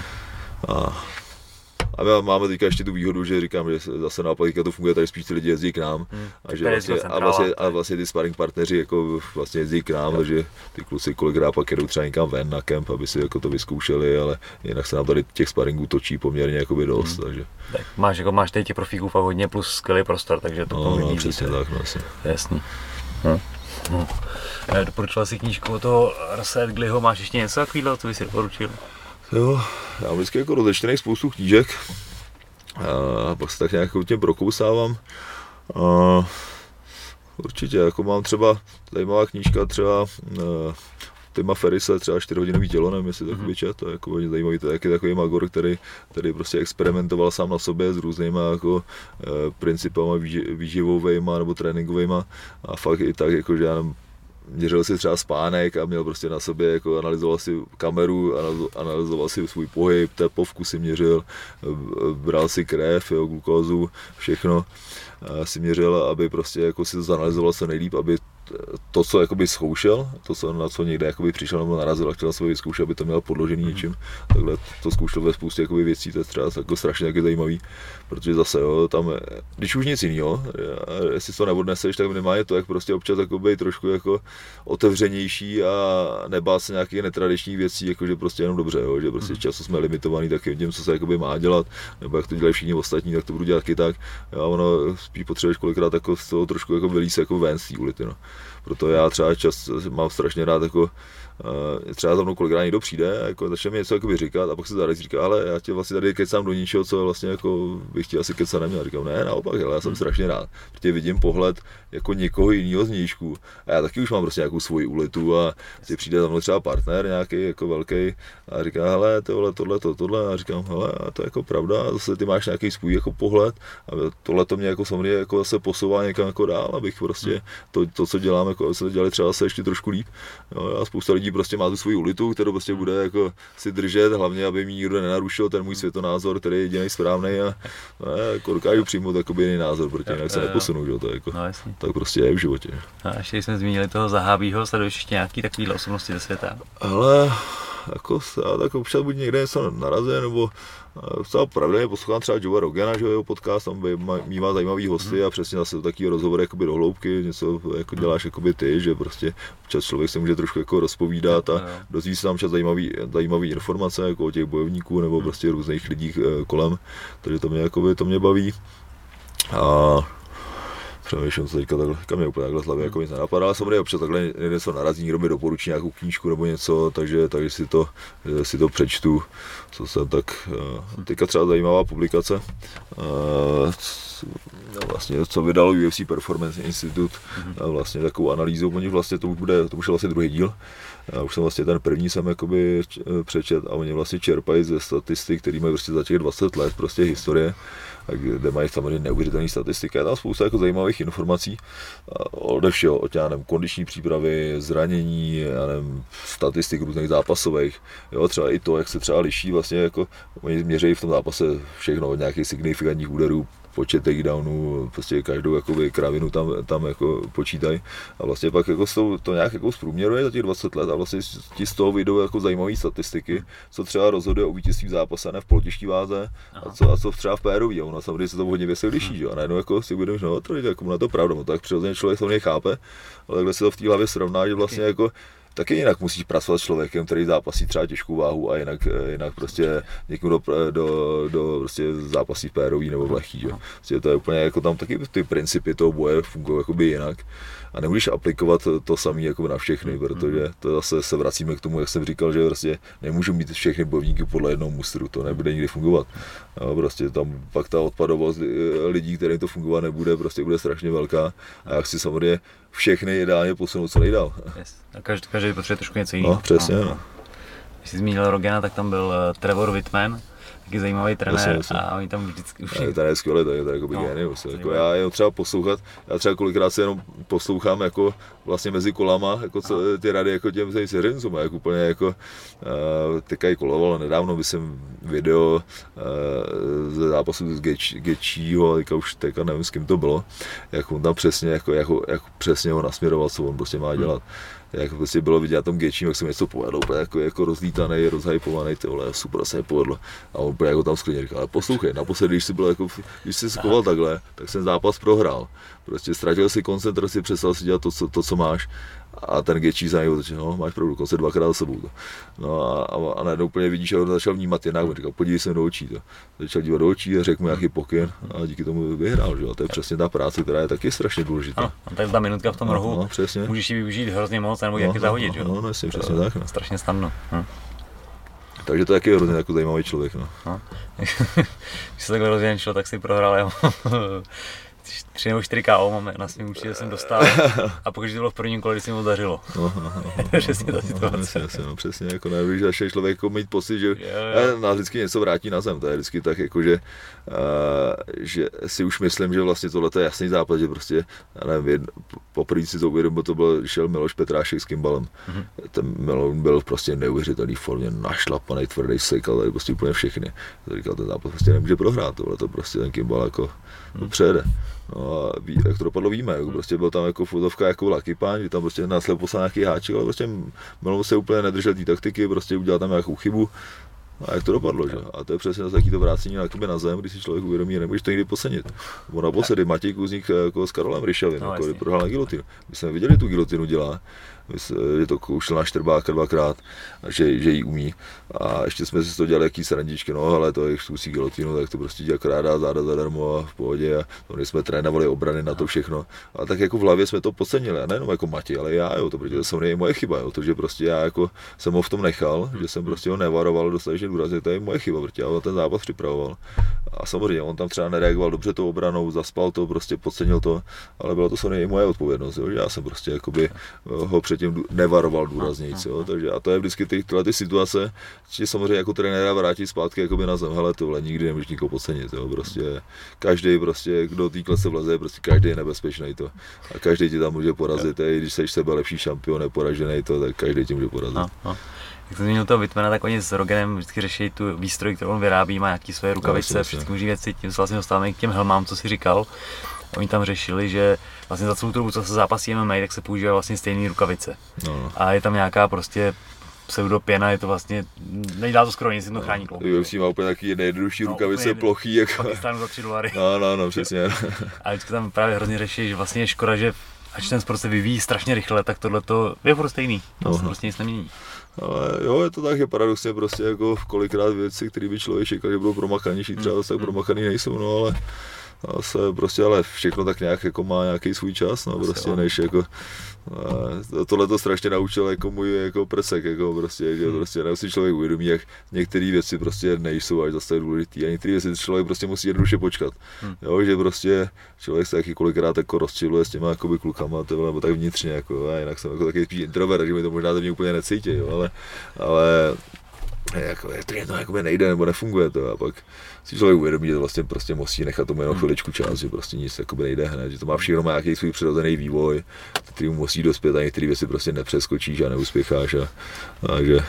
a my máme teďka ještě tu výhodu, že říkám, že zase naopak to funguje, tady spíš ty lidi jezdí k nám a že vlastně ty sparring partneři jako vlastně jezdí k nám, takže ty kluci kolikrát pak jedou třeba někam ven na kemp, aby si jako to vyzkoušeli, ale jinak se nám tady těch sparringů točí poměrně jakoby dost, takže. Tak máš tady těch profíků fakt hodně plus skvělý prostor, takže to no, přesně tak, no asi. Jasný. Doporučila si knížku o toho Russa Edgleyho, máš ještě něco takového, co bys si doporučil? Jo, já mám vždycky jako rozečtených spoustu knížek a pak se tak nějak tím prokousávám. Určitě, jako mám třeba zajímavá knížka třeba Tima Ferrise, třeba 4hodinový tělo, nevím, jestli takový čet, to je jako hodně zajímavý, to je takový magor, který prostě experimentoval sám na sobě s různýma jako principama výživovejma nebo tréninkovejma a fakt i tak, jako že já nevím, měřil si třeba spánek a měl prostě na sobě, jako analyzoval si kameru, analyzoval si svůj pohyb, tepovku si měřil, bral si krev, jo, glukózu, všechno si měřil, aby prostě jako si to zanalyzoval co nejlíp, aby to, co jakoby zkoušel, na co někde jakoby přišel nebo narazil a chtěl se vyzkoušet, aby to měl podložený něčím, takhle to zkoušel ve spoustě jakoby věcí, to je třeba jako strašně taky zajímavý, protože zase jo, tam, když už nic jiného, jestli to neodneseš, tak minimálně to, jak prostě občas jakoby trošku jako otevřenější a nebát se nějakých netradičních věcí, jakože prostě jenom dobře, jo, že prostě často jsme limitovaný taky tím, co se jakoby má dělat, nebo jak to dělají všichni ostatní, tak to budu dělat taky tak, jo, ono spíš potřebuješ kolikrát jako z toho trošku jako vylíz jako ven z té ulity, no. Proto já třeba čas mám strašně rád jako třeba za mnou kolikrát někdo přijde, jako začne mi něco jakoby říkat a pak se tady říká, ale já tě vlastně tady kecám do ničeho, co vlastně jako bych tě asi kecat neměl. Říkám, ne, naopak, ale já jsem strašně rád, protože vidím pohled jako někoho jiného zvnějšku a já taky už mám prostě nějakou svoji ulitu a si přijde za mnou třeba partner nějaký jako velký a říká, hele, tohle a říkám, hele, a to je jako pravda, zase ty máš nějaký svůj jako pohled a tohle to mě jako samozřejmě jako zase posouvá někam jako dál, abych prostě to co dělám, jako se to dělali třeba se ještě trošku líp. Jo, a spousta lidí prostě má tu svoji ulitu, kterou prostě bude jako si držet, hlavně aby mi nikdo nenarušil ten můj světonázor, který je jediný správný a jako dokážu přijmout takový jiný názor, protože jinak se neposunu, že to jako, tak prostě je v životě. A ještě jsme zmínili toho Zahábího, sleduješ ještě nějaký takovýhle osobnosti ze světa? Ale jako tak občas buď někde něco narazí, nebo třeba pravidelně poslouchám třeba Joea Rogana, že jeho podcast, tam mívá zajímavý hosty a přesně zase takový rozhovor jakoby do hloubky, něco jako děláš jakoby ty, že prostě občas člověk se může trošku jako rozpovídat a dozví se tam čas zajímavý informace jako o těch bojovníků nebo prostě různých lidí kolem, takže to mě baví. A přemýšlím, co teďka takhle, kam mě úplně takhle hlavě jako nic nenapadá, ale samozřejmě občas takhle něco narazí, někdo mi doporučí nějakou knížku nebo něco, takže si to přečtu, co jsem tak, teďka třeba zajímavá publikace, vlastně, co vydal UFC Performance Institute, vlastně takovou analýzu, oni vlastně to už je vlastně druhý díl, já už jsem vlastně ten první jsem jakoby přečet a oni vlastně čerpají ze statistik, který mají prostě za těch 20 let prostě historie, kde mají samozřejmě neuvěřitelné statistiky, je tam spousta jako zajímavých informací ode všeho, od kondiční přípravy, zranění, statistik různých zápasových, jo, třeba i to, jak se třeba liší vlastně jako, oni měří v tom zápase všechno od nějakých signifikantních úderů, počet takedownů, prostě každou jakoby kravinu tam jako počítají a vlastně pak jako to nějak jako zprůměruje za těch 20 let a vlastně ti z toho vyjdou jako zajímavé statistiky, co třeba rozhoduje o vítězství v zápase, ne v polotěžké váze a co třeba v pérový, a ono samozřejmě se to hodně věci liší, že? A najednou jako si uvědomíš, no to je jako na to pravda, no tak přirozeně člověk to nechápe, ale takhle se to v té hlavě srovná, že vlastně jako taky jinak musíš pracovat s člověkem, který zápasí třeba těžkou váhu a jinak prostě někomu do prostě zápasí v pérový nebo v lehký, jo. Prostě to je úplně jako tam taky ty principy toho boje fungují jakoby jinak a nemůžeš aplikovat to samé jako na všechny, protože to zase se vracíme k tomu, jak jsem říkal, že prostě nemůžu mít všechny bojovníky podle jednoho mustru, to nebude nikdy fungovat. No, prostě tam pak ta odpadovost lidí, kterým to fungovat nebude, prostě bude strašně velká a já chci samozřejmě všechny ideálně posunout co nejdál. Yes. A každý potřebuje trošku něco jiného. No, přesně. No. Když jsi zmínil Rogana, tak tam byl Trevor Whitman, taky zajímavý trenér a oni tam vždycky už... Ten je skvělý, to je jako genius. Jako já jenom třeba poslouchat, já třeba kolikrát se jenom poslouchám jako vlastně mezi kolama, jako co, ty rady jako těm seřencům, jako úplně jako teďka i kolovalo nedávno, by jsem video ze zápasu z Gaethjeho, teďka nevím, s kým to bylo, jak on tam přesně jako přesně ho nasměroval, co on prostě má dělat. Jak prostě bylo vidět na tom Gaethjem, jak jsem něco povedl, jako rozlítaný, rozhypovaný, tyhle, super se povedlo. A on jako tam sklidně říkal, ale poslouchej, naposledy, když jsi skoval takhle, tak jsem zápas prohrál. Prostě ztratil si koncentraci, přestal si dělat to, co máš. A ten Gaethje za něj otočil, no máš pravdu, konce dvakrát za sebou. No a najednou úplně vidíš, že ho začal vnímat jinak, on říkal, podívej se do očí. Začal dívat do očí a řekl mu nějaký pokyn a díky tomu vyhrál, že? A to je přesně ta práce, která je taky strašně důležitá. A tak ta minutka v tom rohu, můžeš ji využít hrozně moc, nebo jak zahodit, jo? No, jasně, přesně tak. No. Strašně snadno. Takže to je taky hrozně jako zajímavý člověk. No. Když se takhle rozvěnčil, tak si prohrál 3 nebo 4 KO máme na svým určitě jsem dostal a pokud to bylo v prvním kole, když se mi dařilo. Přesně ta situace. Přesně, jako nevíš, že člověk jako mít pocit, že nás vždycky něco vrátí na zem, to je vždycky tak jako, že si už myslím, že vlastně tohle je jasný západ, že prostě, nevím, poprvé si to uvědomil, to šel Miloš Petrášek s Kimbalem. Ten Milon byl prostě neuvěřitelný formě, našlapaný, tvrdý, sekal tady prostě úplně všechny. To říkal, ten zápas prostě nemůže prohrát, tohle to prostě ten Kimbal jako přejede. No a jak to dopadlo víme, jako prostě byl tam jako fotovka jako Lucky Punch, kdy tam prostě následně poslal nějaký háček, ale prostě Melon se úplně nedržel té taktiky, prostě udělal tam nějakou chybu. A jak to dopadlo, že? A to je přesně taky to vrácení na zem, když si člověk uvědomí, nemůžeš to nikdy pocenit. Bo naposledy Matěj Kuzník jako s Karolem Ryšavým, jako prohrál na gilotinu. My jsme viděli, tu gilotinu dělá, že to koušel na Štrbáka 2krát, že ji umí. A ještě jsme si to dělali jaký srandičky, no ale to je zkusí gilotinu, tak to prostě dělá krádá záda zadarmo a v pohodě. A to jsme trénovali obrany na to všechno. A tak jako v hlavě jsme to podcenili, a nejenom jako Matěj, ale já, jo, to protože to samozřejmě moje chyba, jo, to, že prostě já jako jsem ho v tom nechal, že jsem prostě ho nevaroval dostatečně důrazně, to je moje chyba, protože já ten zápas připravoval. A samozřejmě on tam třeba nereagoval dobře tou obranou, zaspal to, prostě podcenil to, ale bylo to samozřejmě i moje odpovědnost, jo, že já jsem prostě jakoby ho předtím nevaroval důraznějc, jo, takže a to je vždycky tyhle ty situace, že samozřejmě jako trenéra vrátí zpátky jakoby na zem, hele tohle nikdy nemůžeš nikoho podcenit, jo, prostě každý prostě, kdo týkle se vleze, prostě každý je nebezpečný to a každý ti tam může porazit, i když seš sebe lepší šampion, neporažený to, tak každý ti může porazit. Jak jsem zmínil toho Whitmana, tak oni s Roganem vždycky řeší tu výstroj, kterou on vyrábí, má nějaké svoje rukavice, všechny možné věci, tím se vlastně dostáváme k těm helmám, co si říkal. Oni tam řešili, že vlastně za celou dobu, co se zápasí MMA, tak se používají vlastně stejné rukavice. A je tam nějaká prostě pseudopěna, je to vlastně, nedělá to skoro nic, jen to chrání kloub. UFC má úplně taky nejjednodušší rukavice plochý, jako. Pakistánu za $3. No, přesně. A vždycky tam právě hrozně řeší, že vlastně je škoda, že ač ten sport se vyvíjí strašně rychle, tak tohleto je prostě stejný, tam se prostě nic nemění. Ale jo, je to tak, že paradoxně prostě jako kolikrát věci, které by člověk čekal, že budou promakanější, třeba tak promakaný nejsou, no ale ale všechno tak nějak jako má nějaký svůj čas, no prostě než jako tohle to strašně naučil jako můj jako prsek, jako prostě, že prostě neusí člověk uvědomí, jak některé věci prostě nejsou až zase důležitý a některé věci člověk prostě musí jednoduše počkat, jo, že prostě člověk se taky kolikrát jako rozčiluje s těma jakoby klukama, nebo tak vnitřně, jako, a jinak jsem jako taky spíš introvert, takže mi to možná mě úplně necítí, jo, ale jako, to jedno jakoby nejde nebo nefunguje to a pak si člověk uvědomí, že to vlastně prostě musí nechat tomu jenom chviličku čas, že prostě nic jakoby nejde hned, že to má všechno má nějaký svůj přirozený vývoj, který mu musí dospět a některé věci prostě nepřeskočíš a neuspěcháš a že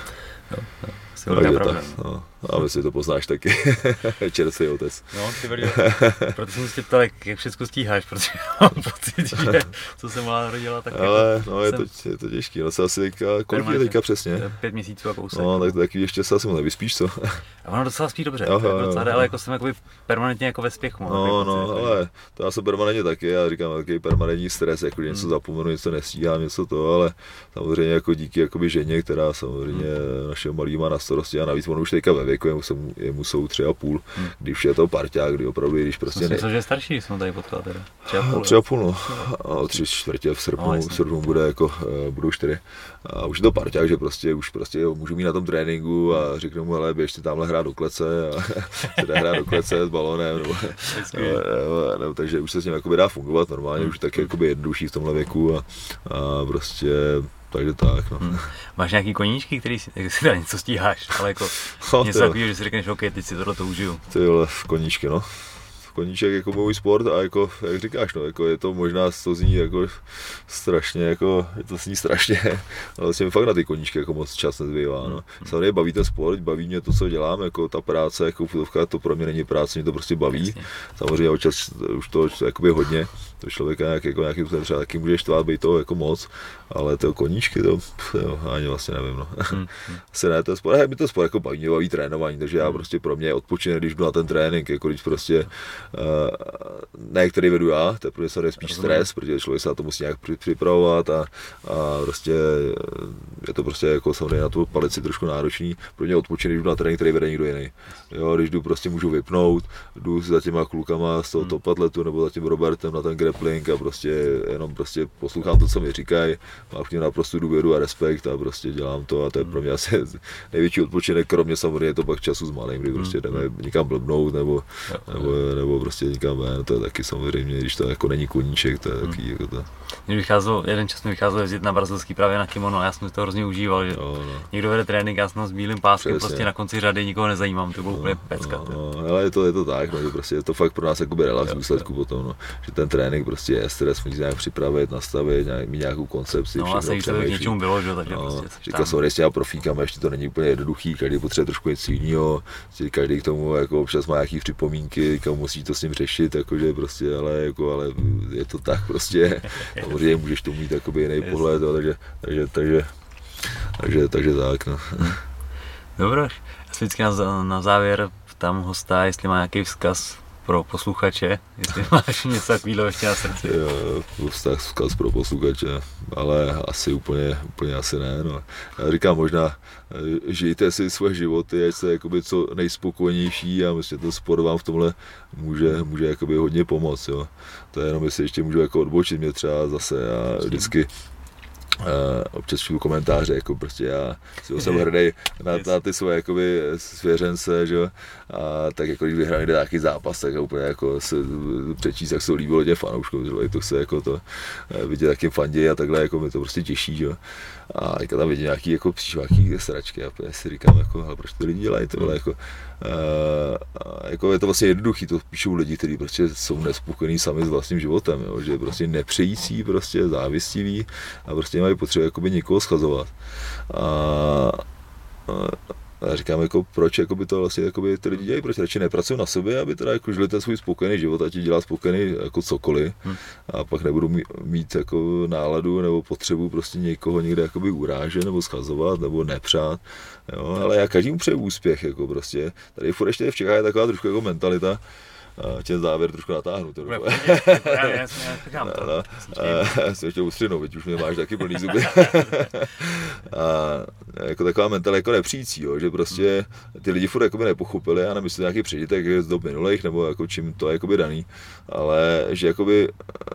a myslím, to poznáš taky, čerstvý otec. No, ty brďo, proto jsem se ptal, jak všechno stíháš, protože mám pocit, že co jsem malá rodila, tak ale jako no, je to těžký, no se asi teďka, kolik je teďka přesně? 5 měsíců a kousek. No, tak taky ještě se asi moc nevyspíš, co? A ono docela spí dobře, ale jako jsem jakoby permanentně jako ve spěchu. Ale to já jsem permanentně taky, já říkám, takový permanentní stres, jako něco zapomenu, něco nestíhám, něco to, ale samozřejmě jako díky jakoby ženě, která samozřejmě našeho malý má na starosti a navíc on už teďka ve věku, jemu jsou 3,5, když je to parťák, kdy opravdu, když prostě myslím, že je starší, když jsme tady potkali teda. 3,5, no. A 3/4 v srpnu bude jako, budou 4. A už je to parťák, že už prostě můžu mít na tom tréninku a řeknu mu, hele, běž ty tamhle hrát do klece a se dá hrát do klece s balonem, nebo takže už se s ním jakoby dá fungovat normálně, už tak jakoby jednodušší v tomhle věku a prostě takže tak, no. Máš nějaký koníčky, který si dá něco stíháš, ale jako něco takového, že si řekneš, OK, teď si tohle to užiju. Ty vole, koníčky, no. Koníček jako můj sport a jako, jak říkáš, no, jako je to možná, to zní jako strašně, jako, to zní strašně, ale vlastně fakt na ty koníčky jako moc čas nezbývá, no. Samozřejmě baví ten sport, baví mě to, co dělám, jako ta práce, jako fotovka, to pro mě není práce, mě to prostě baví. Jasně. Samozřejmě občas už to jakoby hodně, to člověka nějakým třeba taky může štvát, být toho jako moc, ale ty koníčky, to ani vlastně nevím, no. Asi ne, ten sport, mi to sport jako baví trénování, takže já prostě pro mě odpočinu, když jdu na ten trénink, jako když prostě ne, který vedu já, to je pro mě spíš stres, protože člověk se na to musí nějak připravovat a prostě je to prostě jako samozřejmě na tu palici trošku náročný. Pro mě odpočinu, když jdu na trénink, který vede někdo jiný. Jo, když jdu prostě můžu vypnout, jdu za těma klukama z toho top atletu nebo za tím Robertem na ten grappling a prostě jenom prostě poslouchám to, co mi říkají, mám k něm naprosto důvěru a respekt a prostě dělám to a to je pro mě asi největší odpočinek, kromě samozřejmě to pak času s malým, kdy prostě jdeme někam blbnout nebo prostě nikam ven, to je taky samozřejmě, když to jako není koníček, to je taky jako to. Jeden čas mi vycházel jezdit na brazilský právě na kimono a já jsem to hrozně užíval, že někdo vede trénink, já jsem s bílým páskem prostě na konci řady, nikoho nezajímám, to bylo úplně pecka. Ale je to tak, no, že prostě je to fakt pro nás jakoby relax výsledku potom, no, že ten trénink prostě je stres, musí nějak připravit, nastavit, mít nějakou koncepci, no, a se k něčemu bylo, že, takže prostě říkal jsem s těma profíkama, ještě to není úplně jednoduchý, každý potřebuje trošku něco jiného, každý k tomu jako občas má nějaký připomínky, musí to s ním řešit, jakože prostě, ale je to tak prostě, samozřejmě můžeš to mít jakoby jiný pohled, takže tak, no. Dobro, já si vždycky na závěr tam hosta, jestli má nějaký vzkaz pro posluchače, jestli máš něco takového ještě na srdci. Jo, vzkaz pro posluchače, ale asi úplně asi ne, no. Já říkám možná, žijte si svoje životy, ať jste jakoby co nejspokojenější a myslím, že ten sport vám v tomhle může jakoby hodně pomoct, jo. To je jenom, jestli ještě můžu jako odbočit, mě třeba zase, já vždycky občas čtu komentáře, jako prostě já jsem hrdý na ty svoje jakoby svěřence, že? A tak jako když vyhrají nějaký zápas, tak úplně jako se přečíst, jak se líbilo těm fanouškům, že? To se jako to vidět, jak jim fandí a takhle, jako mi to prostě těší, že? A jak tam vidím nějaký jako příšváký sračky a si říkám, jako, ale proč to lidi dělají, tohle jako je to vlastně jednoduchý, to píšou lidi, kteří prostě jsou nespokojení sami s vlastním životem, jo? Že prostě nepřející, prostě závistiví a prostě mají potřebu jakoby někoho schazovat. A říkám, jako, proč jakoby to vlastně jakoby ty lidi dělají, proč radši nepracují na sobě, aby teda jako žili ten svůj spokojený život a ti dělá spokojený jako cokoliv a pak nebudu mít jako náladu nebo potřebu prostě někoho někde jakoby urážet nebo schazovat nebo nepřát, jo, ale já každému přeju úspěch, jako prostě, tady furt ještě v Čechách je taková trošku jako mentalita, a tě závěr trošku natáhnu. Já jsem chtěl ustřinou, veď už mě máš taky plný zuby. A jako taková mentalita jako nepřijící, jo, že prostě ty lidi furt jakoby nepochopili, já nemyslím nějaký přežitek z dob minulých, nebo jako čím to je jakoby daný, ale že jakoby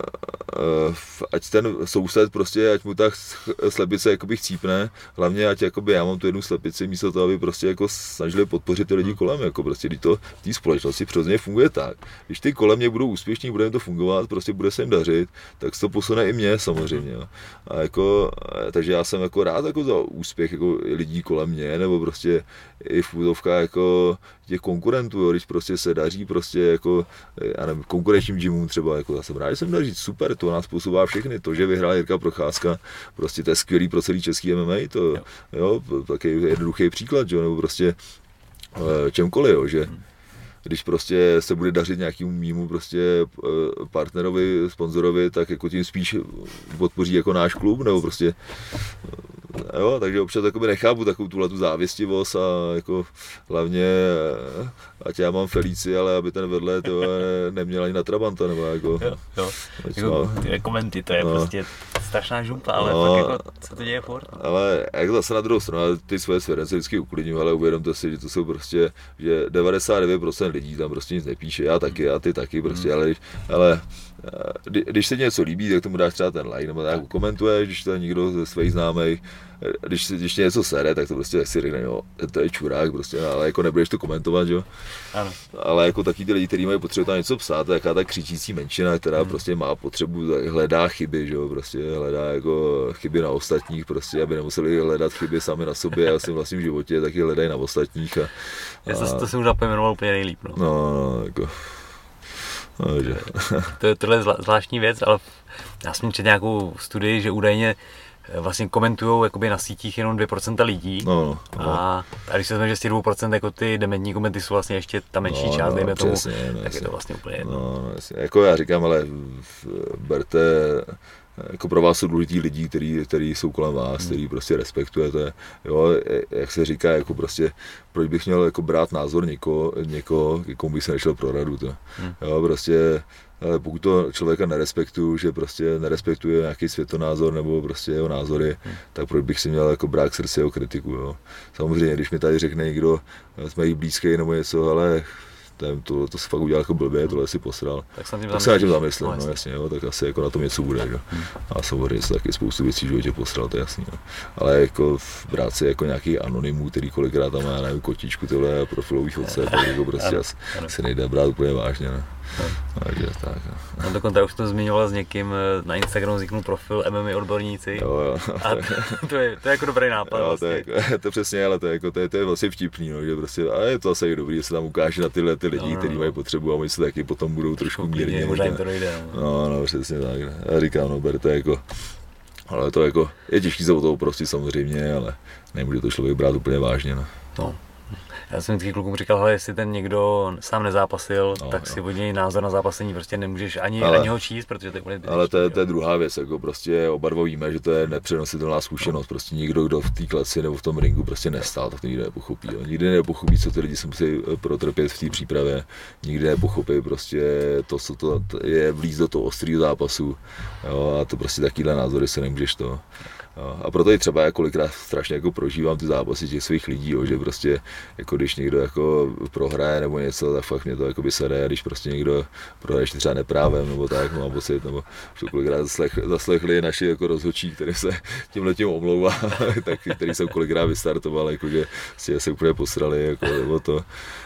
ať ten soused prostě, ať mu ta slepice jakoby chcípne, hlavně ať jakoby já mám tu jednu slepici, místo toho, aby prostě jako snažili podpořit ty lidi kolem, jako prostě když to v té společnosti přirozeně funguje tak. Když ty kolem mě budou úspěšní, bude jim to fungovat, prostě bude se jim dařit, tak se to posune i mě samozřejmě. Jo. A jako, takže já jsem jako rád jako za úspěch jako lidí kolem mě, nebo prostě i v úzovkách jako těch konkurentů, jo, když prostě se daří prostě jako, já nevím, konkurenčním gymům třeba, jako já jsem rád, že jsem daří, super, to nás posouvá všechny, to, že vyhrál Jirka Procházka, prostě to je skvělý pro celý český MMA, to, jo, taky jednoduchý příklad, jo, nebo prostě čemkoliv, jo, že když prostě se bude dařit nějakému mýmu prostě partnerovi, sponzorovi, tak jako tím spíš podpoří jako náš klub, nebo prostě, jo, takže občas jakoby nechápu takovou tu závistivost a jako hlavně, ať já mám Felici, ale aby ten vedle to neměl ani na Trabanta, nebo jako. Jo. Jako ty komenty, to je prostě strašná žumpa, ale fakt jako, co to děje furt? Ale jako zase na druhou stranu, ty svoje svědence vždycky uklidňuji, ale uvědomte si, že to jsou prostě, že 99% lidí tam prostě nic nepíše, já taky, a ty taky prostě, ale když se něco líbí, tak tomu dáš třeba ten like, nebo tak komentuješ, když to je někdo ze svých známých, když tě něco sere, tak to prostě si řekne, jo, to je čurák prostě, ale jako nebudeš to komentovat, jo. Ano. Ale jako taky ty lidi, kteří mají potřebu tam něco psát, taká ta křičící menšina, která prostě má potřebu, hledá chyby, že jo, prostě hledá jako chyby na ostatních, prostě, aby nemuseli hledat chyby sami na sobě a svým vlastním životě, taky hledají na ostatních. To jsem už zapojmenoval úplně nejlíp, no. No, jako. No, že. Tohle je zvláštní věc, ale já jsem četl nějakou studii, že údajně vlastně komentujou jakoby na sítích jenom 2% lidí. No. A když se vezme, že z těch 2% jako ty dementní komenty jsou vlastně ještě ta menší část, dejme tomu, tak je to vlastně úplně jedno. No, jako já říkám, ale berte, jako pro vás jsou důležití lidi, kteří jsou kolem vás, který prostě respektujete, jo, jak se říká, jako prostě, proč bych měl jako brát názor někoho, komu bych se nešel pro radu, to, jo, prostě, ale pokud to člověka nerespektuju, že prostě nerespektuje nějaký světonázor nebo prostě jeho názory, tak proč bych si měl jako brát k srdci jeho kritiku, jo. Samozřejmě, když mi tady řekne někdo z mých blízkých nebo něco, ale to se fakt udělal jako blbě, tohle si posral. Tak se na tím zamyslím, no jasně, jo, tak asi jako na tom něco bude, jo. A samozřejmě se taky spoustu věcí v životě posral, to je jasný, jo. Ale jako brát si jako nějaký anonymů, který kolikrát tam má, nevím, kotičku tyhle profilový fotce, tak jako prostě se nejde brát úplně vážně, ne. Takže tak. No dokonce už to zmiňoval s někým, na Instagramu vzniknul profil MMA odborníci. Jo. A to je jako dobrý nápad. Jo, vlastně. to přesně, ale to je vlastně vtipný, no, že prostě, a je to asi dobrý, že se tam ukáže na tyhle ty lidi, kteří mají potřebu a oni se taky potom budou trošku mírně. Možná jim to dojde. No, přesně tak. Já říkám, no, berte jako, ale to jako, je těžký se o toho prostě samozřejmě, ale nemůže to člověk brát úplně vážně, no. Já jsem vždycky klukům říkal, hele, jestli ten někdo sám nezápasil, tak si od něj názor na zápasení prostě nemůžeš ani ho číst, protože to je úplně. Ale to je druhá věc, jako prostě oba dva víme, že to je nepřenositelná zkušenost, prostě nikdo, kdo v té kleci nebo v tom ringu prostě nestál, tak to nikdy nepochopí. Jo. Nikdy nepochopí, co ty lidi se musí protrpět v té přípravě, nikdy nepochopí prostě to, co to je vlíz do toho ostrého zápasu, jo, a to prostě takovýhle názory se nemůžeš to. A proto i třeba kolikrát strašně jako prožívám ty zápasy těch svých lidí, jo, že prostě jako když někdo jako prohraje nebo něco, tak fakt mě to jako by sere, a když prostě někdo prohraje třeba neprávem nebo tak, mám pocit, nebo kolikrát zaslechli naši jako rozhodčí, který se tímhletím omlouvá, tak který jsem kolikrát vystartoval, jakože se úplně posrali, jako nebo to.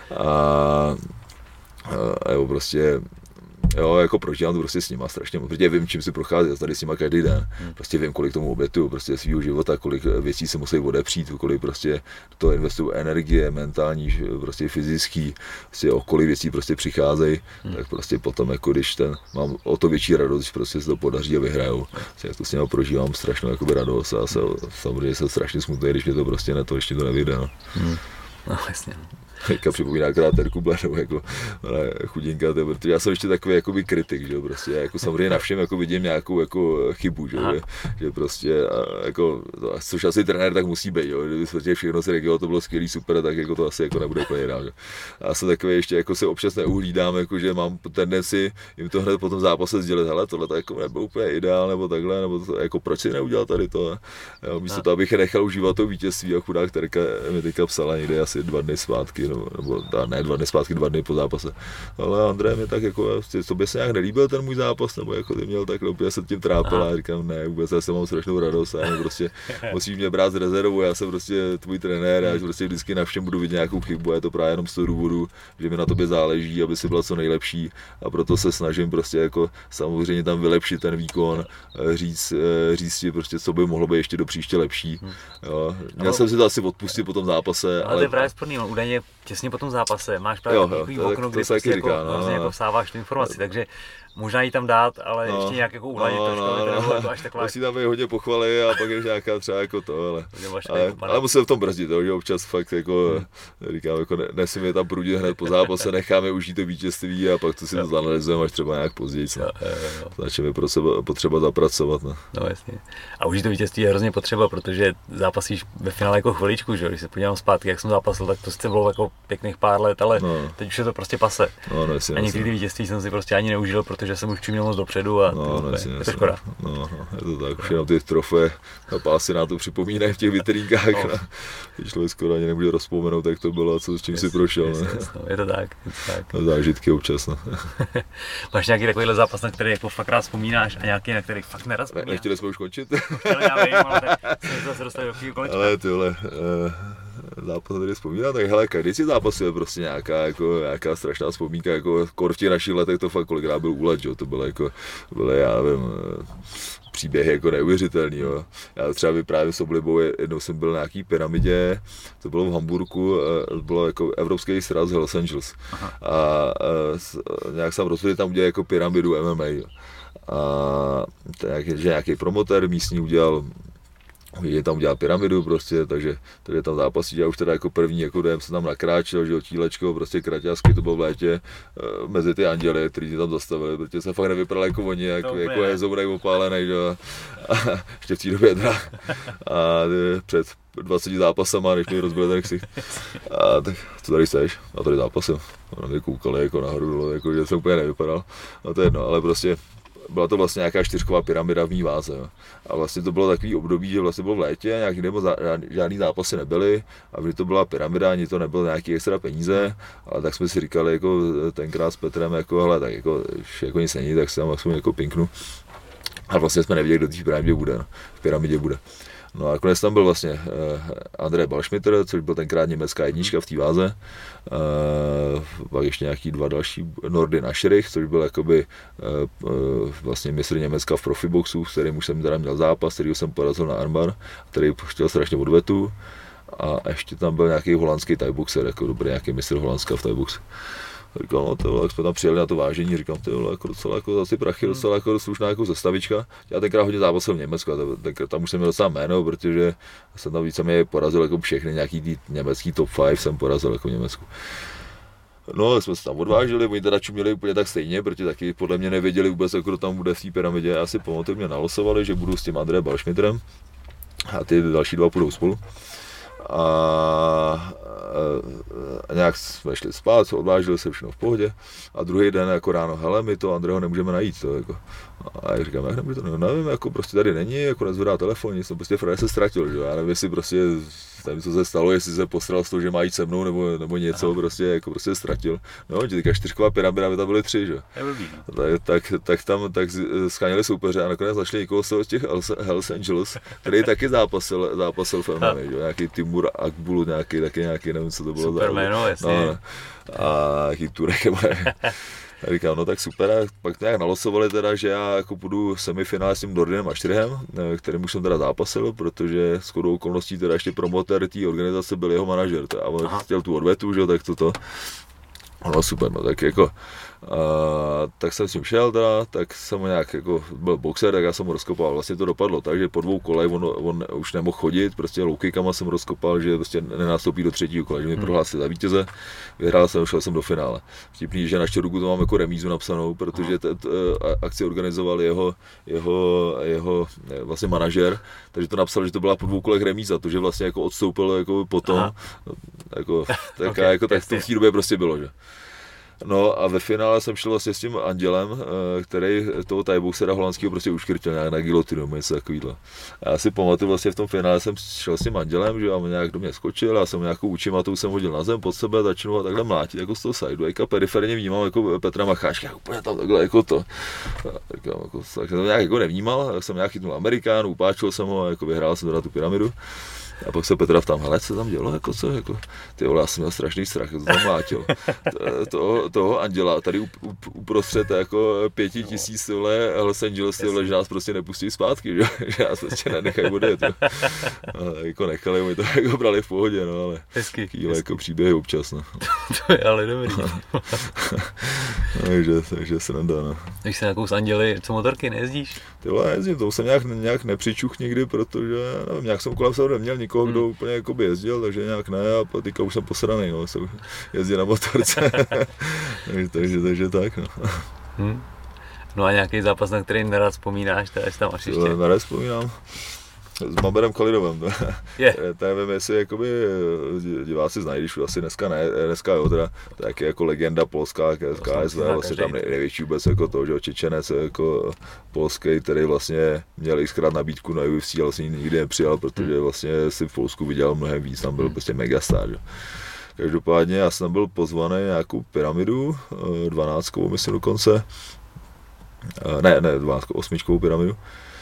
A jo, prostě jo, jako prožívám to prostě s nima strašně, protože vím, čím si prochází, tady s nima každý den, prostě vím, kolik tomu obětuju, prostě svýho života, kolik věcí se musí odepřít, kolik prostě do toho investuju energie, mentální, prostě fyzický, prostě o kolik věcí prostě přicházejí, tak prostě potom, jako když mám o to větší radost, když prostě se to podaří a vyhraju, tak to s nima prožívám strašnou jakoby radost a samozřejmě jsem strašně smutný, když mě to prostě ještě to nevyjde, no. No jasně. Teďka připomíná akorát Terku Bladovou, jako chudinka, protože já jsem ještě takový jakoby kritik, že jo, prostě, jako samozřejmě na všem jako vidím nějakou jako chybu, že prostě, jako, což asi trenér tak musí být, jo, kdyby prostě všechno se řeklo, to bylo skvělý, super, tak jako to asi jako nebude úplně dál, že? Já jsem takový ještě jako se občas neuhlídám, jako že mám tendenci jim to hned po tom zápase sdělit, hele, tohle to jako nebylo úplně ideál, nebo takhle, nebo to, jako proč si neudělal tady to, jo, místo toho, abych nechal užívat to vítězství, a chudák Terka mi teďka psala někde asi 2 dny zpátky, nebo ne 2 dny zpátky, 2 dny po zápase. Ale Andrej mi tak jako, sobě se nějak nelíbil ten můj zápas, nebo jako ty měl takhle, úplně se tím trápil a říkám, ne, vůbec já jsem mám strašnou radost a prostě musíš mě brát z rezervu, já jsem prostě tvůj trenér, já prostě vždycky na všem budu vidět nějakou chybu a je to právě jenom z toho důvodu, že mi na tobě záleží, aby si byla co nejlepší a proto se snažím prostě jako samozřejmě tam vylepšit ten výkon, říct ti prostě, co by mohlo být ještě do příště lepší. Jo. Měl jsem si to asi odpustit po tom zápase. Ale to je právě sporný, údajně těsně po tom zápase máš právě takový okno, kdy prostě jako, vlastně jako vsáváš tu informaci, takže možná ji tam dát, ale ještě nějak jako uhladit trošku, až taková. Musí tam být hodně pochvaly a pak je nějaká třeba jako to, ale musím v tom brzdit, že občas fakt jako říkám, jako nesmím je tam prudit hned po zápase, necháme užít to vítězství a pak to si to zanalizujeme až třeba nějak později. Na čem je potřeba zapracovat. No jasně. A užít to vítězství je hrozně potřeba, protože zápasíš ve finále jako chviličku, že? Když se podívám zpátky, jak jsem zápasil, tak to sice bylo jako pěkných pár let, ale teď už je to prostě pase. A někdy ty vítězství jsem si prostě ani neužil, protože jsem už čím moc dopředu a je to škoda. Je to tak, už jenom ty trofeje a pásy nám to připomínají v těch vitrínkách. Když člověk skoro ani nebude rozpomenout, jak to bylo a co s čím si prošel. Je to tak. Zážitky občas. Máš nějaký takovýhle zápas, na který jako fakt rád vzpomínáš a nějaký, na který fakt nerad vzpomínáš? Nechtěli jsme už končit? Chtěli, já vím, ale tak jsme zase dostali do chvíli kolečka. Ale tyhle, zápas tady vzpomínám, tak hele, každý si zápas je prostě nějaká strašná vzpomínka, jako kor v těch našich letech to fakt kolikrát byl úlet, že? To bylo jako, já nevím, příběhy jako neuvěřitelný, jo. Já třeba vyprávím s oblibou, jednou jsem byl na nějaký pyramidě, to bylo v Hamburku, bylo jako Evropský sraz Hells Angels. A nějak jsem rozhodl tam udělat jako pyramidu MMA, jo. A že nějaký promotér místní udělal pyramidu prostě, takže tady tam zápasí a už teda jako první jako dojem se tam nakráčel, že jo, tílečko, prostě kraťasky, to bylo v létě, mezi ty anděly, kteří tam zastavili, protože se fakt nevypadal jako oni, jako hezounej opálenej, že jo, a ještě v té době teda, a před 20 zápasama, než mi rozbil ten ksicht. A tak co tady seš? A tady zápasil. A mě koukali jako nahoru, jako, že jsem úplně nevypadal, no to je jedno, ale prostě byla to vlastně nějaká 4ková pyramida v mý váze. Jo. A vlastně to bylo takový období, že vlastně bylo v létě, nějaký nebo žádný zápasy nebyly a když to byla pyramida, ani to nebylo nějaký extra peníze, ale tak jsme si říkali jako tenkrát s Petrem, jako hele, tak jako nic není, tak si tam aspoň jako pinknu. A vlastně jsme nevěděli, kdo v pyramidě bude. No a nakonec tam byl vlastně Andrej Balšmitr, což byl tenkrát německá jednička v té váze. Pak ještě nějaký 2 další Nordin Aschrich, což byl jakoby vlastně mistr Německa v profiboxu, s kterým už jsem teda měl zápas, který jsem porazil na armbar, který chtěl strašně odvetu. A ještě tam byl nějaký holandský thaiboxer, jako dobrý nějaký mistr Holandska v thaiboxu. Říkám, no to, jak jsme tam přijeli na to vážení, říkám, to jako docela jako za ty prachy, docela jako slušná jako sestavička. Já tenkrát hodně zápasil v Německu, tam už jsem měl docela jméno, protože jsem tam víceméně porazil jako všechny nějaký německý top 5 jsem porazil jako v Německu. No, jsme se tam odvážili, oni teda čuměli úplně tak stejně, protože taky podle mě nevěděli vůbec, jak kdo tam bude v té pyramidě. Já si pamatuju, mě nalosovali, že budu s tím Andrejem Balšmitrem a ty další 2 půjdou spolu. A nějak jsme šli spát, odvážili se všechno v pohodě a druhý den jako ráno, hele, my to Andreho nemůžeme najít, to jako. A já říkám, jak nemůžete, no nevím, jako prostě tady není, jako nezvedá telefon, nic, no prostě Fred se ztratil, že? Já nevím, jestli prostě, nevím, co se stalo, jestli se postral z toho, že má jít se mnou, nebo něco, prostě ztratil. No, teďka 4ková pyramida, by tam byly 3, že? Tak tam scháněli soupeře a nakonec našli někoho z těch Hells Angels, který taky zápasil v MMA, že? Nějaký Timur Akbulut, taky nějaký, nevím, co to bylo. Super jméno, jasně. No, a nějaký Turek, a říkám, no tak super, a pak nějak nalosovali teda, že já jako půjdu semifinále s tím Nordinem Aschrichem, kterým už jsem teda zápasil, protože shodou okolností teda ještě promotér té organizace byl jeho manažer, a on chtěl tu odvetu, že tak toto. No super, no tak jako A tak jsem s ním šel teda, tak jsem ho nějak jako byl boxer, tak já jsem ho rozkopal. Vlastně to dopadlo tak, že po 2 kolech on už nemohl chodit, prostě low kickama jsem rozkopal, že prostě nenastoupí do 3. kola, že mi prohlásili za vítěze, vyhrál jsem, šel jsem do finále. Vtipný, že na Štěrku to mám jako remízu napsanou, protože akci organizoval jeho vlastně manažer, takže to napsal, že to byla po 2 kolech remíza, to, že vlastně jako odstoupil jako potom, jako, tak, okay, jako, tak to v té době prostě bylo, že. No a ve finále jsem šel vlastně s tím Andělem, který toho thaiboxera holandského prostě uškrtil nějak na gilotinu, něco takovýhle. A já si pamatuju, vlastně v tom finále jsem šel s tím Andělem, že on nějak do mě skočil, já jsem nějakou učimatou jsem hodil na zem pod sebe, začnu a takhle mlátit jako z toho sideu, a periferně vnímám jako Petra Macháška, úplně tam takhle jako to. Tak jsem nějak jako nevnímal, tak jsem nějak chytnul Amerikánu, upáčil jsem ho a jako vyhrál jsem teda tu pyramidu. A pak se Petra ptám, hele, co tam dělo, jako co, jako, ty vole, já jsem měl strašný strach, to tam mlátil. Toho Anděla tady uprostřed jako 5000 Los Angeles, tyhle, že nás prostě nepustí zpátky, že nás prostě nenechají odjet, jo. A jako nechali, my to jako brali v pohodě, no, ale takovýhle jako příběhy občas, no. To je ale dobrý. takže se nedá, no. Když se nějakou s Anděli, co motorky, nejezdíš? Ty vole, nejezdím, to jsem nějak nepřičuch nikdy, protože, nevím, nějak jsem kolem sebe neměl nikoho, kdo úplně jakoby jezdil, takže nějak ne, a teďka už jsem posranej, no, jsem jezdil na motorce, takže tak, no. No a nějaký zápas, na který nerad vzpomínáš, teda jsi tam až ještě? Nerad vzpomínám. S Mamerem Khalidovem, to nevím, jestli jakoby diváci znají, když asi dneska jo, teda, tak je jako legenda polská KSV, vlastně tam největší vůbec jako to, že Čečenec jako polský, který vlastně měl xkrát nabídku na UFC, ale vlastně nikdy nepřijal, protože vlastně si v Polsku viděl mnohem víc, tam byl prostě megastar, že. Každopádně já jsem byl pozvaný nějakou pyramidu, 12, myslím dokonce, ne 12, 8 pyramidu.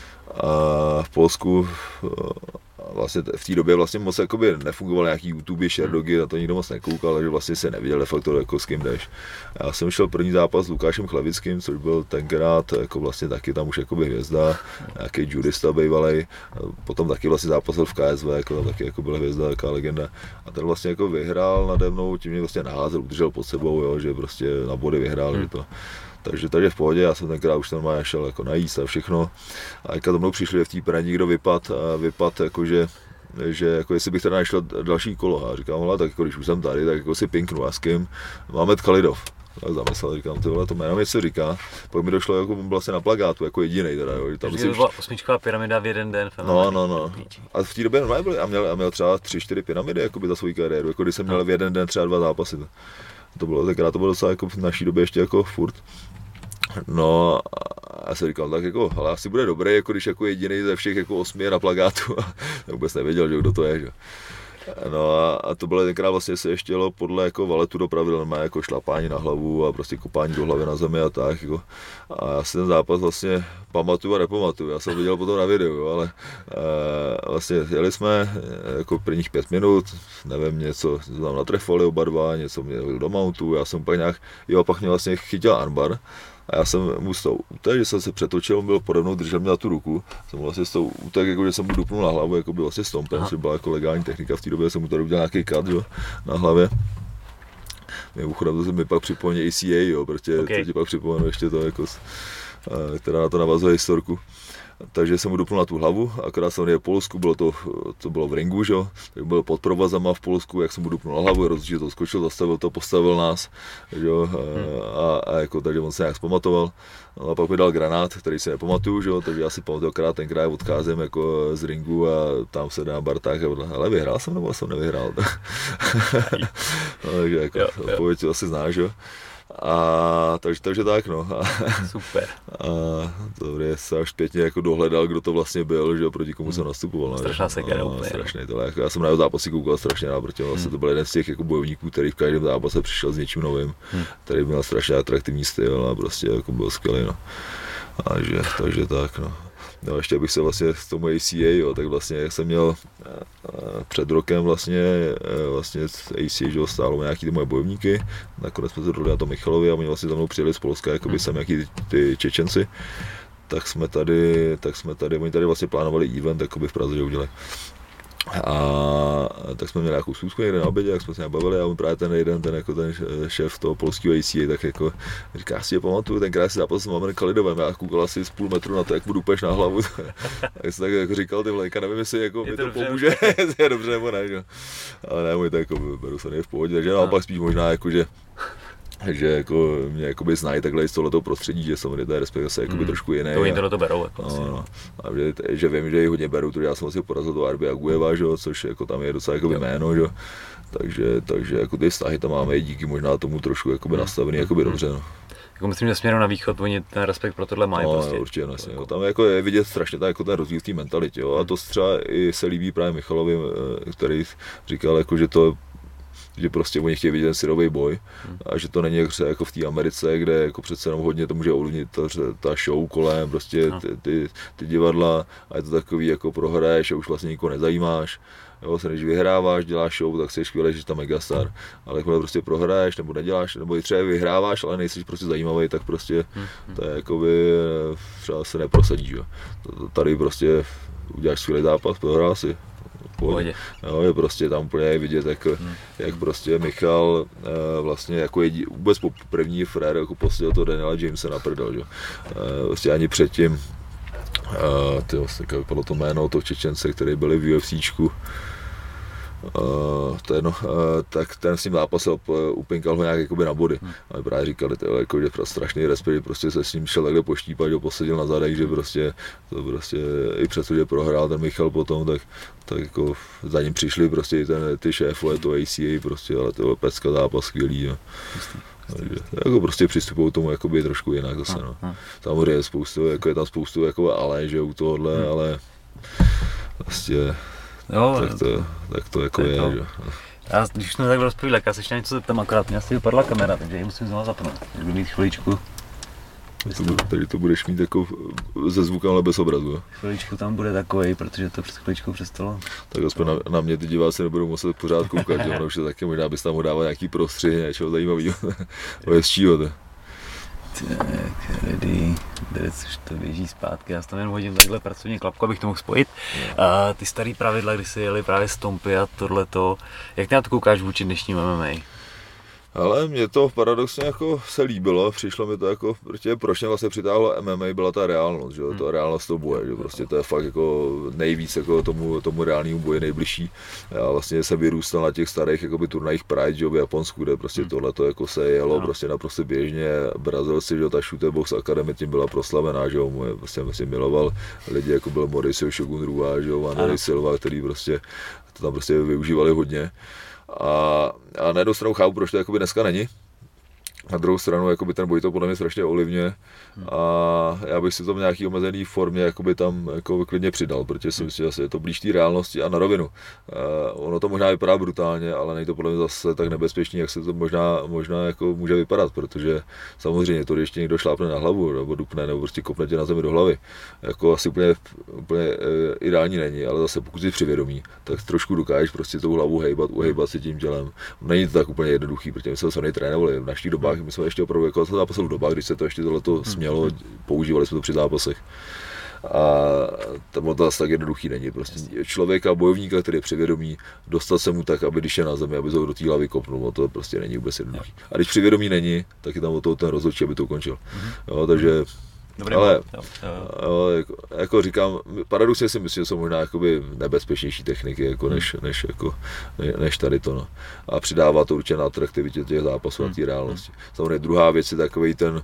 A v Polsku vlastně v té době vlastně moc jakoby nefungoval nějaký YouTube, Sherdogy, na to nikdo moc nekoukal, takže vlastně se neviděl de facto jako s kým jdeš. Já jsem šel první zápas s Lukášem Chlavickým, což byl tenkrát jako vlastně taky tam už jakoby hvězda, nějaký judista bývalej, potom taky vlastně zápasil v KSV, jako tam taky jako byla hvězda, taková legenda. A ten vlastně jako vyhrál nade mnou, tím mě vlastně naházel, udržel pod sebou, jo, že prostě na body vyhrál, že to. Takže v pohodě, já jsem tenkrát už normálně šel jako najíst a všechno. A jak to mnou přišli v té pyramidy, někdo vypad jakože, že jako jestli bych teda našel další kolo. A říkám, hele, tak jako když už jsem tady, tak jako si pinknu, a s kým? Mamed Khalidov. Tak zamyslel, říkám, ty vole, to jméno něco říká. Pak mi došlo, jako byl vlastně na plakátu, jako jedinej teda, jo. Tam to byla 8 pyramida v jeden den. No. A v té době normálně byl, a měl třeba 3-4 pyramidy, jakoby za svou kariéru, jako když jsem měl v jeden den třeba 2 zápasy. To bylo docela jako v naší době ještě jako furt. No a já jsem říkal, tak jako, ale asi bude dobré, jako když jako jediný ze všech jako 8 je na plakátu a vůbec nevěděl, že kdo to je, že. No a to bylo tenkrát vlastně se ještě jelo podle jako valetu do pravidel, má jako šlapání na hlavu a prostě kopání do hlavy na zemi a tak, jako. A já si ten zápas vlastně pamatuju a nepamatuju, já jsem viděl potom na videu, ale vlastně jeli jsme jako prvních 5 minut, nevím, něco tam natrefovali oba dva, něco měli do mountu, já jsem pak nějak, pak mě vlastně chytil armbar. A já jsem mu z toho utek, že jsem se přetočil, byl pode mnou, držel mě na tu ruku. Jsem vlastně z toho utek, jako, že jsem mu dupnul na hlavu, jako byl vlastně stompem, že byla jako legální technika. V té době jsem mu tady udělal nějaký cut, jo, na hlavě. Mimochodem to se mi pak připomněl ACA, jo, protože to ti pak připomenu ještě to, jako, která na to navazuje historku. Takže jsem mu dupnul na tu hlavu, akorát jsem v Polsku, to bylo v ringu, že jo, tak byl pod provazama v Polsku, jak jsem mu dupnul na hlavu, rozhodně to skočil, zastavil to, postavil nás, že jo, a jako, takže on se nějak zpamatoval. No a pak mi dal granát, který si nepamatuju, že jo, takže já si pamatuju, akorát tenkrát odcházím jako z ringu a tam se dá barták a ale vyhrál jsem nebo jsem nevyhrál. No, takže jako, odpověď asi znáš, jo. Takže tak, no. Super. A to je se až zpětně jako dohledal, kdo to vlastně byl, že proti komu jsem nastupoval. Strašná sekera úplně. Strašný tohle, jako já jsem na jeho zápasy koukal strašně rád, protože vlastně to byl jeden z těch jako bojovníků, který v každém zápase přišel s něčím novým, který měl strašně atraktivní styl a prostě jako byl skvělý, no. Takže tak, no. No ještě bych se vlastně s tomu ACA, jo, tak vlastně jak jsem měl před rokem vlastně ACA, že stálo nějaký ty moje bojovníky, nakonec jsme se dohodli na to Michalovi a oni vlastně za mnou přijeli z Polska, jakoby sem nějaký ty Čečenci, tak jsme tady, oni tady vlastně plánovali event jakoby v Praze, že udělali. A tak jsme měli nějakou schůzku někde na obědě, jak jsme se bavili a on právě ten šéf toho polského ACA, tak jako říká, já si je pamatuju, tenkrát si zápas s Mohamedem Khalidovem, já koukal asi z půl metru na to, jak mu dupeš na hlavu. Tak jsem tak jako říkal, ty vlejka, nevím, jestli jako mi to pomůže, jestli je dobře nebo ne, že? Ale ne, můj to jako beru se v pohodě, takže naopak spíš možná jako, že jako mě jakoby znají takhle z tohoto prostředí, že samozřejmě ten respekt asi jakoby trošku jiný. To oni to berou jako asi, no. A že vím, že ji hodně berou, protože já jsem vlastně porazil toho Arbi Agujeva, že, což jako tam je docela jakoby jméno, že. Takže jako ty vztahy tam máme i díky možná tomu trošku jakoby nastavený jakoby dobře, no. Jako myslím, že směrem na východ oni ten respekt pro tohle mají prostě. No, určitě, vlastně, jako. Tam jako je vidět strašně jako ten rozdíl v té mentalitě, jo. A to třeba i se líbí právě Michalovi, který říkal jako, že prostě oni chtějí vidět ten syrový boj a že to není jako v té Americe, kde jako přece jenom hodně to může ovlivnit ta show kolem, prostě ty divadla a je to takový jako prohraješ a už vlastně nikoho nezajímáš. Jo, se než vyhráváš, děláš show, tak jsi skvělý, že jsi tam megastar, ale jakmile prostě prohraješ nebo neděláš, nebo i třeba vyhráváš, ale nejsi prostě zajímavý, tak prostě to je jakoby třeba se neprosadí, jo. Tady prostě uděláš skvělý zápas, prohrál si. Jo, je prostě tam úplně vidět, jak prostě Michal vlastně jako vůbec po první frér jako posledil to Daniela Jamesa na prdel, že? Vlastně ani předtím, vlastně vypadlo to jméno toho Čečence, který byli v UFCčku, tak ten s ním zápasil, upinkal ho nějak jakoby na body. A právě říkali, jako, že strašný respekt, prostě se s ním šel takhle poštípat, že posadil na zadek, že prostě i přesto, že prohrál ten Michal potom, tak jako za ním přišli prostě ty šéfové, to ACA, prostě, ale to pecka zápas skvělý. Jo. Takže jako prostě přistupují tomu jakoby trošku jinak zase, no. Samozřejmě je tam spoustu jako ale, že u tohohle, ale vlastně jo, tak to jako je, že. Já, když jsme tak rozpovídali, tak já se ještě něco zeptám, akorát mě asi vypadla kamera, takže ji musím znovu zapnout. Budu mít chviličku. Tady to budeš mít jako se zvukem, ale bez obrazu, jo? Chviličku tam bude takovej, protože to před chviličkou přestalo. Tak aspoň na mě ty diváci nebudou muset pořád koukat, že ono už je taky možná bys tam ho dával nějaký prostřih, něčeho zajímavého, hezčího to. Tak, ready, už to běží zpátky, já tam jen hodím takhle pracovní klapku, abych to mohl spojit. Ty starý pravidla, kdy si jeli právě stompy a tohleto, jak ty na to koukáš vůči dnešním MMA? Ale mě to paradoxně jako se líbilo, přišlo mi to jako, protože proč mě vlastně přitáhlo MMA, byla ta reálnost, že ta reálnost toho boje, že prostě to je fakt jako nejvíc jako tomu reálnému boji nejbližší. Já vlastně jsem vyrůstal na těch starých jakoby turnajích Pride, že v Japonsku, kde prostě tohleto jako se jelo prostě naprosto běžně. Brazilci, že ta Shooter Box Academy tím byla proslavená, že jo, prostě miloval lidi, jako byl Mauricio Shogun Rua, že jo, Wanderlei Silva, který prostě to tam prostě využívali hodně. A na jednu stranu chápu, proč to jakoby dneska není. Na druhou stranu jakoby ten boj to podle mě strašně ovlivňuje a já bych si to v nějaký omezený formě jakoby tam jako klidně přidal, protože si myslím, že je to blíž té reálnosti a na rovinu. Ono to možná vypadá brutálně, ale není to podle mě zase tak nebezpečný, jak se to možná jako může vypadat, protože samozřejmě to, když ještě někdo šlápne na hlavu nebo dupne nebo prostě kopne tě na zemi do hlavy, jako asi úplně ideální není, ale zase pokud jsi přivědomí, tak trošku dokážeš prostě tou hlavu uhejbat si tím tělem. Není to tak úplně jednoduchý, protože my jsme se trénovali v našich dobách. My jsme ještě opravdu jako zápasil v dobách, když se to ještě tohleto smělo, používali jsme to při zápasech. A to zase tak jednoduchý není. Prostě člověka, bojovníka, který je přivědomý, dostat se mu tak, aby když je na zemi, aby ho do té hlavy kopnul, to prostě není vůbec jednoduchý. A když přivědomí není, tak je tam o toho ten rozhodčí, aby to ukončil. Jo, takže dobrý, ale jako říkám, paradoxně si myslím, že jsou možná jakoby nebezpečnější techniky jako než tady to. No. A přidává to určitě na atraktivitě těch zápasů, na té reálnosti. Samozřejmě druhá věc je takový ten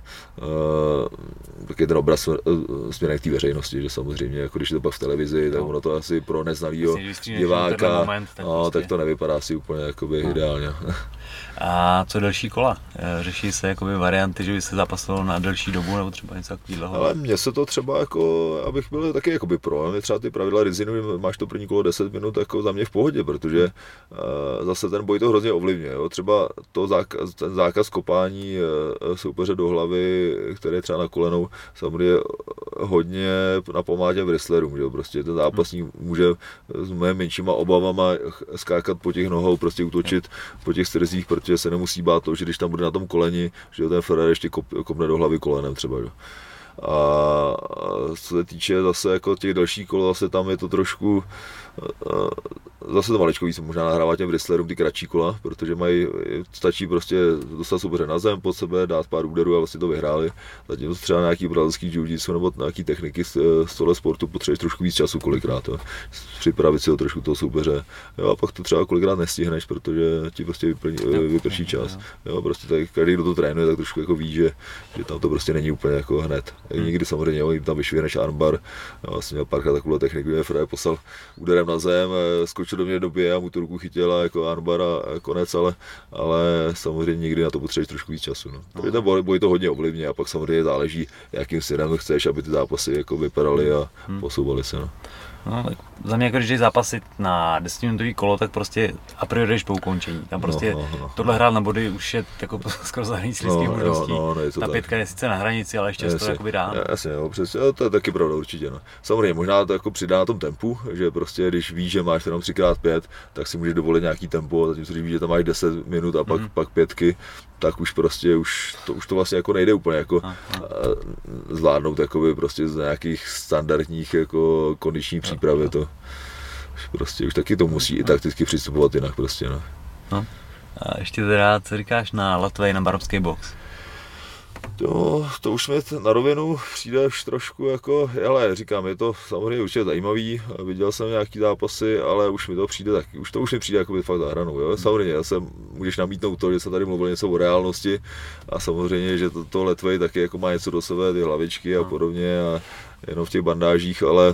obraz směrem k té veřejnosti, že samozřejmě, jako když je to pak v televizi, tak ono to asi pro neznalýho diváka, tak to nevypadá asi úplně jakoby ideálně. A co další kola? Řeší se jakoby varianty, že by se zápasilo na delší dobu nebo třeba něco takového? Ale mně se to třeba jako, abych byl taky jakoby pro, mě třeba ty pravidla Rizinu, máš to první kolo 10 minut jako za mě v pohodě, protože zase ten boj to hrozně ovlivňuje. Jo? Třeba ten zákaz kopání soupeře do hlavy, který je třeba na kolenou, samozřejmě hodně napomáhá wrestlerům, že jo? Prostě ten zápasník může s mnohem menšíma obavama skákat po těch nohou, prostě útočit po těch strzích, protože se nemusí bát to, že když tam bude na tom koleni, že ten Ferrer ještě kopne do hlavy kolenem třeba. Že? A co se týče zase jako těch dalších kol, zase tam je to trošku Zase to maličko víc možná nahrává těm wrestlerům ty kratší kola, protože stačí prostě dostat soupeře na zem, pod sebe, dát pár úderů a vlastně to vyhráli. Zatímco třeba nějaký brazilský jiu-jitsu nebo nějaký techniky z tohle sportu potřebuješ trošku víc času kolikrát. Jo. Připravit si ho trošku toho soupeře. Jo, a pak to třeba kolikrát nestihneš, protože ti prostě vyprší čas. Jo, prostě tak, každý, kdo to trénuje, tak trošku jako ví, že tam to prostě není úplně jako hned. Někdy samozřejmě jim tam vyšvihneš armbar. Já vlastně měl párkrát takovou techniku, že Frey poslal úderem na zem, skočil do mě době a mu tu ruku chytila jako armbar a konec, ale samozřejmě někdy na to potřebuješ trošku víc času. No. Takže ten boj to hodně ovlivní a pak samozřejmě záleží, jakým stylem chceš, aby ty zápasy jako vypadaly a posouvaly se. No. No, za mě, jako když jdeš zápasit na 10minutový kolo, tak prostě a priori jdeš po ukončení. Tam prostě tohle hrát na body už je jako skoro za hranicí lidských možností. Ta pětka je sice na hranici, ale ještě to jakoby dá. Jasně, přesně, to je taky pravda určitě. No. Samozřejmě možná to jako přidá na tom tempu, že prostě když víš, že máš jenom 3x5, tak si můžeš dovolit nějaký tempo, zatímco když víš, že tam máš 10 minut a pak pětky, tak už prostě už to vlastně jako nejde úplně jako zvládnout jakoby prostě z nějakých standardních jako kondiční přípravy to prostě už taky to musí i takticky přistupovat jinak prostě no. A ještě teda, co říkáš na latvej, na barovský box? To už mi na rovinu přijde už trošku jako, ale říkám, je to samozřejmě určitě zajímavý, viděl jsem nějaký zápasy, ale už mi to přijde taky, už mi přijde jako fakt za hranou, jo? Samozřejmě, můžeš namítnout to, že se tady mluvilo něco o reálnosti a samozřejmě, že to letvej taky jako má něco do sebe, ty hlavičky a podobně a jenom v těch bandážích, ale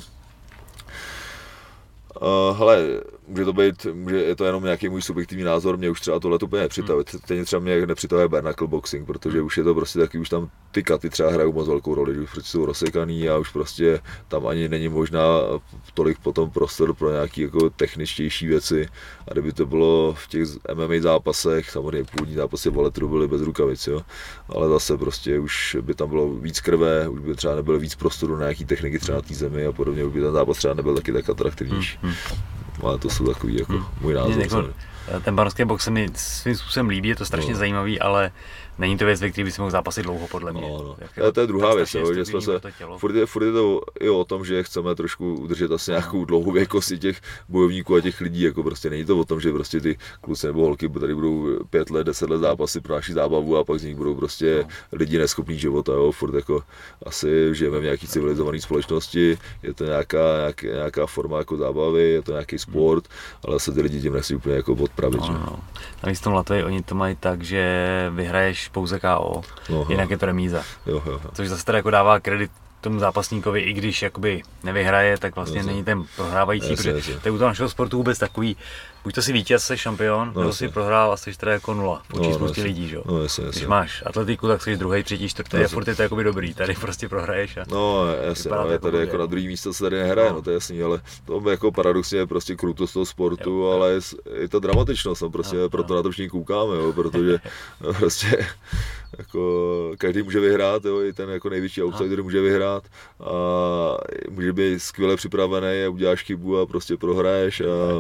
hele, je to jenom nějaký můj subjektivní názor, mě už třeba tohle úplně nepřitahuje. Stejně třeba mě nepřitahuje bare knuckle boxing, protože už je to prostě taky, už tam ty katy třeba hrajou moc velkou roli, že už prostě jsou rozsekaný a už prostě tam ani není možná tolik potom prostor pro nějaké jako techničtější věci. A kdyby to bylo v těch MMA zápasech, samozřejmě původní zápasy Valetru byly bez rukavic, jo, ale zase prostě už by tam bylo víc krve, už by třeba nebylo víc prostoru na nějaký techniky třeba na té zemi a podobně, už by ten zápas třeba nebyl taky tak atraktivnější. Ale to jsou takový jako můj názor. Ten barovský box se mi svým způsobem líbí, je to strašně zajímavý, ale není to věc, ve které by si mohl zápasit dlouho, podle mě. To je druhá věc, že jsme se, furt je to i o tom, že chceme trošku udržet asi nějakou dlouhověkost těch bojovníků a těch lidí, jako prostě není to o tom, že prostě ty kluci nebo holky tady budou 5 let, 10 let zápasy pro naši zábavu a pak z nich budou prostě lidi neschopní života, jo, furt jako asi žijeme v nějaký civilizované společnosti, je to nějaká forma jako zábavy, je to nějaký sport, ale se ty lidi tím nechci úplně jako odpravit. Navíc v tom Latvii oni to mají tak, že vyhraješ pouze KO, jinak je to remíza. Což zase teda jako dává kredit tomu zápasníkovi, i když jakoby nevyhraje, tak vlastně není ten prohrávající, protože to je u toho našeho sportu vůbec takový, buď to si vítěz, jsi šampion, nebo si prohrál a jsi teda jako nula, v očích spousty lidí, že jo. Když máš atletiku, tak jsi druhý, třetí, čtvrtý a furt je to jakoby dobrý, tady prostě prohraješ a je tady jako na druhý místo se tady nehraje, to je jasný, ale to jako paradoxně je prostě krutost toho sportu, ale je to dramatičnost, prostě proto na to všichni koukáme, jo, protože prostě jako každý může vyhrát, jo, i ten jako největší outsider může vyhrát a může být skvěle připravený a uděláš chybu a prostě prohraješ a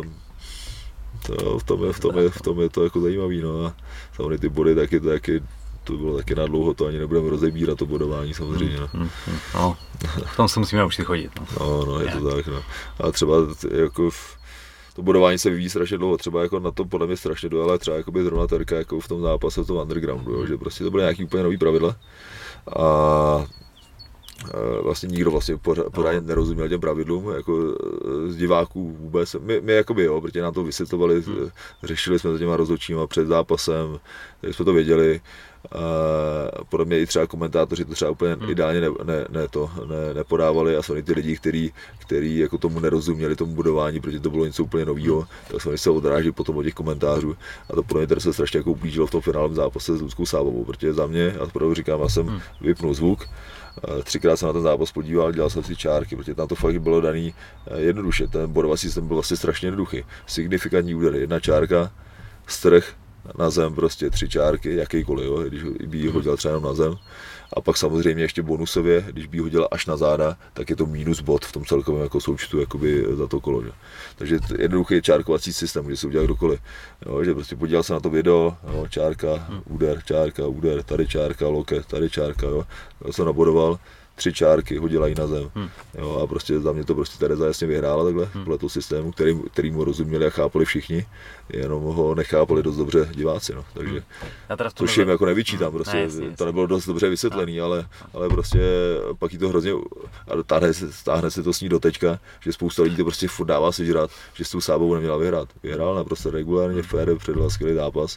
v tom je to jako zajímavý, no a samozřejmě ty body taky to bylo taky na dlouho, to ani nebudeme rozebírat to bodování samozřejmě, no. V tom se musíme naučit chodit, no, je to tak, no. A třeba jako to bodování se vyvíjí strašně dlouho, třeba jako na to podle mě strašně dlouho, ale třeba zrovna Terka jako v tom zápase v tom undergroundu, jo, že prostě to byly nějaký úplně nový pravidla a vlastně nikdo vlastně pořádně nerozuměl těm pravidlům, jako z diváků vůbec. My jakoby jo, protože nám to vysvětlovali, řešili jsme to těma rozhodčíma před zápasem, takže jsme to věděli. Podle mě i třeba komentátoři to třeba úplně ideálně nepodávali a jsou ty lidi, kteří jako tomu nerozuměli, tomu budování, protože to bylo něco úplně nového, tak jsme se odrážili potom od těch komentářů a to podle mě se strašně jako ublížilo v tom finálním zápase s Ludskou Sávovou, protože za mě, já opravdu říkám, já jsem vypnul zvuk, 3krát jsem na ten zápas podíval, dělal jsem si čárky, protože tam to fakt bylo daný jednoduše, ten bodovací systém byl vlastně strašně jednoduchý, signifikantní údery, 1 čárka, strh, na zem prostě 3 čárky, jakýkoliv, jo, když by ji hodil třeba jenom na zem. A pak samozřejmě ještě bonusově, když by ji hodil až na záda, tak je to minus bod v tom celkovém jako součtu jakoby za to kolo. Že. Takže jednoduchý čárkovací systém, může se udělat kdokoliv. Jo, že prostě podíval se na to video, jo, čárka, úder, tady čárka, loket, tady čárka, jo. Já jsem nabodoval, 3 čárky, hodila ji na zem. Jo, a prostě za mě to prostě Tereza jasně vyhrála takhle, podle toho systému, který mu rozuměli a chápali všichni, jenom ho nechápali dost dobře diváci, no. Takže což jim jako nevyčítám, prostě jasně. To nebylo dost dobře vysvětlený, ale prostě pak jí to hrozně, a táhne se to s ní do teďka, že spousta lidí to prostě furt dává si žrat, že s tou Sábou neměla vyhrát. Vyhrál naprosto regulárně, fair, předala skvělý zápas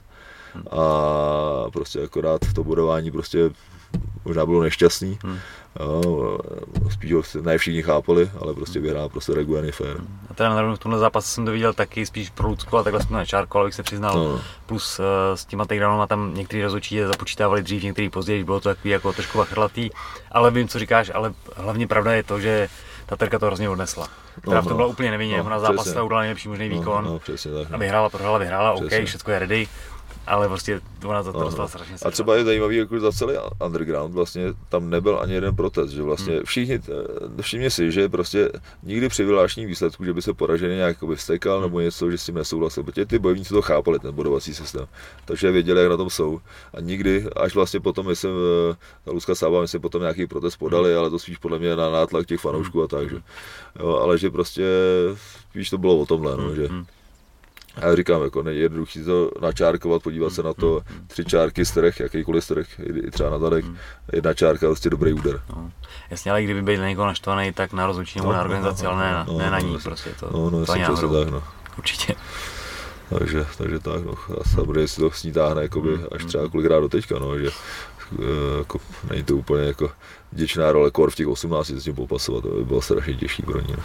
a prostě akorát to bodování prostě možná bylo nešťastný. Jo, spíš ho ne všichni chápali, ale prostě vyhrál prostě regulárně fair. A teda narovnou v tomhle zápase jsem to viděl taky spíš pro Lucku a takhle jsem to nečárkoval, abych se přiznal. No. Plus s těma takedownama tam některý rozhodčí započítávali dřív, některý později, bylo to takový jako trošku vachrlatý. Ale vím, co říkáš, ale hlavně pravda je to, že ta Terka to hrozně odnesla. Která v tom byla úplně nevinně, ona zápas ta udala nejlepší možný výkon. Přesně tak. A vyhrála, OK, všechno je ready. Ale prostě ona to dostala strašně. A třeba je zajímavý, jako za celý underground vlastně tam nebyl ani jeden protest, že vlastně všimně si, že prostě nikdy při vyhlášení výsledku, že by se poražený nějak vztekal nebo něco, že s tím nesouhlasil, protože ty bojovníci to chápali, ten bodovací systém, takže věděli, jak na tom jsou a nikdy, až vlastně potom, myslím, ta Lucka Sába, myslím, potom nějaký protest podali, ale to spíš podle mě na nátlak těch fanoušků a tak, že. Jo, ale že prostě spíš to bylo o tomhle, no, že. Já říkám, jako nejjednodušší to načárkovat, podívat se na to, 3 čárky strech, jakýkoliv strech, i třeba na zadek, 1 čárka, prostě dobrý úder. No. Jasně, ale kdyby byl na někoho naštvaný, tak na rozhodčí nebo na organizaci, ale ne na ní, prostě to tak, no. Určitě. Takže tak, no. A samozřejmě si to s ní táhne, jakoby, až třeba kolikrát do teďka, no, že jako, není to úplně jako vděčná role, kor v těch 18 s tím popasovat, to by bylo strašně těžký pro ní.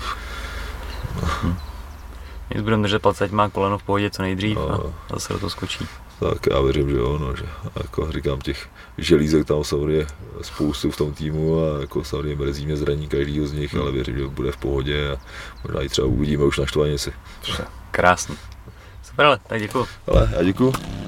No. Nic budeme držet palce, ať má koleno v pohodě co nejdřív a zase do toho skočí. Tak já věřím, že jo, no, že jako říkám, těch želízek tam samozřejmě spoustu v tom týmu a jako samozřejmě mrzí mě zraní každýho z nich, ale věřím, že bude v pohodě a možná i třeba uvidíme už na Štvanici. Krásný. Super, ale tak děkuju. Ale já děkuju.